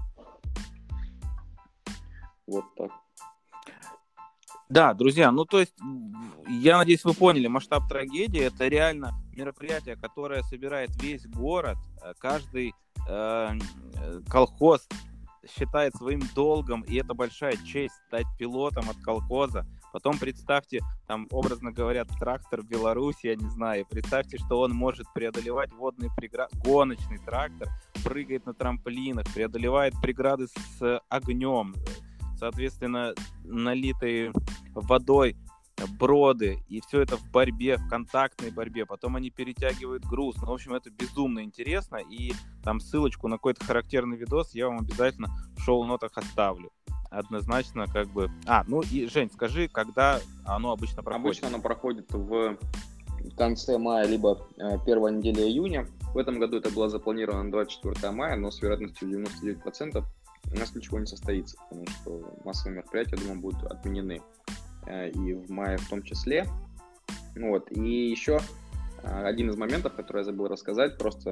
S3: Вот так.
S2: Да, друзья, ну то есть, я надеюсь, вы поняли масштаб трагедии. Это реально мероприятие, которое собирает весь город. Каждый э, колхоз считает своим долгом, и это большая честь стать пилотом от колхоза. Потом представьте, там, образно говоря, трактор в Беларуси, я не знаю, представьте, что он может преодолевать водные преграды, гоночный трактор, прыгает на трамплинах, преодолевает преграды с огнем, соответственно, налитые водой броды, и все это в борьбе, в контактной борьбе. Потом они перетягивают груз. Ну, в общем, это безумно интересно, и там ссылочку на какой-то характерный видос я вам обязательно в шоу-нотах оставлю. Однозначно, как бы... А, ну и, Жень, скажи, когда оно обычно проходит?
S3: Обычно оно проходит в конце мая, либо первой недели июня. В этом году это было запланировано на двадцать четвёртое мая, но с вероятностью девяносто девять процентов у нас ничего не состоится, потому что массовые мероприятия, я думаю, будут отменены. И в мае в том числе. Вот. И еще один из моментов, который я забыл рассказать, просто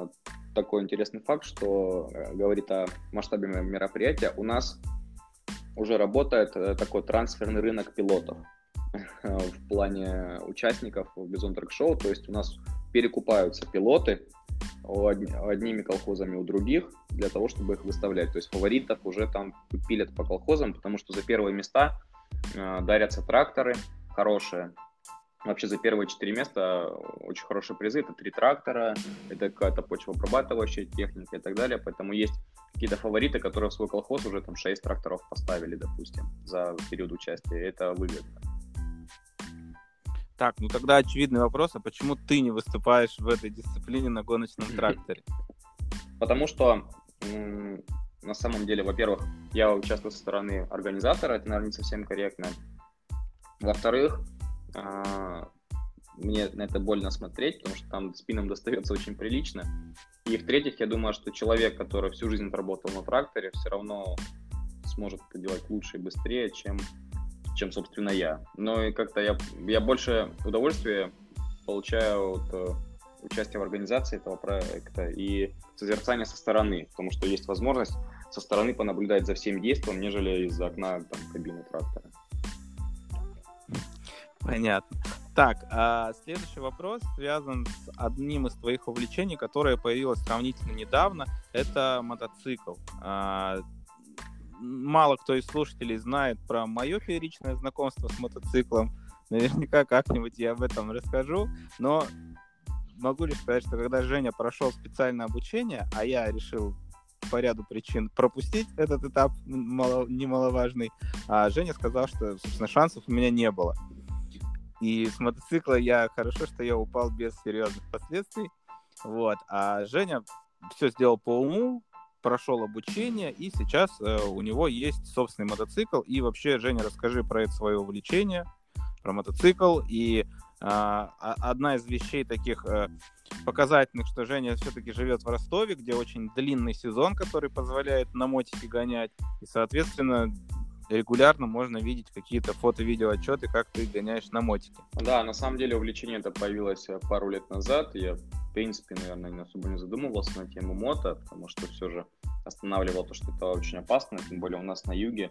S3: такой интересный факт, что говорит о масштабе мероприятия. У нас уже работает такой трансферный рынок пилотов в плане участников в Бизон Трек Шоу. То есть у нас перекупаются пилоты одними колхозами у других для того, чтобы их выставлять. То есть фаворитов уже там пилят по колхозам, потому что за первые места дарятся тракторы хорошие. Вообще за первые четыре места очень хорошие призы. Это три трактора, это какая-то почвообрабатывающая техника и так далее. Поэтому есть какие-то фавориты, которые в свой колхоз уже там шесть тракторов поставили, допустим, за период участия. Это выгодно.
S2: Так, ну тогда очевидный вопрос, а почему ты не выступаешь в этой дисциплине на гоночном тракторе?
S3: Потому что м- на самом деле, во-первых, я участвую со стороны организатора, это, наверное, не совсем корректно. Во-вторых, мне на это больно смотреть, потому что там спинам достается очень прилично. И в-третьих, я думаю, что человек, который всю жизнь отработал на тракторе, все равно сможет это делать лучше и быстрее, чем, чем собственно, я. Но и как-то я, я больше удовольствия получаю от uh, участия в организации этого проекта и созерцания со стороны, потому что есть возможность со стороны понаблюдать за всем действием, нежели из окна там, кабины трактора.
S2: Понятно. Так, а следующий вопрос связан с одним из твоих увлечений, которое появилось сравнительно недавно. Это мотоцикл. А, мало кто из слушателей знает про мое первичное знакомство с мотоциклом. Наверняка как-нибудь я об этом расскажу. Но могу лишь сказать, что когда Женя прошел специальное обучение, а я решил по ряду причин пропустить этот этап мало, немаловажный, а Женя сказал, что, собственно, шансов у меня не было. И с мотоцикла я хорошо, что я упал без серьезных последствий. Вот. А Женя все сделал по уму, прошел обучение, и сейчас э, у него есть собственный мотоцикл. И вообще, Женя, расскажи про это свое увлечение, про мотоцикл. И э, одна из вещей таких э, показательных, что Женя все-таки живет в Ростове, где очень длинный сезон, который позволяет на мотике гонять. И, соответственно, регулярно можно видеть какие-то фото-видео отчеты, как ты гоняешь на мотике.
S3: Да, на самом деле увлечение это появилось пару лет назад. Я, в принципе, наверное, не особо не задумывался на тему мото, потому что все же останавливал то, что это очень опасно. Тем более у нас на юге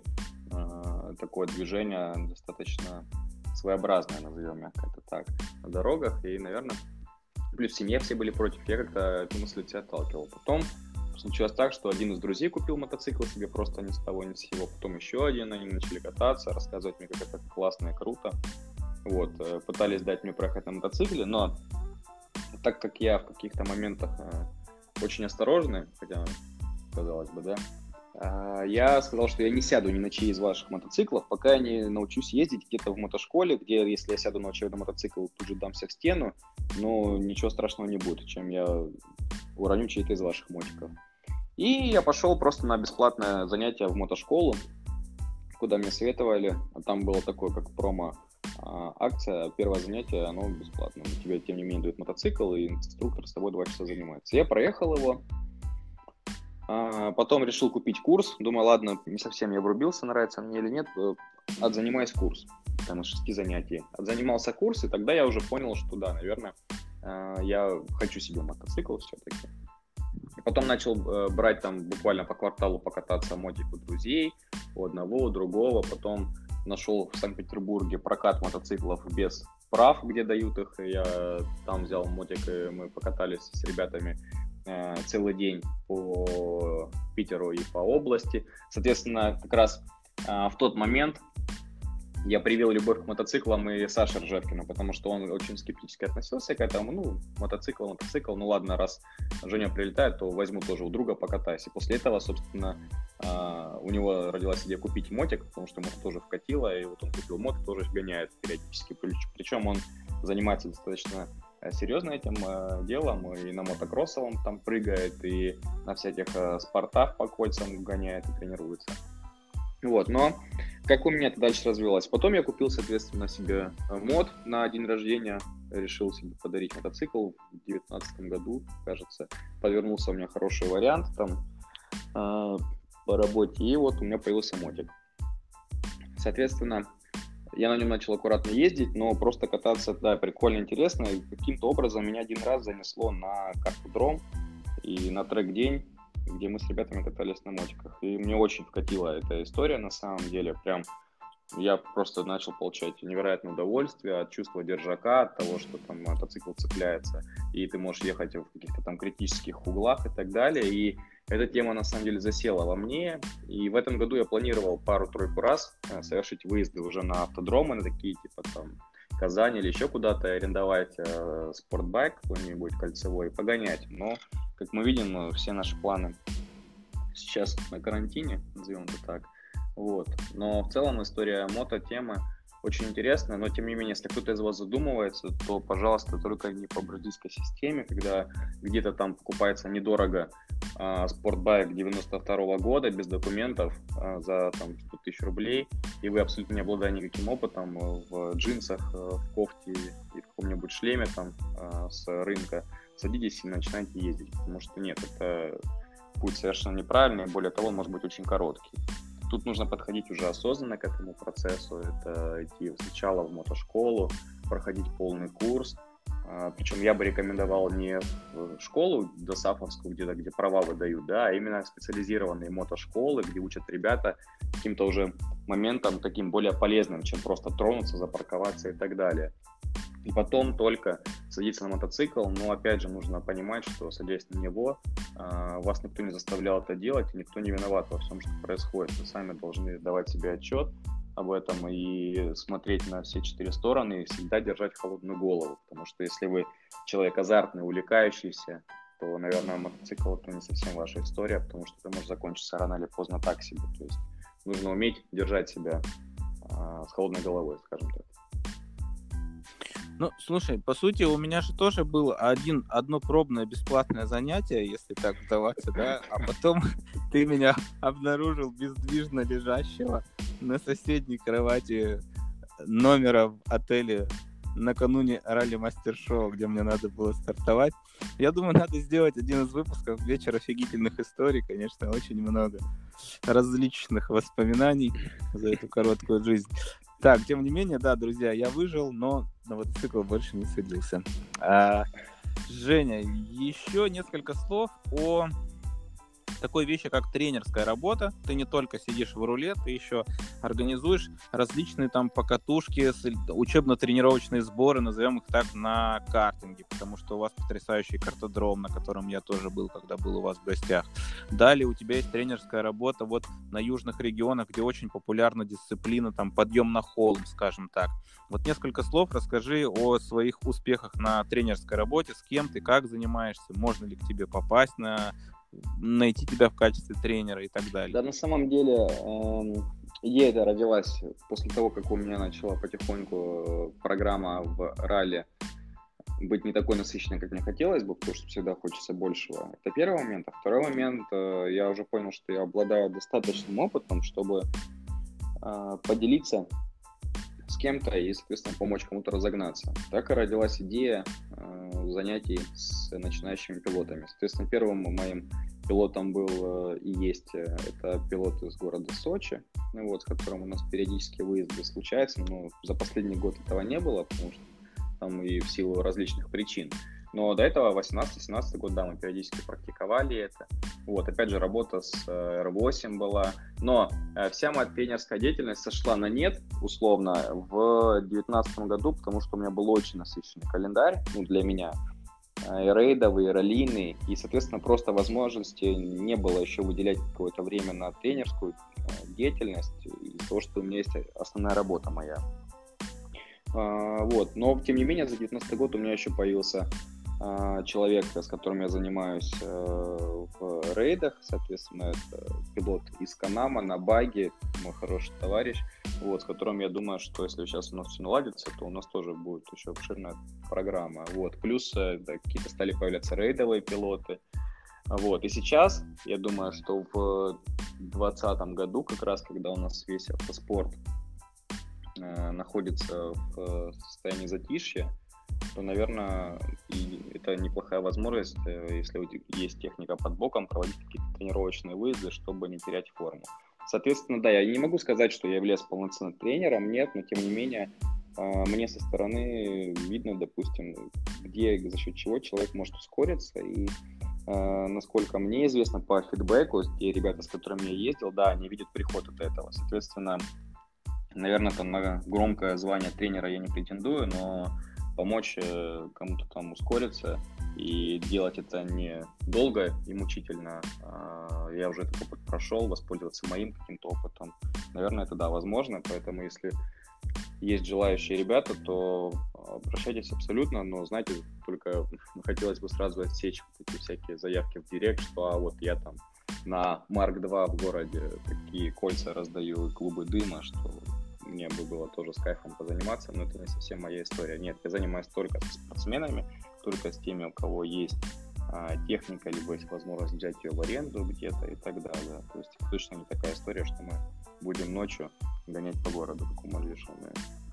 S3: э, такое движение достаточно своеобразное, назовем мягко это так, на дорогах. И, наверное, плюс в семье все были против. Я как-то эту мысль от себя отталкивал. Потом случилось так, что один из друзей купил мотоцикл себе просто ни с того ни с сего, потом еще один, они начали кататься, рассказывать мне, как это классно и круто. Вот, пытались дать мне проехать на мотоцикле, но так как я в каких-то моментах очень осторожный, хотя, казалось бы, да, я сказал, что я не сяду ни на чьи из ваших мотоциклов, пока я не научусь ездить где-то в мотошколе, где, если я сяду на очередной мотоцикл, тут же дамся в стену, но ничего страшного не будет, чем я уроню чей-то из ваших мотиков. И я пошел просто на бесплатное занятие в мотошколу, куда мне советовали. А там было такое, как промо-акция. Первое занятие, оно бесплатное. Тебе, тем не менее, дают мотоцикл, и инструктор с тобой два часа занимается. Я проехал его. Потом решил купить курс. Думаю, ладно, не совсем я врубился, нравится мне или нет. Отзанимаюсь курс. Там на шести занятий. Отзанимался курс, и тогда я уже понял, что да, наверное, я хочу себе мотоцикл все-таки. Потом начал э, брать там буквально по кварталу покататься мотик у друзей, у одного, у другого. Потом нашел в Санкт-Петербурге прокат мотоциклов без прав, где дают их. Я там взял мотик, и мы покатались с ребятами э, целый день по Питеру и по области. Соответственно, как раз э, в тот момент я привил любовь к мотоциклам и Саше Ржевкину, потому что он очень скептически относился к этому. Ну, мотоцикл, мотоцикл, ну ладно, раз Женя прилетает, то возьму тоже у друга, покатаюсь. И после этого, собственно, у него родилась идея купить мотик, потому что ему тоже вкатило, и вот он купил мот, тоже гоняет периодически. Причем он занимается достаточно серьезно этим делом, и на мотокроссовом там прыгает, и на всяких спортах по кольцам гоняет и тренируется. Вот, но как у меня это дальше развилось? Потом я купил, соответственно, себе мод на день рождения, решил себе подарить мотоцикл в две тысячи девятнадцатом году, кажется. Подвернулся у меня хороший вариант там э, по работе, и вот у меня появился мотик. Соответственно, я на нем начал аккуратно ездить, но просто кататься, да, прикольно, интересно. И каким-то образом меня один раз занесло на картодром и на трек-день. где мы с ребятами катались на мотиках. И мне очень вкатила эта история на самом деле. Прям я просто начал получать невероятное удовольствие от чувства держака, от того, что там мотоцикл цепляется, и ты можешь ехать в каких-то там критических углах и так далее. И эта тема на самом деле засела во мне. И в этом году я планировал пару-тройку раз совершить выезды уже на автодромы, на такие типа там Казань или еще куда-то, арендовать э, спортбайк какой-нибудь кольцевой и погонять. Но, как мы видим, все наши планы сейчас на карантине, назовем это так. Вот. Но в целом история мото-темы очень интересная, но тем не менее, если кто-то из вас задумывается, то, пожалуйста, только не по бразильской системе, когда где-то там покупается недорого а, спортбайк девяносто второго года без документов а, за там, сто тысяч рублей, и вы абсолютно не обладаете никаким опытом в джинсах, в кофте и в каком-нибудь шлеме там а, с рынка, садитесь и начинайте ездить, потому что нет, это путь совершенно неправильный, более того, он может быть очень короткий. Тут нужно подходить уже осознанно к этому процессу. Это идти сначала в мотошколу, проходить полный курс. Причем я бы рекомендовал не в школу досафовскую, где-то, где права выдают, да, а именно специализированные мотошколы, где учат ребята каким-то уже моментом таким более полезным, чем просто тронуться, запарковаться и так далее. И потом только садиться на мотоцикл, но опять же нужно понимать, что садясь на него, вас никто не заставлял это делать, и никто не виноват во всем, что происходит. Вы сами должны давать себе отчет об этом и смотреть на все четыре стороны, и всегда держать холодную голову, потому что если вы человек азартный, увлекающийся, то, наверное, мотоцикл это не совсем ваша история, потому что это может закончиться рано или поздно так себе. То есть нужно уметь держать себя с холодной головой, скажем так.
S2: Ну, слушай, по сути, у меня же тоже было один, одно пробное бесплатное занятие, если так вдаваться, да, а потом ты меня обнаружил бездвижно лежащего на соседней кровати номера в отеле накануне ралли-мастер-шоу, где мне надо было стартовать. Я думаю, надо сделать один из выпусков «Вечер офигительных историй». Конечно, очень много различных воспоминаний за эту короткую жизнь. Так, тем не менее, да, друзья, я выжил, но на мотоцикл больше не садился. А, Женя, еще несколько слов о такой вещи, как тренерская работа. Ты не только сидишь в руле, ты еще организуешь различные там покатушки, учебно-тренировочные сборы, назовем их так, на картинге, потому что у вас потрясающий картодром, на котором я тоже был, когда был у вас в гостях. Далее у тебя есть тренерская работа вот на южных регионах, где очень популярна дисциплина, там, подъем на холм, скажем так. Вот несколько слов расскажи о своих успехах на тренерской работе, с кем ты, как занимаешься, можно ли к тебе попасть на... найти тебя в качестве тренера и так далее.
S3: Да, на самом деле э, идея эта родилась после того, как у меня начала потихоньку программа в ралли быть не такой насыщенной, как мне хотелось бы, потому что всегда хочется большего. Это первый момент. А второй момент, э, я уже понял, что я обладаю достаточным опытом, чтобы э, поделиться с кем-то и, соответственно, помочь кому-то разогнаться. Так и родилась идея э, занятий с начинающими пилотами. Соответственно, первым моим пилотом был э, и есть э, это пилот из города Сочи, ну, вот, с которым у нас периодически выезды случаются, но за последний год этого не было, потому что там и в силу различных причин. Но до этого восемнадцатый-семнадцатый год, да, мы периодически практиковали это. Вот, опять же, работа с эр восемь была. Но э, вся моя тренерская деятельность сошла на нет, условно, в девятнадцатом году, потому что у меня был очень насыщенный календарь, ну, для меня. И рейдовые, и раллийные, и, соответственно, просто возможности не было еще выделять какое-то время на тренерскую деятельность из-за того, что у меня есть основная работа моя. А, вот, но, тем не менее, за девятнадцатый год у меня еще появился человек, с которым я занимаюсь э, в рейдах, соответственно, это пилот из Канама на баге, мой хороший товарищ, вот, с которым я думаю, что если сейчас у нас все наладится, то у нас тоже будет еще обширная программа. Вот. Плюс э, да, какие-то стали появляться рейдовые пилоты. Вот. И сейчас, я думаю, что в двадцатом году, как раз когда у нас весь автоспорт э, находится в состоянии затишья, то, наверное, и это неплохая возможность, если есть техника под боком, проводить какие-то тренировочные выезды, чтобы не терять форму. Соответственно, да, я не могу сказать, что я являюсь полноценным тренером, нет, но тем не менее мне со стороны видно, допустим, где, за счет чего человек может ускориться и э, насколько мне известно по фидбэку, те ребята, с которыми я ездил, да, они видят приход от этого. Соответственно, наверное, там на громкое звание тренера я не претендую, но помочь э, кому-то там ускориться и делать это не долго и мучительно. А я уже этот опыт прошел, воспользоваться моим каким-то опытом. Наверное, это да, возможно. Поэтому, если есть желающие ребята, то обращайтесь абсолютно, но, знаете, только хотелось бы сразу отсечь вот эти всякие заявки в директ, что а вот я там на Марк два в городе такие кольца раздаю, клубы дыма, что мне бы было тоже с кайфом позаниматься, но это не совсем моя история. Нет, я занимаюсь только со спортсменами, только с теми, у кого есть а, техника, либо есть возможность взять ее в аренду где-то и так далее. То есть точно не такая история, что мы будем ночью гонять по городу, как умалишенные.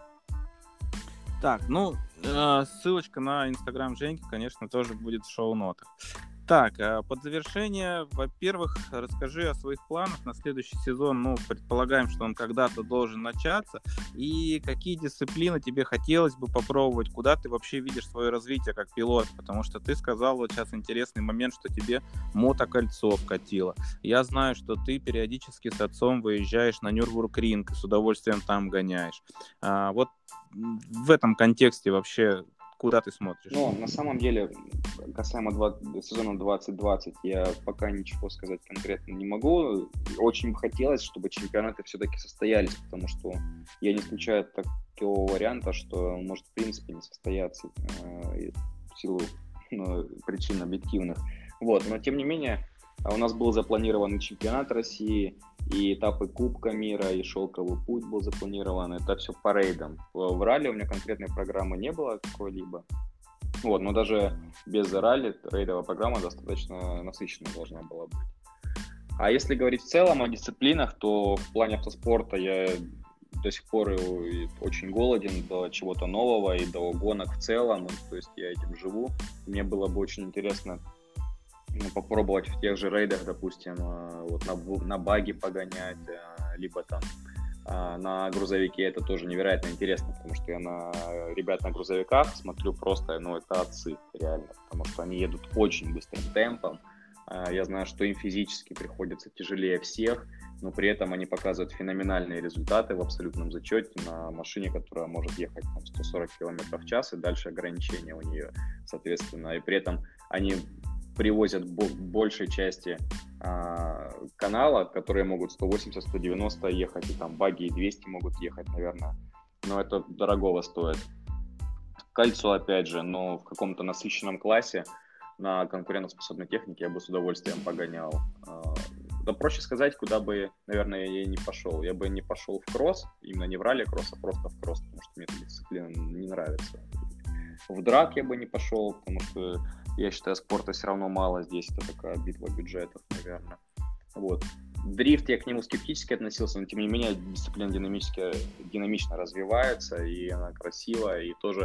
S2: Так, ну, э, ссылочка на инстаграм Женьки, конечно, тоже будет в шоу-нотах. Так, под завершение, во-первых, расскажи о своих планах на следующий сезон. Ну, предполагаем, что он когда-то должен начаться. И какие дисциплины тебе хотелось бы попробовать? Куда ты вообще видишь свое развитие как пилот? Потому что ты сказал вот сейчас интересный момент, что тебе мотокольцо вкатило. Я знаю, что ты периодически с отцом выезжаешь на Нюрбургринг и с удовольствием там гоняешь. А, вот в этом контексте вообще... Куда ты смотришь?
S3: Ну, на самом деле, касаемо сезона двадцать двадцать, я пока ничего сказать конкретно не могу. Очень бы хотелось, чтобы чемпионаты все-таки состоялись, потому что я не исключаю такого варианта, что он может в принципе не состояться э, в силу ну, причин объективных. Вот, но тем не менее, у нас был запланирован чемпионат России, и этапы Кубка мира, и шелковый путь был запланирован. Это все по рейдам. В ралли у меня конкретной программы не было какой-либо. Вот, но даже без ралли рейдовая программа достаточно насыщенная должна была быть. А если говорить в целом о дисциплинах, то в плане автоспорта я до сих пор очень голоден до чего-то нового и до гонок в целом. То есть я этим живу. Мне было бы очень интересно попробовать в тех же рейдах, допустим, вот на, на баги погонять, либо там на грузовике. Это тоже невероятно интересно, потому что я на ребят на грузовиках смотрю просто, ну, это отцы, реально, потому что они едут очень быстрым темпом. Я знаю, что им физически приходится тяжелее всех, но при этом они показывают феноменальные результаты в абсолютном зачете на машине, которая может ехать там, сто сорок километров в час, и дальше ограничения у нее, соответственно. И при этом они привозят б- большей части а, канала, которые могут сто восемьдесят - сто девяносто ехать, и там баги и двести могут ехать, наверное. Но это дорогого стоит. Кольцо, опять же, но в каком-то насыщенном классе на конкурентоспособной технике я бы с удовольствием погонял. А, да проще сказать, куда бы, наверное, я не пошел. Я бы не пошел в кросс, именно не в ралли-кросс, а просто в кросс, потому что мне эта дисциплина не нравится. В драк я бы не пошел, потому что я считаю, спорта все равно мало здесь, это такая битва бюджетов, наверное. Вот. Дрифт, я к нему скептически относился, но тем не менее дисциплина динамически, динамично развивается, и она красивая, и тоже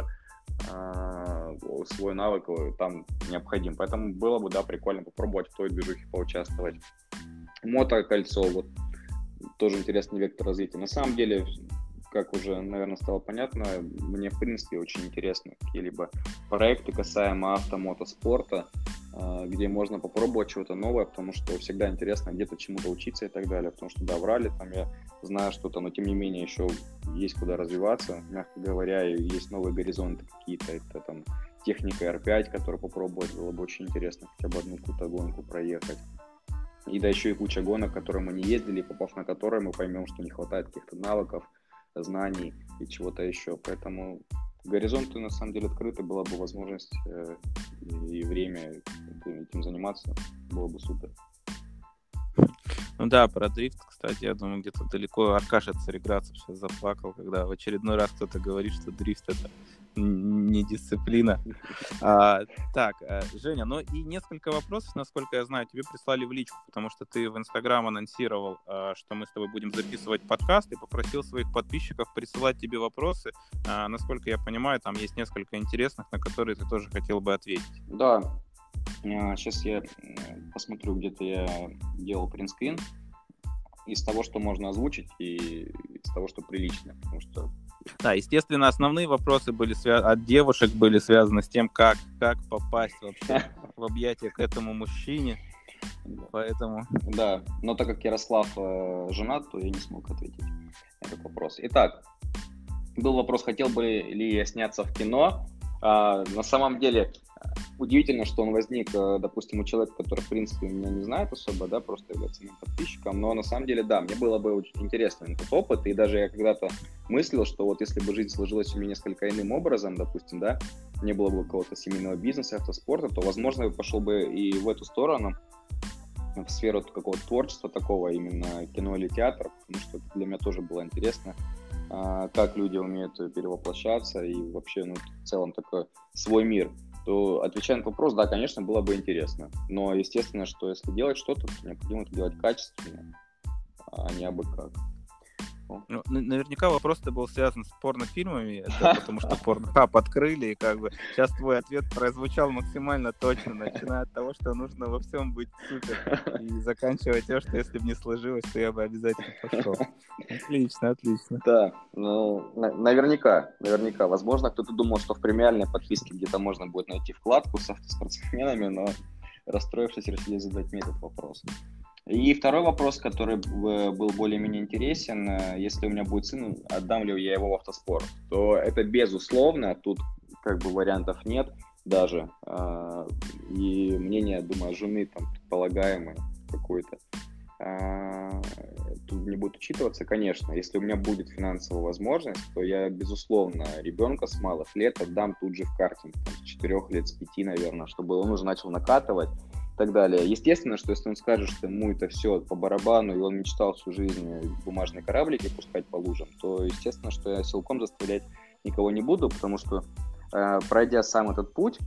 S3: э, свой навык там необходим. Поэтому было бы, да, прикольно попробовать в той движухе поучаствовать. Мотокольцо, вот, тоже интересный вектор развития. На самом деле, как уже, наверное, стало понятно, мне, в принципе, очень интересны какие-либо проекты касаемо автомотоспорта, где можно попробовать чего-то новое, потому что всегда интересно где-то чему-то учиться и так далее, потому что, да, в ралли там я знаю что-то, но, тем не менее, еще есть куда развиваться, мягко говоря, и есть новые горизонты какие-то, это там техника эр пять, которую попробовать было бы очень интересно, хотя бы одну какую-то гонку проехать. И да, еще и куча гонок, которые мы не ездили, попав на которые мы поймем, что не хватает каких-то навыков, знаний и чего-то еще. Поэтому горизонты на самом деле открыты, была бы возможность э, и время этим заниматься, было бы супер.
S2: Ну да, про дрифт, кстати, я думаю, где-то далеко Аркаша Цареградцев сейчас заплакал, когда в очередной раз кто-то говорит, что дрифт — это не дисциплина. А, так, Женя, ну и несколько вопросов, насколько я знаю, тебе прислали в личку, потому что ты в Инстаграм анонсировал, что мы с тобой будем записывать подкаст, и попросил своих подписчиков присылать тебе вопросы. А, насколько я понимаю, там есть несколько интересных, на которые ты тоже хотел бы ответить.
S3: Да. Сейчас я посмотрю, где-то я делал принтскрин из того, что можно озвучить, и из того, что прилично, потому что
S2: Да, естественно, основные вопросы были свя... от девушек были связаны с тем, как, как попасть вообще в объятия к этому мужчине. Поэтому...
S3: Да, но так как Ярослав э, женат, то я не смог ответить на этот вопрос. Итак, был вопрос, хотел бы ли я сняться в кино. А, на самом деле, удивительно, что он возник, допустим, у человека, который, в принципе, меня не знает особо, да, просто является моим подписчиком, но на самом деле, да, мне было бы очень интересно этот опыт, и даже я когда-то мыслил, что вот если бы жизнь сложилась у меня несколько иным образом, допустим, да, не было бы какого-то семейного бизнеса, автоспорта, то, возможно, я пошел бы и в эту сторону, в сферу какого-то творчества такого, именно кино или театр, потому что для меня тоже было интересно, как люди умеют перевоплощаться и вообще, ну, в целом такой свой мир, то, отвечая на этот вопрос, да, конечно, было бы интересно. Но, естественно, что если делать что-то, то необходимо это делать качественно, а не абы как.
S2: Ну, наверняка вопрос-то был связан с порнофильмами, это потому что Порнхаб открыли, и как бы сейчас твой ответ прозвучал максимально точно, начиная от того, что нужно во всем быть супер, и заканчивая тем, что если бы не сложилось, то я бы обязательно пошел. Отлично, отлично.
S3: Да, ну, на- наверняка, наверняка. Возможно, кто-то думал, что в премиальной подписке где-то можно будет найти вкладку с автоспортсменами, но расстроившись, решили задать мне этот вопрос. И второй вопрос, который б- был более-менее интересен, э, если у меня будет сын, отдам ли я его в автоспорт, то это безусловно, тут как бы вариантов нет даже. А, И мнение, думаю, жены там предполагаемой какой-то а, тут не будет учитываться, конечно. Если у меня будет финансовая возможность, то я, безусловно, ребенка с малых лет отдам тут же в картинг, там, с четырех лет, с пяти, наверное, чтобы он уже начал накатывать и так далее. Естественно, что если он скажет, что ему это все по барабану, и он мечтал всю жизнь бумажные кораблики пускать по лужам, то, естественно, что я силком заставлять никого не буду, потому что, э, пройдя сам этот путь,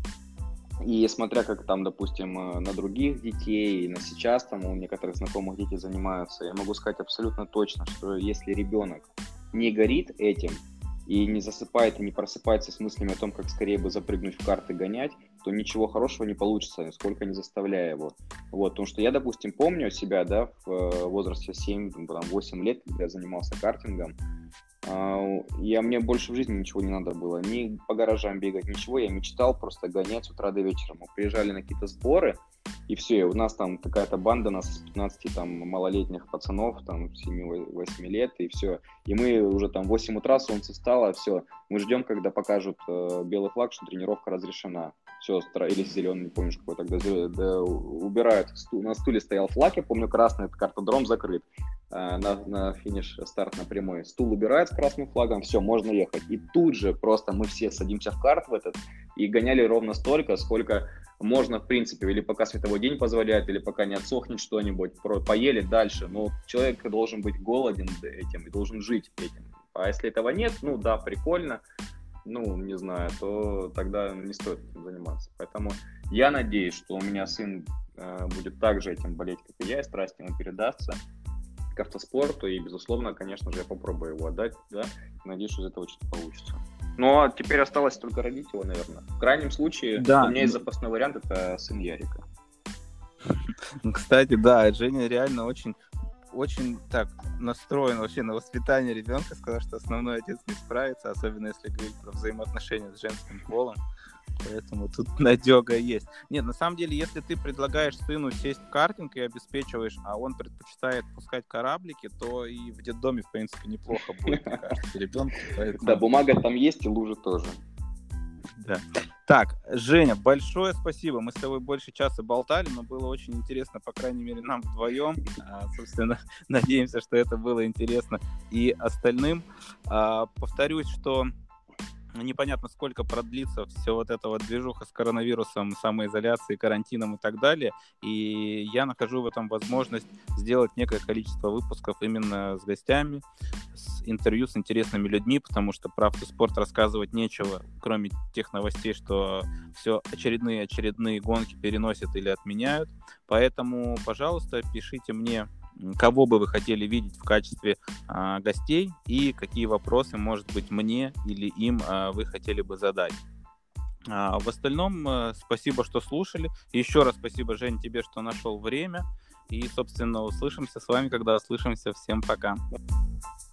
S3: и смотря как там, допустим, э, на других детей, и на сейчас там у некоторых знакомых дети занимаются, я могу сказать абсолютно точно, что если ребенок не горит этим, и не засыпает, и не просыпается с мыслями о том, как скорее бы запрыгнуть в карты, гонять, то ничего хорошего не получится, сколько не заставляя его. Вот, потому что я, допустим, помню себя, да, в э, возрасте семь-восемь лет, когда я занимался картингом, а, я, мне больше в жизни ничего не надо было, ни по гаражам бегать, ничего, я мечтал просто гонять с утра до вечера. Мы приезжали на какие-то сборы, и все, и у нас там какая-то банда, нас из пятнадцати там малолетних пацанов, там семи-восьми лет, и все. И мы уже там в восемь утра, солнце встало, все, мы ждем, когда покажут э, белый флаг, что тренировка разрешена. Все, или зеленый, не помнишь какой тогда, да, убирают, стул, на стуле стоял флаг, я помню, красный, это картодром закрыт, э, на, на финиш, старт на прямой, стул убирают с красным флагом, все, можно ехать. И тут же просто мы все садимся в карт в этот и гоняли ровно столько, сколько можно, в принципе, или пока световой день позволяет, или пока не отсохнет что-нибудь, поели дальше, но человек должен быть голоден этим и должен жить этим. А если этого нет, ну да, прикольно, ну, не знаю, то тогда не стоит этим заниматься. Поэтому я надеюсь, что у меня сын э, будет так же этим болеть, как и я, и страсть ему передастся к автоспорту, и, безусловно, конечно же, я попробую его отдать, да, надеюсь, что из этого что-то получится. Ну, а теперь осталось только родить его, наверное. В крайнем случае,
S2: Да.
S3: у меня есть запасной вариант, это сын Ярика.
S2: Кстати, да, Женя реально очень, очень так настроен вообще на воспитание ребенка. Сказал, что основной отец не справится, особенно если говорить про взаимоотношения с женским полом. Поэтому тут надега есть. Нет, на самом деле, если ты предлагаешь сыну сесть в картинг и обеспечиваешь, а он предпочитает пускать кораблики, то и в детдоме, в принципе, неплохо будет, мне кажется, ребенку. Поэтому...
S3: Да, бумага там есть и лужи тоже.
S2: Да. Так, Женя, большое спасибо. Мы с тобой больше часа болтали, но было очень интересно, по крайней мере, нам вдвоем. А, собственно, надеемся, что это было интересно и остальным. А, повторюсь, что непонятно, сколько продлится все вот эта вот движуха с коронавирусом, самоизоляцией, карантином и так далее. И я нахожу в этом возможность сделать некое количество выпусков именно с гостями, с интервью с интересными людьми, потому что про автоспорт рассказывать нечего, кроме тех новостей, что все очередные-очередные гонки переносят или отменяют. Поэтому, пожалуйста, пишите мне, кого бы вы хотели видеть в качестве а, гостей и какие вопросы, может быть, мне или им а, вы хотели бы задать. А, в остальном, а, спасибо, что слушали. Еще раз спасибо, Жень, тебе, что нашел время. И, собственно, услышимся с вами, когда услышимся. Всем пока.